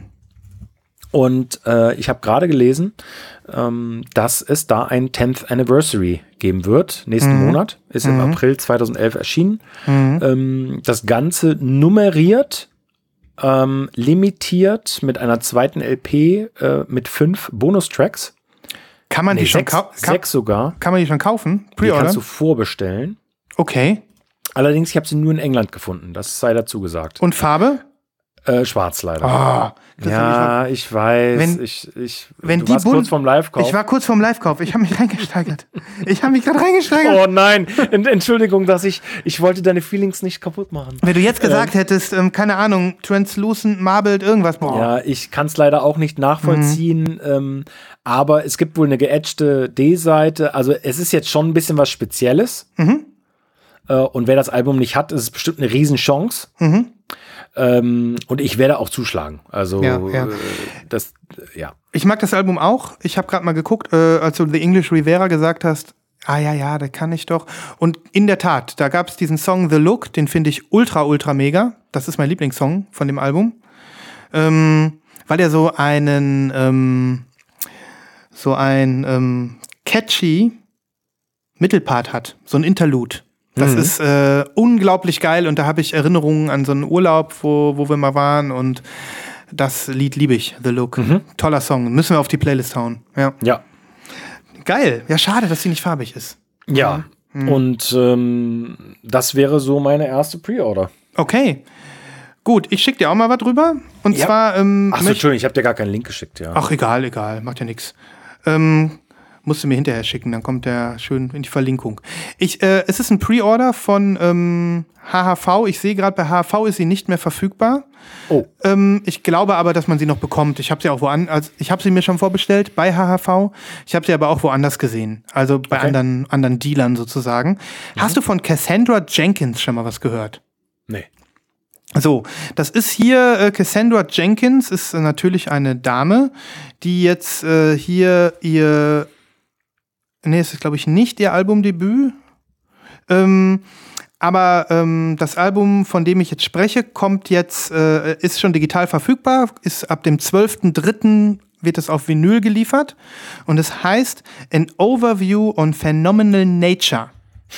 Und äh, ich habe gerade gelesen, ähm, dass es da ein tenth Anniversary geben wird, nächsten Mhm. Monat. Ist im April zweitausendelf erschienen. Mhm. Ähm, das Ganze nummeriert, ähm, limitiert mit einer zweiten L P äh, mit fünf Bonustracks. Kann man Nee, die schon sechs, kaufen? Kann, sechs sogar. kann man die schon kaufen? Die Pre-order? kannst du vorbestellen. Okay. Allerdings, ich habe sie nur in England gefunden. Das sei dazu gesagt. Und Farbe? Äh, schwarz leider. Oh, Christoph, ja, ich weiß. Wenn- ich, ich, wenn du die warst Bund- kurz vorm Live-Kauf. Ich war kurz vorm Live-Kauf. Ich habe mich reingesteigert. Ich habe mich gerade reingesteigert. Oh nein, Ent- Entschuldigung, dass ich, ich wollte deine Feelings nicht kaputt machen. Wenn du jetzt gesagt hättest, ähm, keine Ahnung, translucent, marbled, irgendwas. Boah. Ja, ich kann es leider auch nicht nachvollziehen, ähm, aber es gibt wohl eine geedgte D-Seite. Also es ist jetzt schon ein bisschen was Spezielles. Mhm. Äh, und wer das Album nicht hat, ist es bestimmt eine Riesenchance. Mhm. Ähm, und ich werde auch zuschlagen. Also Ja, ja. Äh, das, äh, ja. Ich mag das Album auch. Ich habe gerade mal geguckt, äh, als du The English Riviera gesagt hast. Ah ja, ja, das kann ich doch. Und in der Tat, da gab es diesen Song The Look, den finde ich ultra, ultra mega. Das ist mein Lieblingssong von dem Album. Ähm, weil er so einen, ähm, so ein ähm, catchy Mittelpart hat. So ein Interlude. Das Mhm. ist äh, unglaublich geil und da habe ich Erinnerungen an so einen Urlaub, wo, wo wir mal waren und das Lied liebe ich, The Look. Toller Song, müssen wir auf die Playlist hauen. Ja. Ja. Geil, ja schade, dass sie nicht farbig ist. Ja. Und ähm, das wäre so meine erste Pre-Order. Okay, gut, ich schicke dir auch mal was drüber und Ja. zwar ähm, Ach so, möcht- Entschuldigung, ich habe dir gar keinen Link geschickt, ja. Ach egal, egal, macht ja nichts. Ähm, musst du mir hinterher schicken, dann kommt der schön in die Verlinkung. Ich, äh, es ist ein Pre-Order von ähm, H H V. Ich sehe gerade, bei H H V ist sie nicht mehr verfügbar. Oh. Ähm, ich glaube aber, dass man sie noch bekommt. Ich habe sie auch woanders, also ich habe sie mir schon vorbestellt bei H H V. Ich habe sie aber auch woanders gesehen. Also bei Okay. anderen, anderen Dealern sozusagen. Hast du von Cassandra Jenkins schon mal was gehört? Nee. So, das ist hier äh, Cassandra Jenkins, ist äh, natürlich eine Dame, die jetzt äh, hier ihr, nee, es ist glaube ich nicht ihr Albumdebüt, ähm, aber ähm, das Album, von dem ich jetzt spreche, kommt jetzt, äh, ist schon digital verfügbar, ist ab dem zwölften dritten wird es auf Vinyl geliefert und es heißt An Overview on Phenomenal Nature.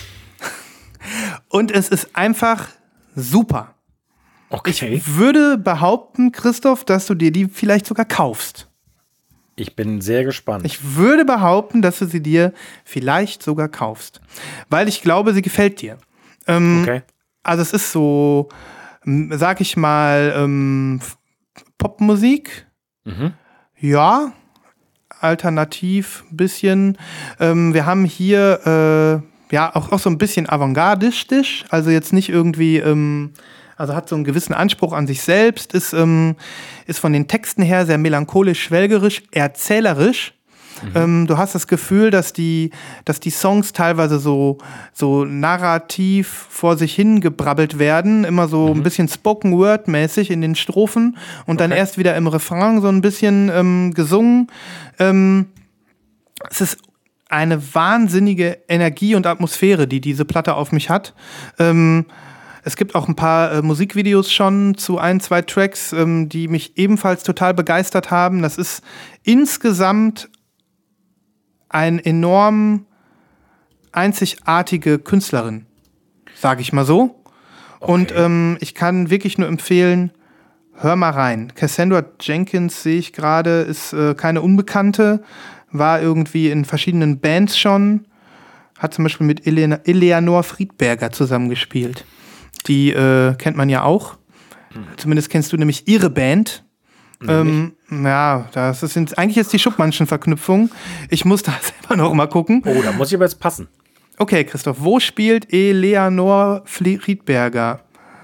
Und es ist einfach super. Okay. Ich würde behaupten, Christoph, dass du dir die vielleicht sogar kaufst. Ich bin sehr gespannt. Ich würde behaupten, dass du sie dir vielleicht sogar kaufst. Weil ich glaube, sie gefällt dir. Ähm, okay. Also es ist so, m, sag ich mal, ähm, F- Popmusik. Mhm. Ja, alternativ ein bisschen. Ähm, wir haben hier äh, ja auch, auch so ein bisschen avantgardistisch. Also jetzt nicht irgendwie... Ähm, Also hat so einen gewissen Anspruch an sich selbst, ist, ähm, ist von den Texten her sehr melancholisch, schwelgerisch, erzählerisch. Mhm. Ähm, du hast das Gefühl, dass die, dass die Songs teilweise so, so narrativ vor sich hin gebrabbelt werden, immer so mhm. ein bisschen Spoken-Word-mäßig in den Strophen und okay. dann erst wieder im Refrain so ein bisschen ähm, gesungen. Ähm, es ist eine wahnsinnige Energie und Atmosphäre, die diese Platte auf mich hat. Ähm, es gibt auch ein paar äh, Musikvideos schon zu ein, zwei Tracks, ähm, die mich ebenfalls total begeistert haben. Das ist insgesamt eine enorm einzigartige Künstlerin, sage ich mal so. Okay. Und ähm, ich kann wirklich nur empfehlen, hör mal rein. Cassandra Jenkins, sehe ich gerade, ist äh, keine Unbekannte, war irgendwie in verschiedenen Bands schon, hat zum Beispiel mit Ele- Eleanor Friedberger zusammengespielt. Die äh, kennt man ja auch. Hm. Zumindest kennst du nämlich ihre Band. Ähm, ja, das sind eigentlich jetzt die Schuppmannschen Verknüpfungen. Ich muss da selber noch mal gucken. Oh, da muss ich aber jetzt passen. Okay, Christoph, wo spielt Eleanor Friedberger?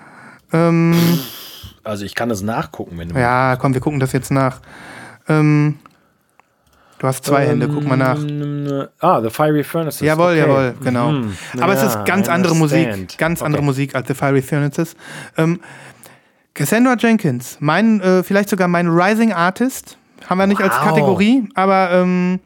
Ähm, also ich kann das nachgucken, wenn du Ja, komm, wir gucken das jetzt nach. Ähm, du hast zwei ähm, Hände, guck mal nach. Ah, The Fiery Furnaces. Jawohl, okay. jawohl, genau. Mhm. Aber ja, es ist ganz andere Musik, ganz okay. andere Musik als The Fiery Furnaces. Ähm, Cassandra Jenkins, mein, äh, vielleicht sogar mein Rising Artist, haben wir nicht wow. als Kategorie, aber ähm,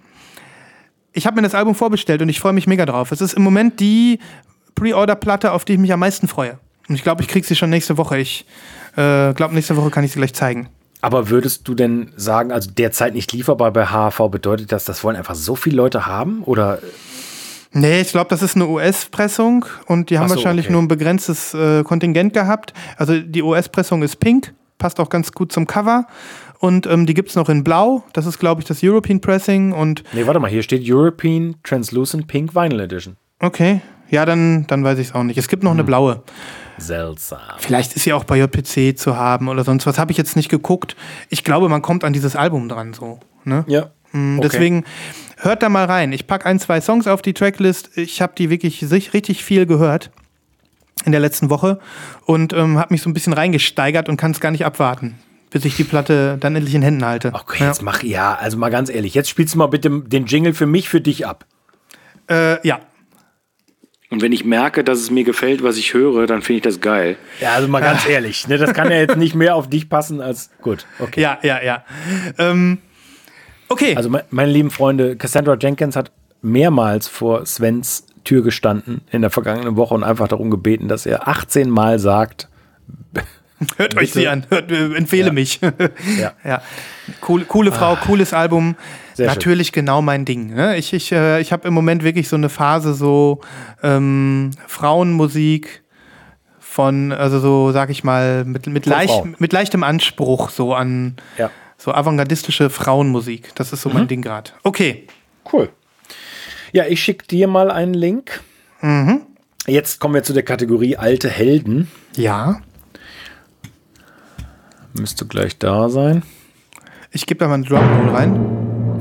ich habe mir das Album vorbestellt und ich freue mich mega drauf. Es ist im Moment die Pre-Order-Platte, auf die ich mich am meisten freue. Und ich glaube, ich kriege sie schon nächste Woche. Ich äh, glaube, nächste Woche kann ich sie gleich zeigen. Aber würdest du denn sagen, also derzeit nicht lieferbar bei H H V, bedeutet das, das wollen einfach so viele Leute haben? Oder? Nee, ich glaube, das ist eine U S-Pressung und die haben so, wahrscheinlich okay. nur ein begrenztes äh, Kontingent gehabt. Also die U S-Pressung ist pink, passt auch ganz gut zum Cover. Und ähm, die gibt es noch in blau. Das ist, glaube ich, das European Pressing. Und nee, warte mal, hier steht European Translucent Pink Vinyl Edition. Okay, ja, dann, dann weiß ich es auch nicht. Es gibt noch hm. eine blaue. Seltsam. Vielleicht ist sie auch bei J P C zu haben oder sonst was. Habe ich jetzt nicht geguckt. Ich glaube, man kommt an dieses Album dran so. Ne? Ja. Okay. Deswegen hört da mal rein. Ich packe ein, zwei Songs auf die Tracklist. Ich habe die wirklich richtig viel gehört in der letzten Woche und ähm, habe mich so ein bisschen reingesteigert und kann es gar nicht abwarten, bis ich die Platte dann endlich in Händen halte. Okay, ja. jetzt mach ja, also mal ganz ehrlich, jetzt spielst du mal bitte den Jingle für mich, für dich ab. Äh, ja. Und wenn ich merke, dass es mir gefällt, was ich höre, dann finde ich das geil. Ja, also mal ganz ehrlich, ne, das kann ja jetzt nicht mehr auf dich passen als gut. Okay. Ja, ja, ja. Ähm, okay. Also me- meine lieben Freunde, Cassandra Jenkins hat mehrmals vor Svens Tür gestanden in der vergangenen Woche und einfach darum gebeten, dass er achtzehn Mal sagt, hört euch sie an, hört, äh, empfehle ja. mich. ja. ja. Cool, coole Frau, ah. cooles Album. Sehr Natürlich schön. Genau mein Ding. Ne? Ich, ich, äh, ich habe im Moment wirklich so eine Phase so ähm, Frauenmusik von, also so, sag ich mal, mit, mit, leicht, mit leichtem Anspruch so an ja. so avantgardistische Frauenmusik. Das ist so mhm. mein Ding gerade. Okay. Cool. Ja, ich schicke dir mal einen Link. Mhm. Jetzt kommen wir zu der Kategorie alte Helden. Ja. Müsste gleich da sein. Ich gebe da mal einen Drumroll rein.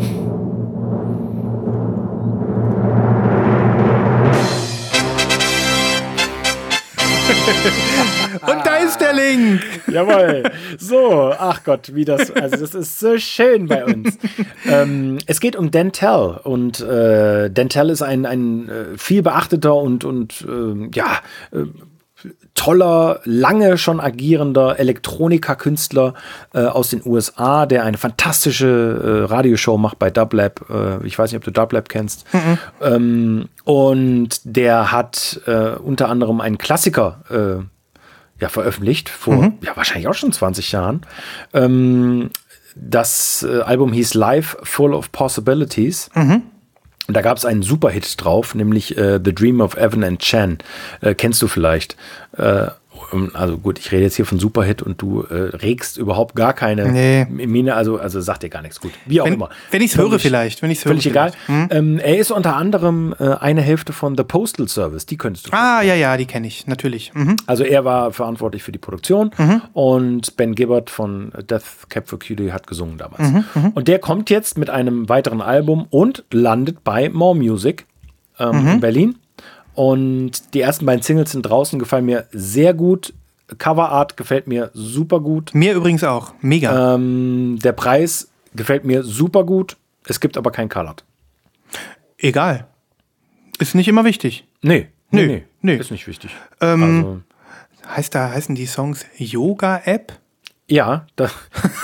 Und da ist der Link. Jawohl. So, ach Gott, wie das, also das ist so schön bei uns. ähm, es geht um Dentel und äh, Dentel ist ein, ein äh, viel beachteter und, und äh, ja, äh, toller, lange schon agierender Elektroniker-Künstler äh, aus den U S A, der eine fantastische äh, Radioshow macht bei Dublab. Äh, ich weiß nicht, ob du Dublab kennst. Mhm. Ähm, und der hat äh, unter anderem einen Klassiker äh, ja, veröffentlicht, vor mhm. ja, wahrscheinlich auch schon zwanzig Jahren. Ähm, das äh, Album hieß Life Full of Possibilities. Mhm. Und da gab es einen Superhit drauf, nämlich äh, The Dream of Evan and Chan. Äh, kennst du vielleicht? Äh, also gut, ich rede jetzt hier von Superhit und du äh, regst überhaupt gar keine nee. Mine, also, also sagt dir gar nichts. Gut, wie auch wenn, immer. Wenn ich es höre vielleicht. Wenn ich's höre völlig egal. Hm? Ähm, er ist unter anderem äh, eine Hälfte von The Postal Service, die könntest du. Ah, ja, ja, die kenne ich, natürlich. Mhm. Also er war verantwortlich für die Produktion mhm. und Ben Gibbard von Death Cab for Cutie hat gesungen damals. Mhm, mh. Und der kommt jetzt mit einem weiteren Album und landet bei More Music ähm, mhm. in Berlin. Und die ersten beiden Singles sind draußen, gefallen mir sehr gut. Coverart gefällt mir super gut. Mir übrigens auch. Mega. Ähm, der Preis gefällt mir super gut. Es gibt aber kein Colored. Egal. Ist nicht immer wichtig. Nee. Nee, nee, nee. Ist nicht wichtig. Ähm, also. heißt da, heißen die Songs Yoga-App? Ja, da, der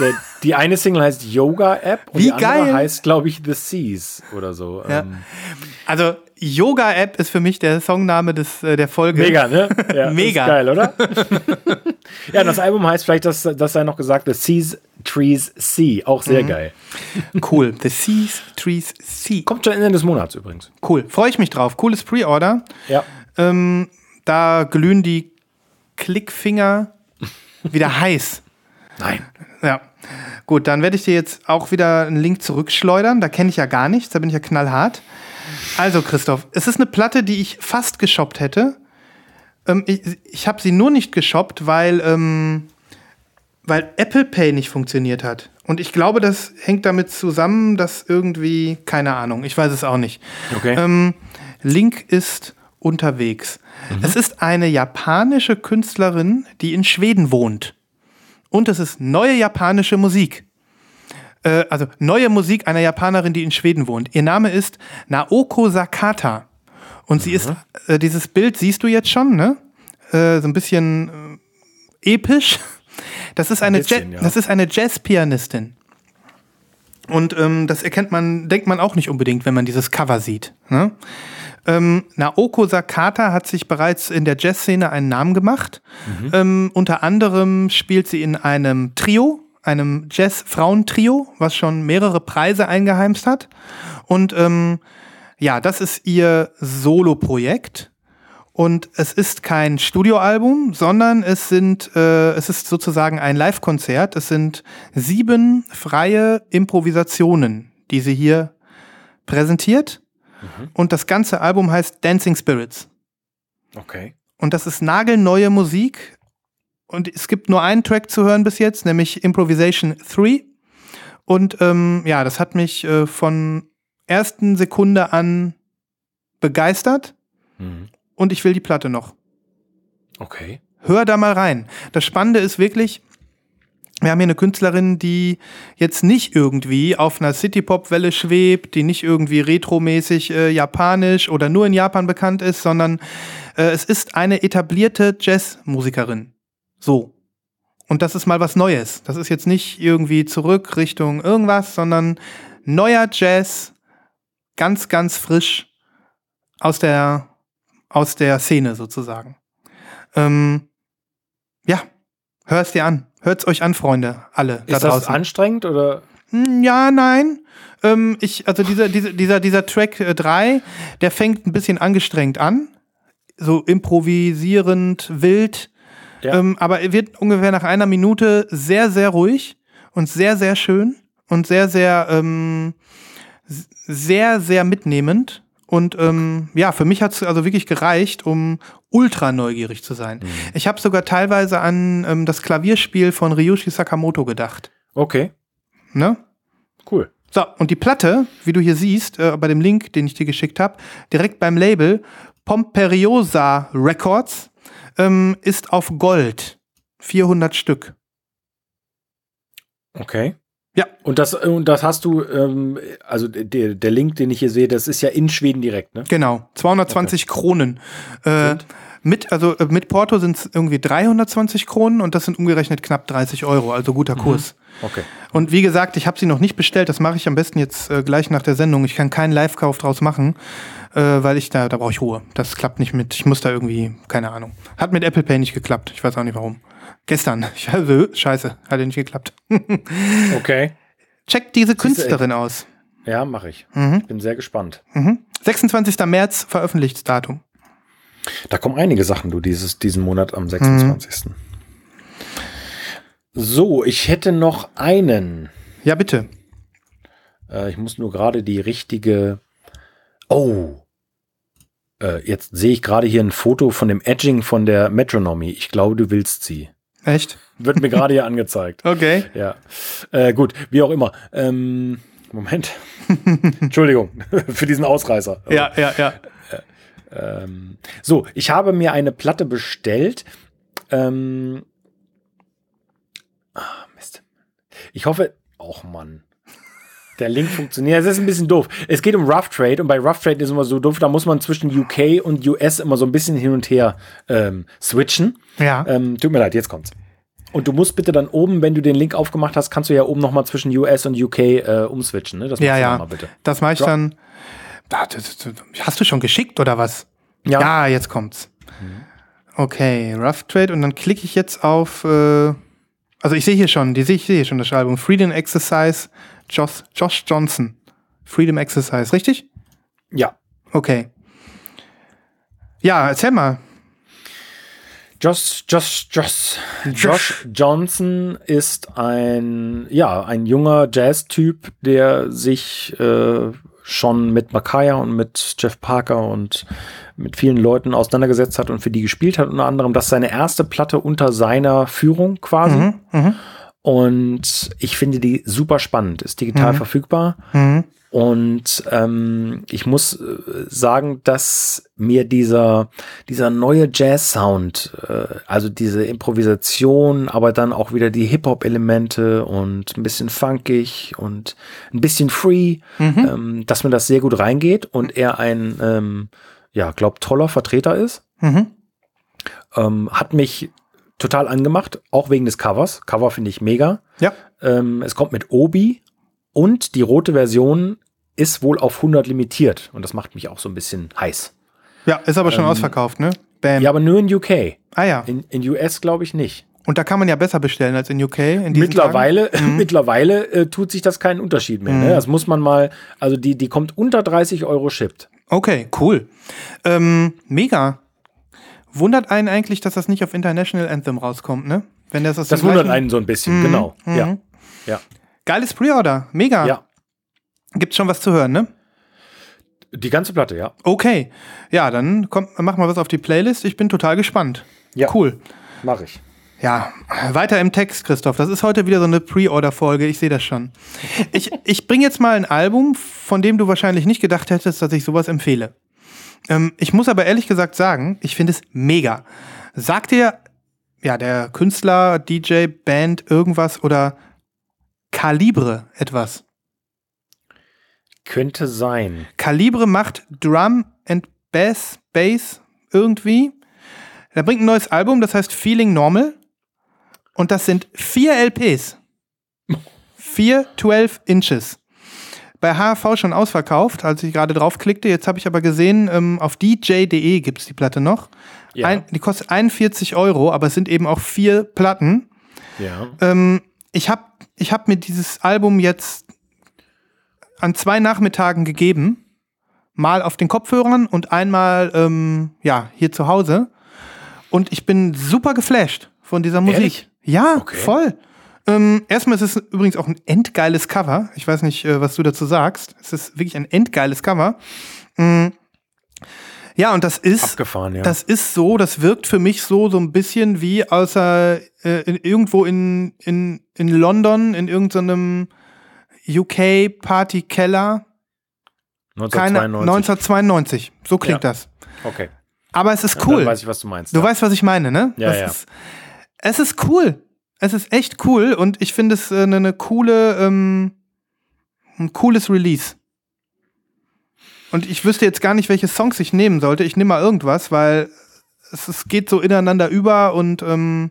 Die eine Single heißt Yoga-App und Wie die andere geil. heißt, glaube ich, The Seas oder so. Ja. Ähm, Also Yoga-App ist für mich der Songname des, äh, der Folge. Mega, ne? Ja, Mega. Ist geil, oder? Ja, das Album heißt vielleicht, das, das sei noch gesagt, The Seas, Trees, Sea. Auch sehr mhm. geil. Cool. The Seas, Trees, Sea. Kommt schon Ende des Monats übrigens. Cool. Freue ich mich drauf. Cooles Pre-Order. Ja. Ähm, da glühen die Klickfinger wieder heiß. Nein. Ja. Gut, dann werde ich dir jetzt auch wieder einen Link zurückschleudern. Da kenne ich ja gar nichts. Da bin ich ja knallhart. Also, Christoph, es ist eine Platte, die ich fast geshoppt hätte. Ähm, ich ich habe sie nur nicht geshoppt, weil, ähm, weil Apple Pay nicht funktioniert hat. Und ich glaube, das hängt damit zusammen, dass irgendwie, keine Ahnung, ich weiß es auch nicht. Okay. Ähm, Link ist unterwegs. Mhm. Es ist eine japanische Künstlerin, die in Schweden wohnt. Und es ist neue japanische Musik. Äh, also neue Musik einer Japanerin, die in Schweden wohnt. Ihr Name ist Naoko Sakata. Und sie mhm. ist, äh, dieses Bild siehst du jetzt schon, ne? Äh, so ein bisschen äh, episch. Das ist eine, ein bisschen, ja. Das ist eine Jazz-Pianistin. Und ähm, das erkennt man, denkt man auch nicht unbedingt, wenn man dieses Cover sieht. Ne? Ähm, Naoko Sakata hat sich bereits in der Jazzszene einen Namen gemacht. Mhm. Ähm, unter anderem spielt sie in einem Trio, einem Jazz-Frauentrio, was schon mehrere Preise eingeheimst hat. Und ähm, ja, das ist ihr Solo-Projekt. Und es ist kein Studioalbum, sondern es sind, äh, es ist sozusagen ein Live-Konzert. Es sind sieben freie Improvisationen, die sie hier präsentiert. Mhm. Und das ganze Album heißt Dancing Spirits. Okay. Und das ist nagelneue Musik. Und es gibt nur einen Track zu hören bis jetzt, nämlich Improvisation drei. Und ähm, ja, das hat mich äh, von ersten Sekunde an begeistert. Mhm. Und ich will die Platte noch. Okay. Hör da mal rein. Das Spannende ist wirklich, wir haben hier eine Künstlerin, die jetzt nicht irgendwie auf einer City-Pop-Welle schwebt, die nicht irgendwie retromäßig äh, japanisch oder nur in Japan bekannt ist, sondern äh, es ist eine etablierte Jazzmusikerin. So. Und das ist mal was Neues. Das ist jetzt nicht irgendwie zurück Richtung irgendwas, sondern neuer Jazz, ganz, ganz frisch aus der aus der Szene sozusagen. Ähm, ja, hör es dir an. Hört's euch an, Freunde, alle da Ist draußen. das anstrengend oder? Ja, nein. Ähm, ich, also dieser, dieser, dieser, dieser Track drei, der fängt ein bisschen angestrengt an. So improvisierend, wild. Ja. Ähm, aber er wird ungefähr nach einer Minute sehr, sehr ruhig und sehr, sehr schön und sehr, sehr, ähm, sehr, sehr mitnehmend. Und ähm, ja, für mich hat es also wirklich gereicht, um ultra neugierig zu sein. Mhm. Ich habe sogar teilweise an ähm, das Klavierspiel von Ryuichi Sakamoto gedacht. Okay. Ne? Cool. So, und die Platte, wie du hier siehst, äh, bei dem Link, den ich dir geschickt habe, direkt beim Label Pomperiosa Records, ähm, ist auf Gold. vierhundert Stück. Okay. Ja. Und das, und das hast du, ähm, also der, der Link, den ich hier sehe, das ist ja in Schweden direkt, ne? Genau, zweihundertzwanzig okay. Kronen. Äh, mit, also äh, mit Porto sind es irgendwie dreihundertzwanzig Kronen und das sind umgerechnet knapp dreißig Euro, also guter Kurs. Mhm. Okay. Und wie gesagt, ich habe sie noch nicht bestellt, das mache ich am besten jetzt äh, gleich nach der Sendung. Ich kann keinen Live-Kauf draus machen, äh, weil ich da, da brauche ich Ruhe. Das klappt nicht mit, ich muss da irgendwie, keine Ahnung. Hat mit Apple Pay nicht geklappt, ich weiß auch nicht warum. Gestern. Ich, also, scheiße, hat ja nicht geklappt. Okay. Check diese Künstlerin aus. Ja, mache ich. Mhm. Ich bin sehr gespannt. Mhm. sechsundzwanzigster März Veröffentlichungsdatum. Da kommen einige Sachen, du, dieses, diesen Monat am sechsundzwanzigsten Mhm. So, ich hätte noch einen. Ja, bitte. Äh, ich muss nur gerade die richtige. Oh. Äh, jetzt sehe ich gerade hier ein Foto von dem Edging von der Metronomy. Ich glaube, du willst sie. Echt? Wird mir gerade hier angezeigt. Okay. Ja. Äh, gut, wie auch immer. Ähm, Moment. Entschuldigung für diesen Ausreißer. Ja, ja, ja. Äh, ähm, so, ich habe mir eine Platte bestellt. Ähm, ah, Mist. Ich hoffe, och Mann. Der Link funktioniert. Es ist ein bisschen doof. Es geht um Rough Trade und bei Rough Trade ist immer so doof, da muss man zwischen U K und U S immer so ein bisschen hin und her ähm, switchen. Ja. Ähm, tut mir leid, jetzt kommt's. Und du musst bitte dann oben, wenn du den Link aufgemacht hast, kannst du ja oben nochmal zwischen U S und U K äh, umswitchen. Ne? Das ja, ja. Mal bitte. Das mache ich ja. dann. Hast du schon geschickt oder was? Ja. Ja, jetzt kommt's. Mhm. Okay, Rough Trade. Und dann klicke ich jetzt auf. Äh, also ich sehe hier schon, die sehe ich sehe hier schon das Album. Freedom Exercise, Josh, Josh Johnson. Freedom Exercise, richtig? Ja. Okay. Ja, erzähl mal. Josh, Josh, Josh, Josh Johnson ist ein, ja, ein junger Jazz-Typ, der sich äh, schon mit Makaya und mit Jeff Parker und mit vielen Leuten auseinandergesetzt hat und für die gespielt hat, unter anderem. Das ist seine erste Platte unter seiner Führung quasi. Mhm, mh. Und ich finde die super spannend, ist digital mhm. verfügbar. Mhm. Und ähm, ich muss äh, sagen, dass mir dieser, dieser neue Jazz-Sound, äh, also diese Improvisation, aber dann auch wieder die Hip-Hop-Elemente und ein bisschen funkig und ein bisschen free, mhm. ähm, dass mir das sehr gut reingeht und er ein, ähm, ja, glaub, toller Vertreter ist. Mhm. Ähm, hat mich total angemacht, auch wegen des Covers. Cover finde ich mega. Ja. Ähm, es kommt mit Obi. Und die rote Version ist wohl auf hundert limitiert. Und das macht mich auch so ein bisschen heiß. Ja, ist aber schon ähm, ausverkauft, ne? Bam. Ja, aber nur in U K. Ah ja. In, in U S glaube ich nicht. Und da kann man ja besser bestellen als in U K. In mittlerweile mhm. mittlerweile äh, tut sich das keinen Unterschied mehr. Mhm. Ne? Das muss man mal, also die, die kommt unter dreißig Euro shipped. Okay, cool. Ähm, mega. Wundert einen eigentlich, dass das nicht auf International Anthem rauskommt, ne? Wenn das aus das dem wundert gleichen... einen so ein bisschen, mhm. genau. Mhm. Ja. Ja. Geiles Pre-Order, mega. Ja. Gibt's schon was zu hören, ne? Die ganze Platte, ja. Okay. Ja, dann komm, mach mal was auf die Playlist. Ich bin total gespannt. Ja. Cool. Mach ich. Ja, weiter im Text, Christoph. Das ist heute wieder so eine Pre-Order-Folge. Ich sehe das schon. Ich, ich bringe jetzt mal ein Album, von dem du wahrscheinlich nicht gedacht hättest, dass ich sowas empfehle. Ähm, ich muss aber ehrlich gesagt sagen, ich finde es mega. Sagt dir, ja, der Künstler, D J, Band, irgendwas oder Calibre etwas? Könnte sein. Calibre macht Drum and Bass, Bass irgendwie. Er bringt ein neues Album, das heißt Feeling Normal. Und das sind vier L Ps. Vier zwölf Inches. Bei H R V schon ausverkauft, als ich gerade draufklickte. Jetzt habe ich aber gesehen, ähm, auf D J Punkt de gibt es die Platte noch. Ja. Ein, die kostet einundvierzig Euro, aber es sind eben auch vier Platten. Ja. Ähm, ich habe ich hab mir dieses Album jetzt an zwei Nachmittagen gegeben. Mal auf den Kopfhörern und einmal ähm, ja, hier zu Hause. Und ich bin super geflasht von dieser Musik. Ehrlich? Ja, okay. voll. Ähm, erstmal ist es übrigens auch ein endgeiles Cover. Ich weiß nicht, äh, was du dazu sagst. Es ist wirklich ein endgeiles Cover. Mhm. Ja, und das ist, abgefahren, ja. Das ist so, das wirkt für mich so, so ein bisschen wie außer äh, in, irgendwo in, in, in London, in irgendeinem U K-Party-Keller. neunzehnhundertzweiundneunzig. neunzehnhundertzweiundneunzig. So klingt ja. das. Okay. Aber es ist Ja, cool. dann weiß ich, was du meinst. Du ja. weißt, was ich meine, ne? Ja, das ja. Ist, es ist cool. Es ist echt cool und ich finde es eine äh, ne coole, ähm, ein cooles Release. Und ich wüsste jetzt gar nicht, welche Songs ich nehmen sollte. Ich nehme mal irgendwas, weil es, es geht so ineinander über und ähm,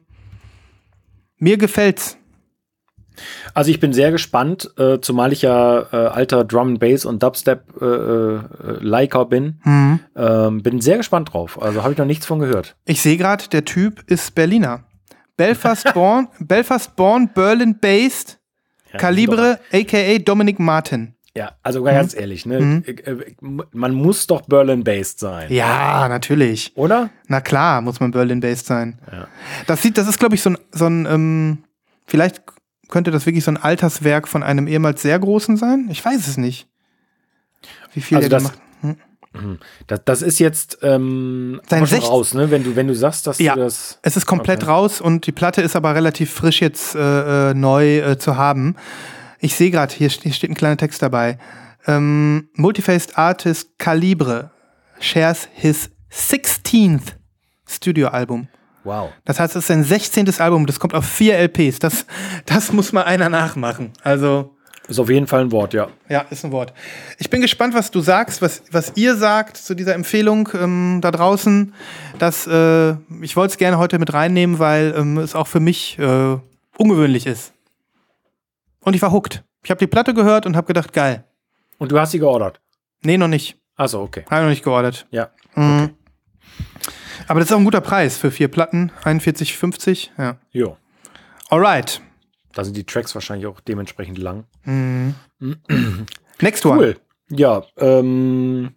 mir gefällt's. Also ich bin sehr gespannt, äh, zumal ich ja äh, alter Drum and Bass und Dubstep äh, äh, Liker bin. Mhm. Ähm, bin sehr gespannt drauf. Also habe ich noch nichts von gehört. Ich sehe gerade, der Typ ist Berliner. Belfast born, Belfast born, Berlin based, Ja, Calibre, aka Dominic Martin. Ja, also ganz mhm. ehrlich, ne? Mhm. Man muss doch Berlin-based sein. Ja, natürlich. Oder? Na klar, muss man Berlin-based sein. Ja. Das sieht, das ist, glaube ich, so ein, so ein ähm, vielleicht könnte das wirklich so ein Alterswerk von einem ehemals sehr Großen sein? Ich weiß es nicht. Wie viel also er das, gemacht hm? das, das ist jetzt ähm, Sein schon sech- raus, ne? Wenn du, wenn du sagst, dass ja, du das. Es ist komplett okay. raus und die Platte ist aber relativ frisch jetzt äh, äh, neu äh, zu haben. Ich sehe gerade, hier, hier steht ein kleiner Text dabei. Ähm, Multifaced Artist Calibre shares his sixteenth Studioalbum. Wow. Das heißt, es ist sein sechzehntes Album, das kommt auf vier L Ps. Das, das muss mal einer nachmachen. Also Ist auf jeden Fall ein Wort, ja. Ja, ist ein Wort. Ich bin gespannt, was du sagst, was, was ihr sagt zu dieser Empfehlung ähm, da draußen. Das, äh, ich wollte es gerne heute mit reinnehmen, weil ähm, es auch für mich äh, ungewöhnlich ist. Und ich war hooked. Ich habe die Platte gehört und habe gedacht, geil. Und du hast sie geordert? Nee, noch nicht. Achso, okay. Habe ich noch nicht geordert. Ja. Mhm. Okay. Aber das ist auch ein guter Preis für vier Platten. einundvierzig fünfzig. Ja. Jo. Alright. Da sind die Tracks wahrscheinlich auch dementsprechend lang. Mhm. Next one. Cool. Ja, ähm,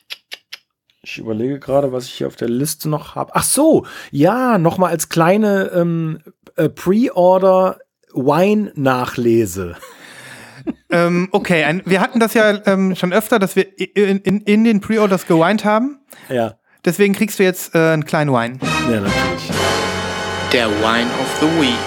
ich überlege gerade, was ich hier auf der Liste noch habe. Ach so, ja, nochmal als kleine ähm, äh, Pre-Order Wine-Nachlese. ähm, okay, ein, wir hatten das ja ähm, schon öfter, dass wir in, in, in den Pre-Orders geweint haben. Ja. Deswegen kriegst du jetzt äh, einen kleinen Wein. Ja, natürlich. Der Wine of the Week.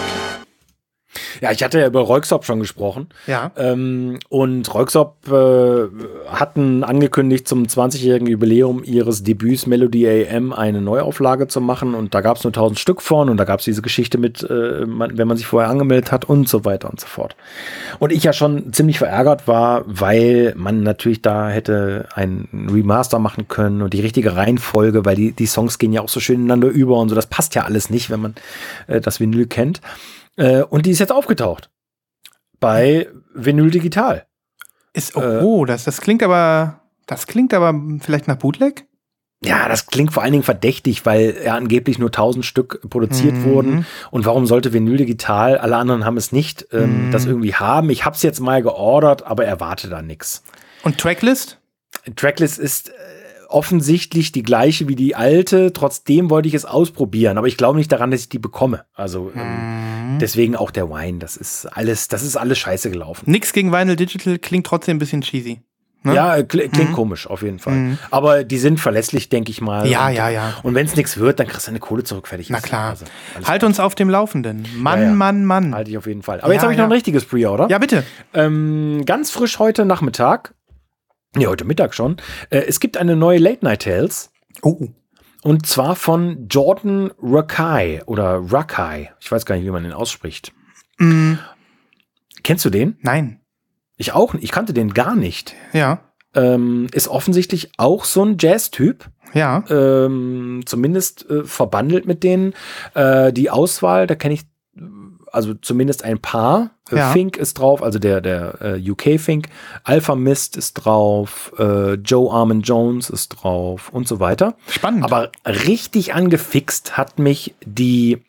Ja, ich hatte ja über Röyksopp schon gesprochen. Ja. Ähm, und Röyksopp äh, hatten angekündigt, zum zwanzigjährigen Jubiläum ihres Debüts Melody A M eine Neuauflage zu machen. Und da gab es nur tausend Stück von. Und da gab es diese Geschichte mit, äh, man, wenn man sich vorher angemeldet hat und so weiter und so fort. Und ich ja schon ziemlich verärgert war, weil man natürlich da hätte ein Remaster machen können und die richtige Reihenfolge, weil die, die Songs gehen ja auch so schön ineinander über und so. Das passt ja alles nicht, wenn man äh, das Vinyl kennt. Und die ist jetzt aufgetaucht. Bei Vinyl Digital. Ist, oh, äh, oh das, das klingt aber, das klingt aber vielleicht nach Bootleg? Ja, das klingt vor allen Dingen verdächtig, weil ja angeblich nur tausend Stück produziert mhm. wurden. Und warum sollte Vinyl Digital, alle anderen haben es nicht, ähm, mhm. das irgendwie haben? Ich habe es jetzt mal geordert, aber erwarte da nichts. Und Tracklist? Tracklist ist offensichtlich die gleiche wie die alte. Trotzdem wollte ich es ausprobieren, aber ich glaube nicht daran, dass ich die bekomme. Also ähm, mhm. deswegen auch der Wine. Das ist alles, das ist alles scheiße gelaufen. Nix gegen Vinyl Digital, klingt trotzdem ein bisschen cheesy. Ne? Ja, kl- klingt mhm. komisch auf jeden Fall. Mhm. Aber die sind verlässlich, denke ich mal. Ja, und, ja, ja. Und wenn es nichts wird, dann kriegst du deine Kohle zurück, fertig. Na klar. Also, halt uns auf dem Laufenden. Mann, ja, ja. Mann, Mann. Halte ich auf jeden Fall. Aber ja, jetzt habe ich ja. noch ein richtiges Pre-Order. Ja, bitte. Ähm, ganz frisch heute Nachmittag. Ja, heute Mittag schon. Äh, es gibt eine neue Late Night Tales. Oh. Und zwar von Jordan Rakei oder Rakei. Ich weiß gar nicht, wie man den ausspricht. Mm. Kennst du den? Nein. Ich auch nicht. Ich kannte den gar nicht. Ja. Ähm, ist offensichtlich auch so ein Jazz-Typ. Ja. Ähm, zumindest äh, verbandelt mit denen. Äh, die Auswahl, da kenne ich also zumindest ein paar. Ja. Fink ist drauf, also der, der äh, U K-Fink. Alpha Mist ist drauf. Äh, Joe Armand Jones ist drauf und so weiter. Spannend. Aber richtig angefixt hat mich die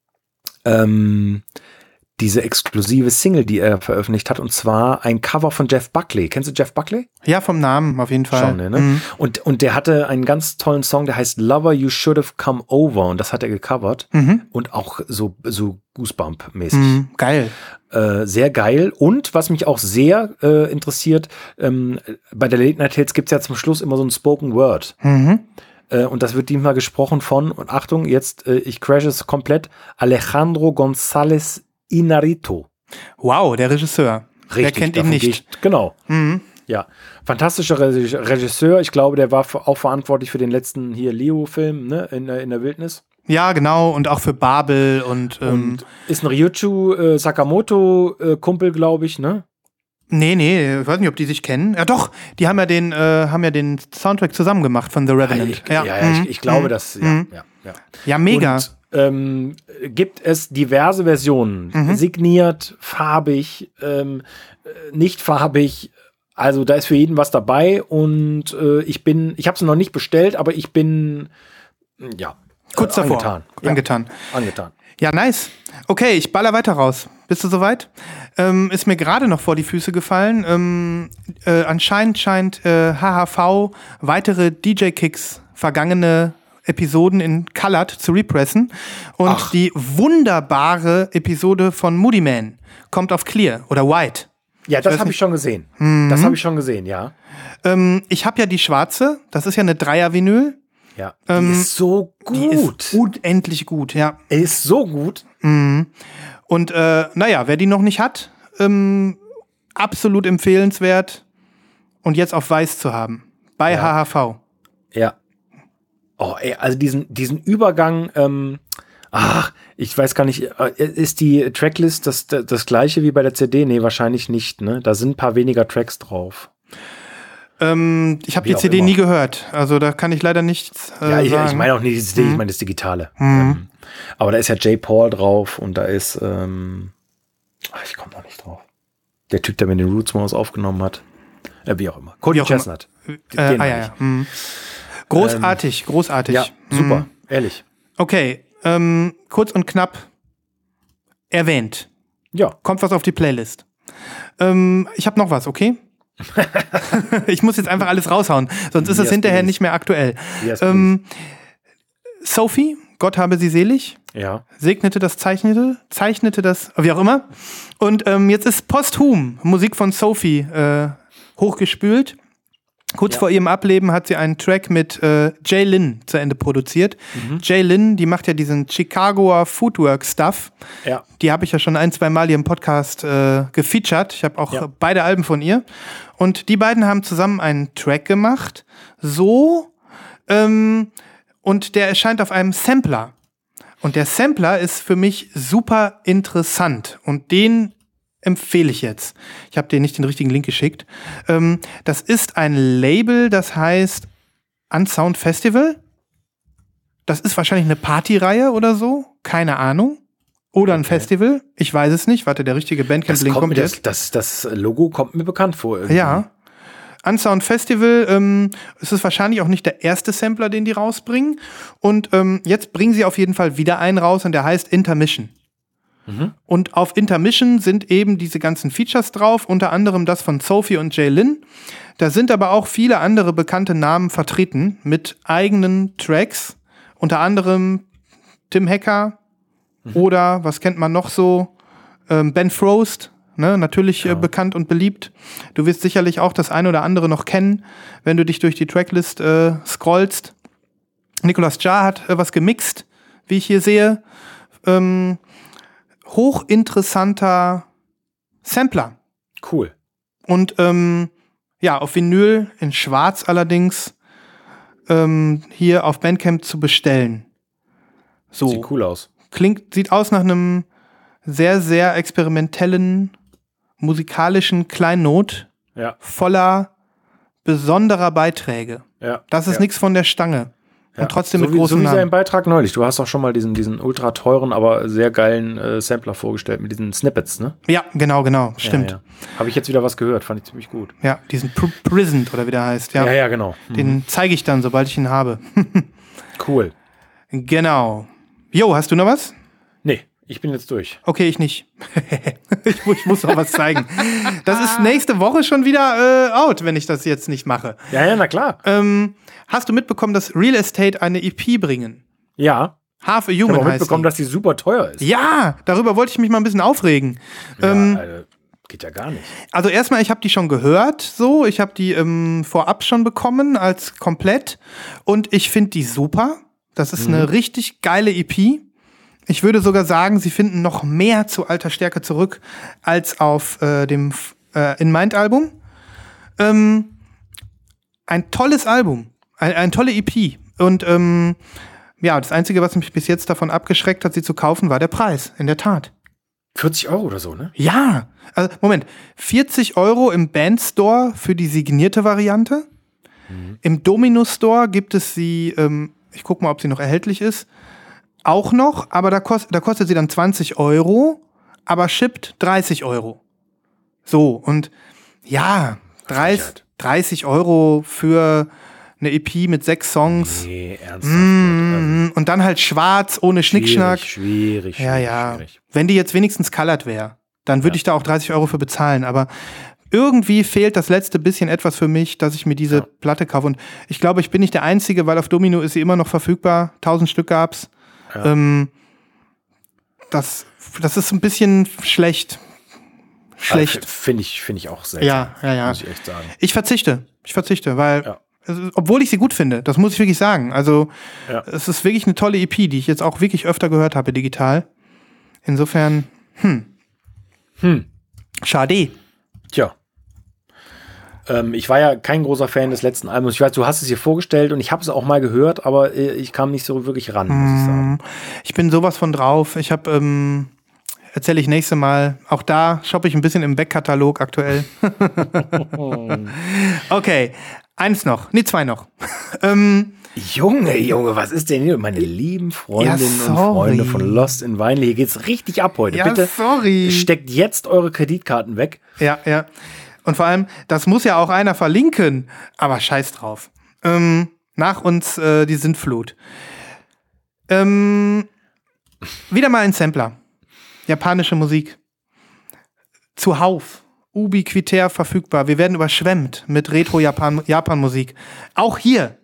ähm, diese exklusive Single, die er veröffentlicht hat, und zwar ein Cover von Jeff Buckley. Kennst du Jeff Buckley? Ja, vom Namen auf jeden Fall. Schon, ne? Mhm. Und, und der hatte einen ganz tollen Song, der heißt Lover, You Should Have Come Over, und das hat er gecovert. Mhm. Und auch so, so Goosebump-mäßig. Mhm, geil. Äh, sehr geil. Und was mich auch sehr äh, interessiert, ähm, bei der Late Night Tales gibt es ja zum Schluss immer so ein Spoken Word. Mhm. Äh, und das wird diesmal gesprochen von, und Achtung, jetzt, äh, ich crash es komplett, Alejandro González Inarritu. Wow, der Regisseur. Richtig, der kennt ihn nicht. Ich, genau. Mhm. Ja, fantastischer Regisseur. Ich glaube, der war auch verantwortlich für den letzten hier Leo-Film, ne, in, in der Wildnis. Ja, genau, und auch für Babel und, ähm, und ist ein Ryuichi äh, Sakamoto-Kumpel, äh, glaube ich, ne? Nee, nee, ich weiß nicht, ob die sich kennen. Ja doch, die haben ja den, äh, haben ja den Soundtrack zusammen gemacht von The Revenant. Ja, ja, ja mhm. ich, ich glaube, mhm. das, ja, mhm. ja, ja. Ja, mega. Und, ähm, gibt es diverse Versionen, mhm. signiert, farbig, ähm, nicht farbig. Also da ist für jeden was dabei, und äh, ich bin, ich habe es noch nicht bestellt, aber ich bin, ja, kurz äh, davor. Angetan. Angetan. Ja, angetan. Ja, nice. Okay, ich baller weiter raus. Bist du soweit? Ähm, ist mir gerade noch vor die Füße gefallen. Ähm, äh, anscheinend scheint äh, H H V weitere D J-Kicks, vergangene Episoden in Colored zu repressen. Und Ach. die wunderbare Episode von Moody Man kommt auf Clear oder White. Ja, das habe ich schon gesehen. Mhm. Das habe ich schon gesehen, ja. Ähm, ich habe ja die schwarze. Das ist ja eine Dreier-Vinyl. Ja, ähm, die ist so gut. Die ist unendlich gut, ja. Er ist so gut. Mhm. Und äh, naja, wer die noch nicht hat, ähm, absolut empfehlenswert. Und jetzt auf Weiß zu haben. Bei ja. H H V. Ja. Oh, ey, also diesen, diesen Übergang ähm, Ach, ich weiß gar nicht, ist die Tracklist das, das gleiche wie bei der C D? Nee, wahrscheinlich nicht, ne? Da sind ein paar weniger Tracks drauf. Ähm, ich habe die C D immer nie gehört, also da kann ich leider nichts äh, ja, ich, sagen. ich meine auch nicht die C D, hm. ich meine das Digitale. Hm. Ähm, aber da ist ja Jay Paul drauf und da ist, ähm, ach, ich komme noch nicht drauf. Der Typ, der mit den Roots Mouse aufgenommen hat. Äh, wie auch immer. Cody auch Chestnut. Immer. Äh, ah, ja, ja. Hm. Großartig, ähm, großartig. Ja, super, hm. ehrlich. Okay, ähm, kurz und knapp erwähnt. Ja. Kommt was auf die Playlist. Ähm, ich habe noch was, okay? Ich muss jetzt einfach alles raushauen, sonst ist es hinterher please. Nicht mehr aktuell. Yes, ähm, Sophie, Gott habe sie selig, ja. segnete das, zeichnete, zeichnete das, wie auch immer. Und ähm, jetzt ist posthum Musik von Sophie äh, hochgespült. Kurz ja. vor ihrem Ableben hat sie einen Track mit äh, Jay Lin zu Ende produziert. Mhm. Jay Lin, die macht ja diesen Chicagoer Footwork-Stuff. Ja. Die habe ich ja schon ein, zwei Mal hier im Podcast äh, gefeatured. Ich habe auch ja. beide Alben von ihr. Und die beiden haben zusammen einen Track gemacht. So. Ähm, und der erscheint auf einem Sampler. Und der Sampler ist für mich super interessant. Und den empfehle ich jetzt. Ich habe dir nicht den richtigen Link geschickt. Ähm, das ist ein Label, das heißt Unsound Festival. Das ist wahrscheinlich eine Partyreihe oder so. Keine Ahnung. Oder ein okay. Festival. Ich weiß es nicht. Warte, der richtige Bandcamp-Link kommt, kommt jetzt. Das, das, das Logo kommt mir bekannt vor. Irgendwie. Ja. Unsound Festival, ähm, es ist wahrscheinlich auch nicht der erste Sampler, den die rausbringen. Und ähm, jetzt bringen sie auf jeden Fall wieder einen raus und der heißt Intermission. Mhm. Und auf Intermission sind eben diese ganzen Features drauf, unter anderem das von Sophie und Jay Lin. Da sind aber auch viele andere bekannte Namen vertreten mit eigenen Tracks, unter anderem Tim Hacker mhm. oder, was kennt man noch so, ähm, Ben Frost, ne? Natürlich ja. äh, bekannt und beliebt. Du wirst sicherlich auch das eine oder andere noch kennen, wenn du dich durch die Tracklist äh, scrollst. Nicolas Jar hat äh, was gemixt, wie ich hier sehe. Ähm, hochinteressanter Sampler. Cool. Und ähm, ja, auf Vinyl, in Schwarz allerdings, ähm, hier auf Bandcamp zu bestellen. So. Sieht cool aus. Klingt, sieht aus nach einem sehr, sehr experimentellen, musikalischen Kleinod. Ja. Voller besonderer Beiträge. Ja. Das ist ja. nichts von der Stange. Und ja. trotzdem so mit wie, großen so wie Namen. sein Beitrag neulich. Du hast auch schon mal diesen, diesen ultra teuren, aber sehr geilen äh, Sampler vorgestellt mit diesen Snippets, ne? Ja, genau, genau. Stimmt. Ja, ja. Habe ich jetzt wieder was gehört, fand ich ziemlich gut. Ja, diesen Pr- Prisoned oder wie der heißt. Ja, ja, ja genau. Mhm. Den zeige ich dann, sobald ich ihn habe. Cool. Genau. Jo, hast du noch was? Nee, ich bin jetzt durch. Okay, ich nicht. ich, ich muss noch was zeigen. Das ist nächste Woche schon wieder äh, out, wenn ich das jetzt nicht mache. Ja, ja, na klar. Ähm, hast du mitbekommen, dass Real Estate eine E P bringen? Ja. Half a Human ich habe auch heißt mitbekommen, die. dass die super teuer ist. Ja, darüber wollte ich mich mal ein bisschen aufregen. Ja, ähm, Alter, geht ja gar nicht. Also erstmal, ich habe die schon gehört, so. Ich habe die ähm, vorab schon bekommen als komplett. Und ich finde die super. Das ist mhm. eine richtig geile E P. Ich würde sogar sagen, sie finden noch mehr zu alter Stärke zurück als auf äh, dem äh, In Mind Album. Ähm, ein tolles Album, ein, ein tolle E P. Und ähm, ja, das Einzige, was mich bis jetzt davon abgeschreckt hat, sie zu kaufen, war der Preis, in der Tat. vierzig Euro oder so, ne? Ja, also Moment, vierzig Euro im Bandstore für die signierte Variante. Mhm. Im Domino Store gibt es sie, ähm, ich guck mal, ob sie noch erhältlich ist, auch noch, aber da, kost, da kostet sie dann zwanzig Euro, aber shippt dreißig Euro. So, und ja, dreißig, dreißig Euro für eine E P mit sechs Songs. Nee, ernsthaft. Mm, und dann halt schwarz, ohne Schnickschnack. Schwierig, schwierig, ja, ja. schwierig. Wenn die jetzt wenigstens colored wäre, dann würde ja. ich da auch dreißig Euro für bezahlen, aber irgendwie fehlt das letzte bisschen etwas für mich, dass ich mir diese ja. Platte kaufe. Und ich glaube, ich bin nicht der Einzige, weil auf Domino ist sie immer noch verfügbar. Tausend Stück gab's. Ja. Ähm, das, das ist ein bisschen schlecht. Schlecht. Finde ich, find ich auch seltsam. Ja, ja, ja. Muss ich echt sagen. Ich verzichte. Ich verzichte, weil, ja. also, obwohl ich sie gut finde, das muss ich wirklich sagen. Also, ja. es ist wirklich eine tolle E P, die ich jetzt auch wirklich öfter gehört habe, digital. Insofern, hm. Hm. Schade. Tja. Ähm, ich war ja kein großer Fan des letzten Albums. Ich weiß, du hast es hier vorgestellt und ich habe es auch mal gehört, aber äh, ich kam nicht so wirklich ran, muss ich sagen. Ich bin sowas von drauf. Ich habe, ähm, erzähle ich nächstes Mal, auch da shoppe ich ein bisschen im Backkatalog aktuell. Okay, eins noch, nee, zwei noch. ähm, Junge, Junge, was ist denn hier? Meine lieben Freundinnen Ja, und sorry. Freunde von Lost in Vinyl, hier geht's richtig ab heute. Ja, Bitte sorry. steckt jetzt eure Kreditkarten weg. Ja, ja. Und vor allem, das muss ja auch einer verlinken. Aber scheiß drauf. Ähm, nach uns äh, die Sintflut. Ähm, wieder mal ein Sampler. Japanische Musik. Zuhauf. Ubiquitär verfügbar. Wir werden überschwemmt mit Retro-Japan-Musik. Auch hier.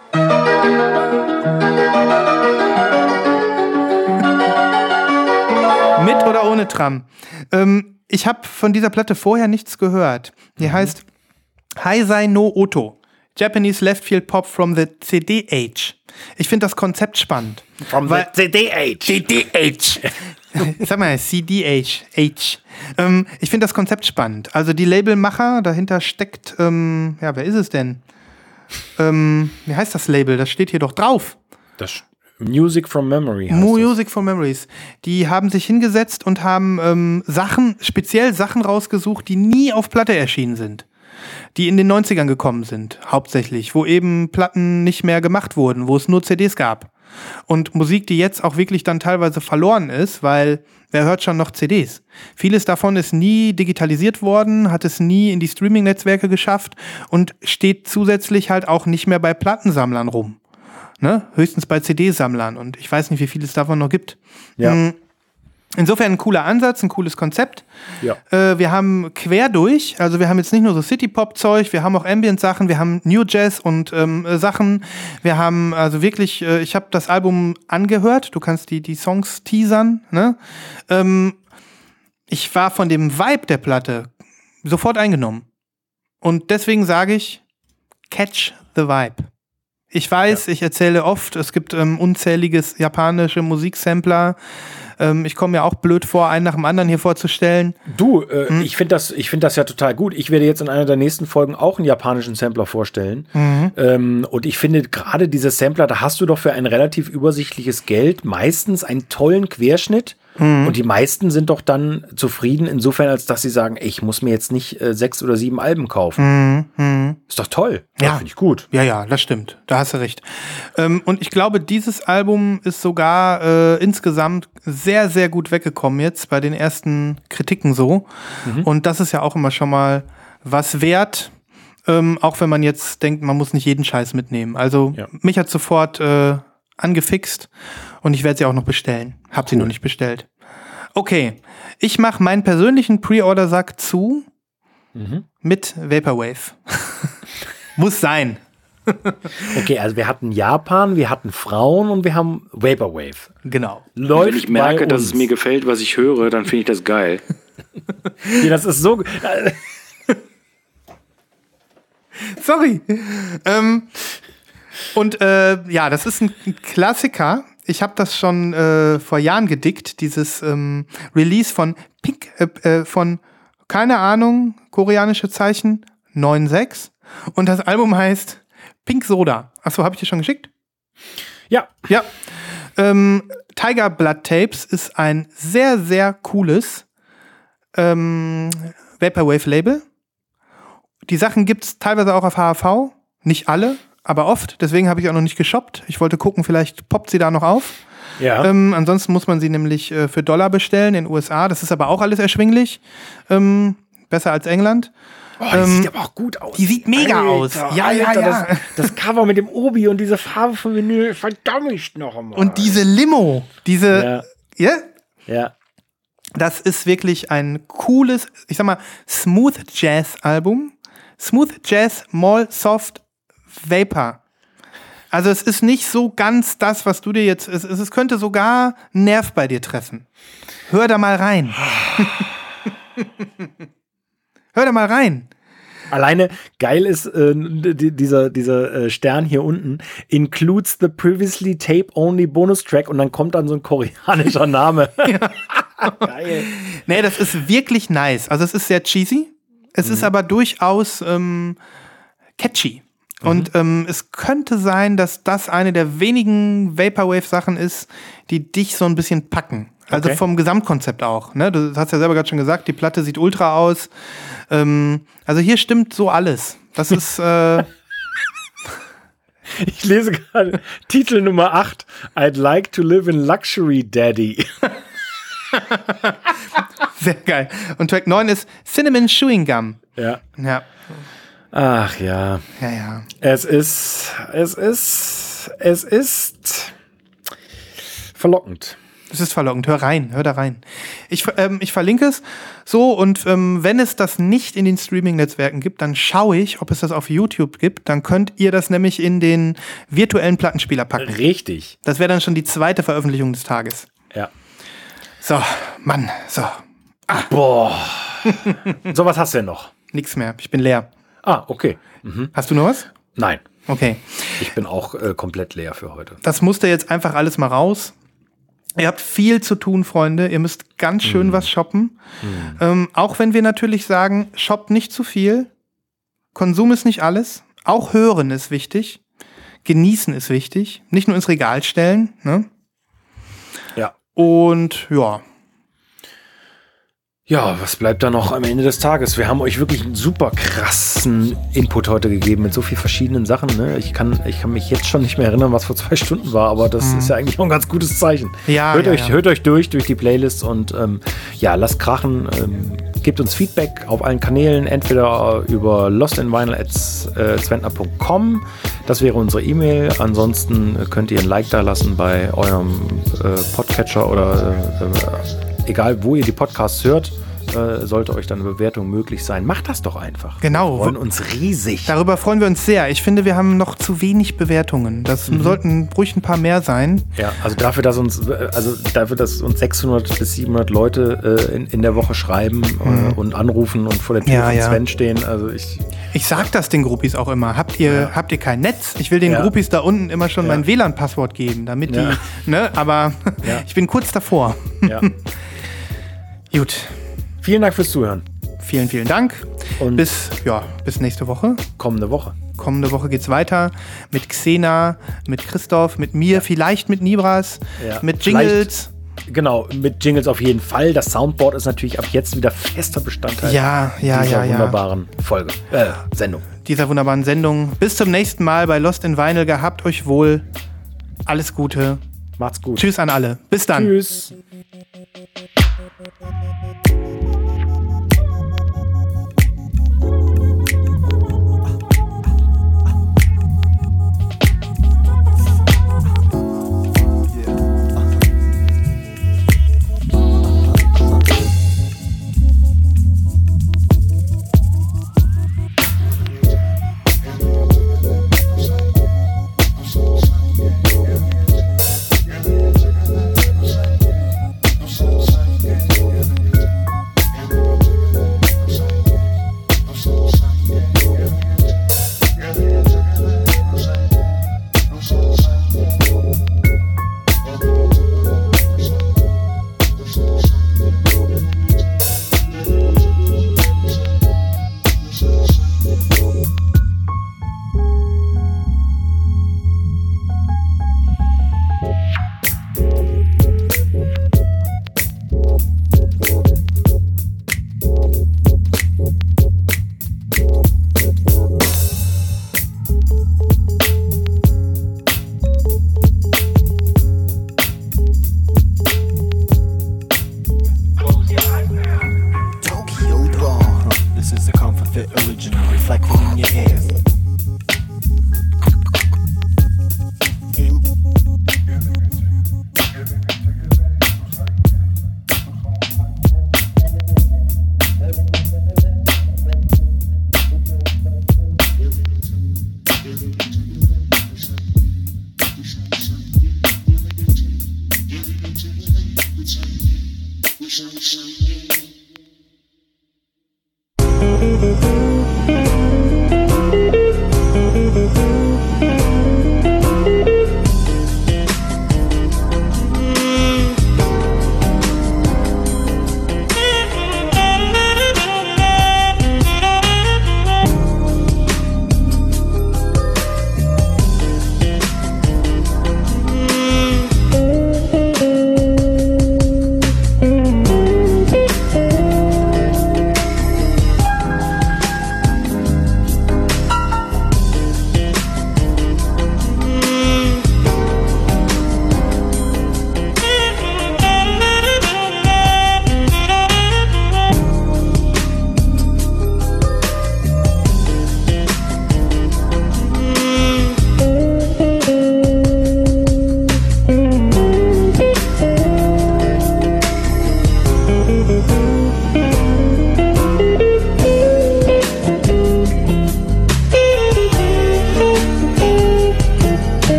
Mit oder ohne Tram. Ähm, ich habe von dieser Platte vorher nichts gehört. Die mhm. heißt Heisei no Oto. Japanese Left Field Pop from the C D Age. Ich finde das Konzept spannend. From Weil, the C D Age. C D Age. Sag mal, C D Age. Age. Ähm, ich finde das Konzept spannend. Also die Labelmacher, dahinter steckt, ähm, ja, wer ist es denn? Ähm, wie heißt das Label? Das steht hier doch drauf. Das Music from Memory heißt Music from Memories. Die haben sich hingesetzt und haben ähm, Sachen, speziell Sachen rausgesucht, die nie auf Platte erschienen sind. Die in den neunzigern gekommen sind, hauptsächlich. Wo eben Platten nicht mehr gemacht wurden, wo es nur C Ds gab. Und Musik, die jetzt auch wirklich dann teilweise verloren ist, weil wer hört schon noch C Ds? Vieles davon ist nie digitalisiert worden, hat es nie in die Streaming-Netzwerke geschafft und steht zusätzlich halt auch nicht mehr bei Plattensammlern rum. Ne? Höchstens bei C D-Sammlern und ich weiß nicht, wie viel es davon noch gibt. Ja. Insofern ein cooler Ansatz, ein cooles Konzept. Ja. Äh, wir haben quer durch, also wir haben jetzt nicht nur so City-Pop-Zeug, wir haben auch Ambient-Sachen, wir haben New Jazz und ähm, Sachen. Wir haben also wirklich, äh, ich habe das Album angehört, du kannst die, die Songs teasern. Ne? Ähm, ich war von dem Vibe der Platte sofort eingenommen. Und deswegen sage ich, catch the vibe. Ich weiß, ja. ich erzähle oft, es gibt ähm, unzähliges japanische Musiksampler. Ähm, ich komme mir auch blöd vor, einen nach dem anderen hier vorzustellen. Du, äh, hm. ich finde das, ich find das ja total gut. Ich werde jetzt in einer der nächsten Folgen auch einen japanischen Sampler vorstellen. Mhm. Ähm, und ich finde gerade diese Sampler, da hast du doch für ein relativ übersichtliches Geld meistens einen tollen Querschnitt. Mhm. Und die meisten sind doch dann zufrieden, insofern, als dass sie sagen, ey, ich muss mir jetzt nicht äh, sechs oder sieben Alben kaufen. Mhm. Ist doch toll. Ja, finde ich gut. Ja, ja, das stimmt. Da hast du recht. Ähm, und ich glaube, dieses Album ist sogar äh, insgesamt sehr, sehr gut weggekommen jetzt bei den ersten Kritiken so. Mhm. Und das ist ja auch immer schon mal was wert. Ähm, auch wenn man jetzt denkt, man muss nicht jeden Scheiß mitnehmen. Also ja. mich hat sofort äh, angefixt und ich werde sie auch noch bestellen. Hab cool. sie noch nicht bestellt. Okay, ich mache meinen persönlichen Pre-Order-Sack zu mhm. mit Vaporwave. Muss sein. Okay, also wir hatten Japan, wir hatten Frauen und wir haben Vaporwave. Genau. Läuft Wenn ich merke, dass es mir gefällt, was ich höre, dann finde ich das geil. Ja, das ist so... Sorry. Ähm, und äh, ja, das ist ein Klassiker. Ich habe das schon äh, vor Jahren gedickt, dieses ähm, Release von Pink, äh, äh, von, keine Ahnung, koreanische Zeichen, neun sechs. Und das Album heißt Pink Soda. Achso, habe ich dir schon geschickt? Ja. Ja. Ähm, Tiger Blood Tapes ist ein sehr, sehr cooles ähm, Vaporwave-Label. Die Sachen gibt's teilweise auch auf H A V, nicht alle, aber oft. Deswegen habe ich auch noch nicht geshoppt. Ich wollte gucken, vielleicht poppt sie da noch auf. Ja. Ähm, ansonsten muss man sie nämlich äh, für Dollar bestellen in den U S A. Das ist aber auch alles erschwinglich. Ähm, besser als England. Oh, die ähm, sieht aber auch gut aus. Die sieht mega Alter, aus. Ja, Alter, ja, ja. Das, das Cover mit dem Obi und diese Farbe von Vinyl, verdammt noch einmal. Und diese Limo, diese, ja. Yeah? Ja. Das ist wirklich ein cooles, ich sag mal, Smooth Jazz Album. Smooth Jazz Mall Soft Vapor. Also es ist nicht so ganz das, was du dir jetzt, es, es könnte sogar einen Nerv bei dir treffen. Hör da mal rein. Hör da mal rein. Alleine geil ist äh, die, dieser, dieser äh, Stern hier unten, includes the previously tape-only bonus track und dann kommt dann so ein koreanischer Name. Ja. Geil. Nee, das ist wirklich nice. Also es ist sehr cheesy. Es mhm. ist aber durchaus ähm, catchy. Mhm. Und ähm, es könnte sein, dass das eine der wenigen Vaporwave-Sachen ist, die dich so ein bisschen packen. Also okay. vom Gesamtkonzept auch. Ne? Du hast ja selber gerade schon gesagt, die Platte sieht ultra aus. Ähm, also hier stimmt so alles. Das ist... Äh ich lese gerade Titel Nummer acht. I'd like to live in luxury, Daddy. Sehr geil. Und Track neun ist Cinnamon Chewing Gum. Ja. Ja. Ach ja. Ja, ja. Es ist, es ist, es ist verlockend. Es ist verlockend. Hör rein, hör da rein. Ich, ähm, ich verlinke es so und ähm, wenn es das nicht in den Streaming-Netzwerken gibt, dann schaue ich, ob es das auf YouTube gibt. Dann könnt ihr das nämlich in den virtuellen Plattenspieler packen. Richtig. Das wäre dann schon die zweite Veröffentlichung des Tages. Ja. So, Mann, so. Ah. Boah. So, was hast du denn noch? Nix mehr, ich bin leer. Ah, okay. Mhm. Hast du noch was? Nein. Okay. Ich bin auch äh, komplett leer für heute. Das musste jetzt einfach alles mal raus. Ihr habt viel zu tun, Freunde. Ihr müsst ganz schön mm. was shoppen. Mm. Ähm, auch wenn wir natürlich sagen, shoppt nicht zu viel. Konsum ist nicht alles. Auch hören ist wichtig. Genießen ist wichtig. Nicht nur ins Regal stellen. Ne? Ja. Und ja. Ja, was bleibt da noch am Ende des Tages? Wir haben euch wirklich einen super krassen Input heute gegeben mit so vielen verschiedenen Sachen. Ne? Ich kann, ich kann mich jetzt schon nicht mehr erinnern, was vor zwei Stunden war, aber das mhm. ist ja eigentlich auch ein ganz gutes Zeichen. Ja, hört, ja, euch, ja. hört euch durch, durch die Playlists und ähm, ja, lasst krachen. Ähm, gebt uns Feedback auf allen Kanälen, entweder über lostinvinyl at zwentner punkt com. Das wäre unsere E-Mail. Ansonsten könnt ihr ein Like da lassen bei eurem äh, Podcatcher oder äh, egal, wo ihr die Podcasts hört. Äh, sollte euch dann eine Bewertung möglich sein. Macht das doch einfach. Genau. Wir freuen uns riesig. Darüber freuen wir uns sehr. Ich finde, wir haben noch zu wenig Bewertungen. Das mhm. sollten ruhig ein paar mehr sein. Ja, also dafür, dass uns, also dafür, dass uns sechshundert bis siebenhundert Leute äh, in, in der Woche schreiben mhm. äh, und anrufen und vor der Tür ja, von ja. Sven stehen. Also ich. Ich sag das den Groupies auch immer. Habt ihr, ja. habt ihr kein Netz? Ich will den ja. Groupies da unten immer schon ja. mein W L A N-Passwort geben, damit ja. die, ne, aber ja. ich bin kurz davor. Ja. Gut. Vielen Dank fürs Zuhören. Vielen, vielen Dank. Und bis, ja, bis nächste Woche. Kommende Woche. Kommende Woche geht's weiter mit Xena, mit Christoph, mit mir, ja. vielleicht mit Nibras, ja. mit Jingles. Vielleicht, genau, mit Jingles auf jeden Fall. Das Soundboard ist natürlich ab jetzt wieder fester Bestandteil ja, ja, dieser ja, wunderbaren ja. Folge, äh, Sendung. Dieser wunderbaren Sendung. Bis zum nächsten Mal bei Lost in Vinyl. Gehabt euch wohl. Alles Gute. Macht's gut. Tschüss an alle. Bis dann. Tschüss.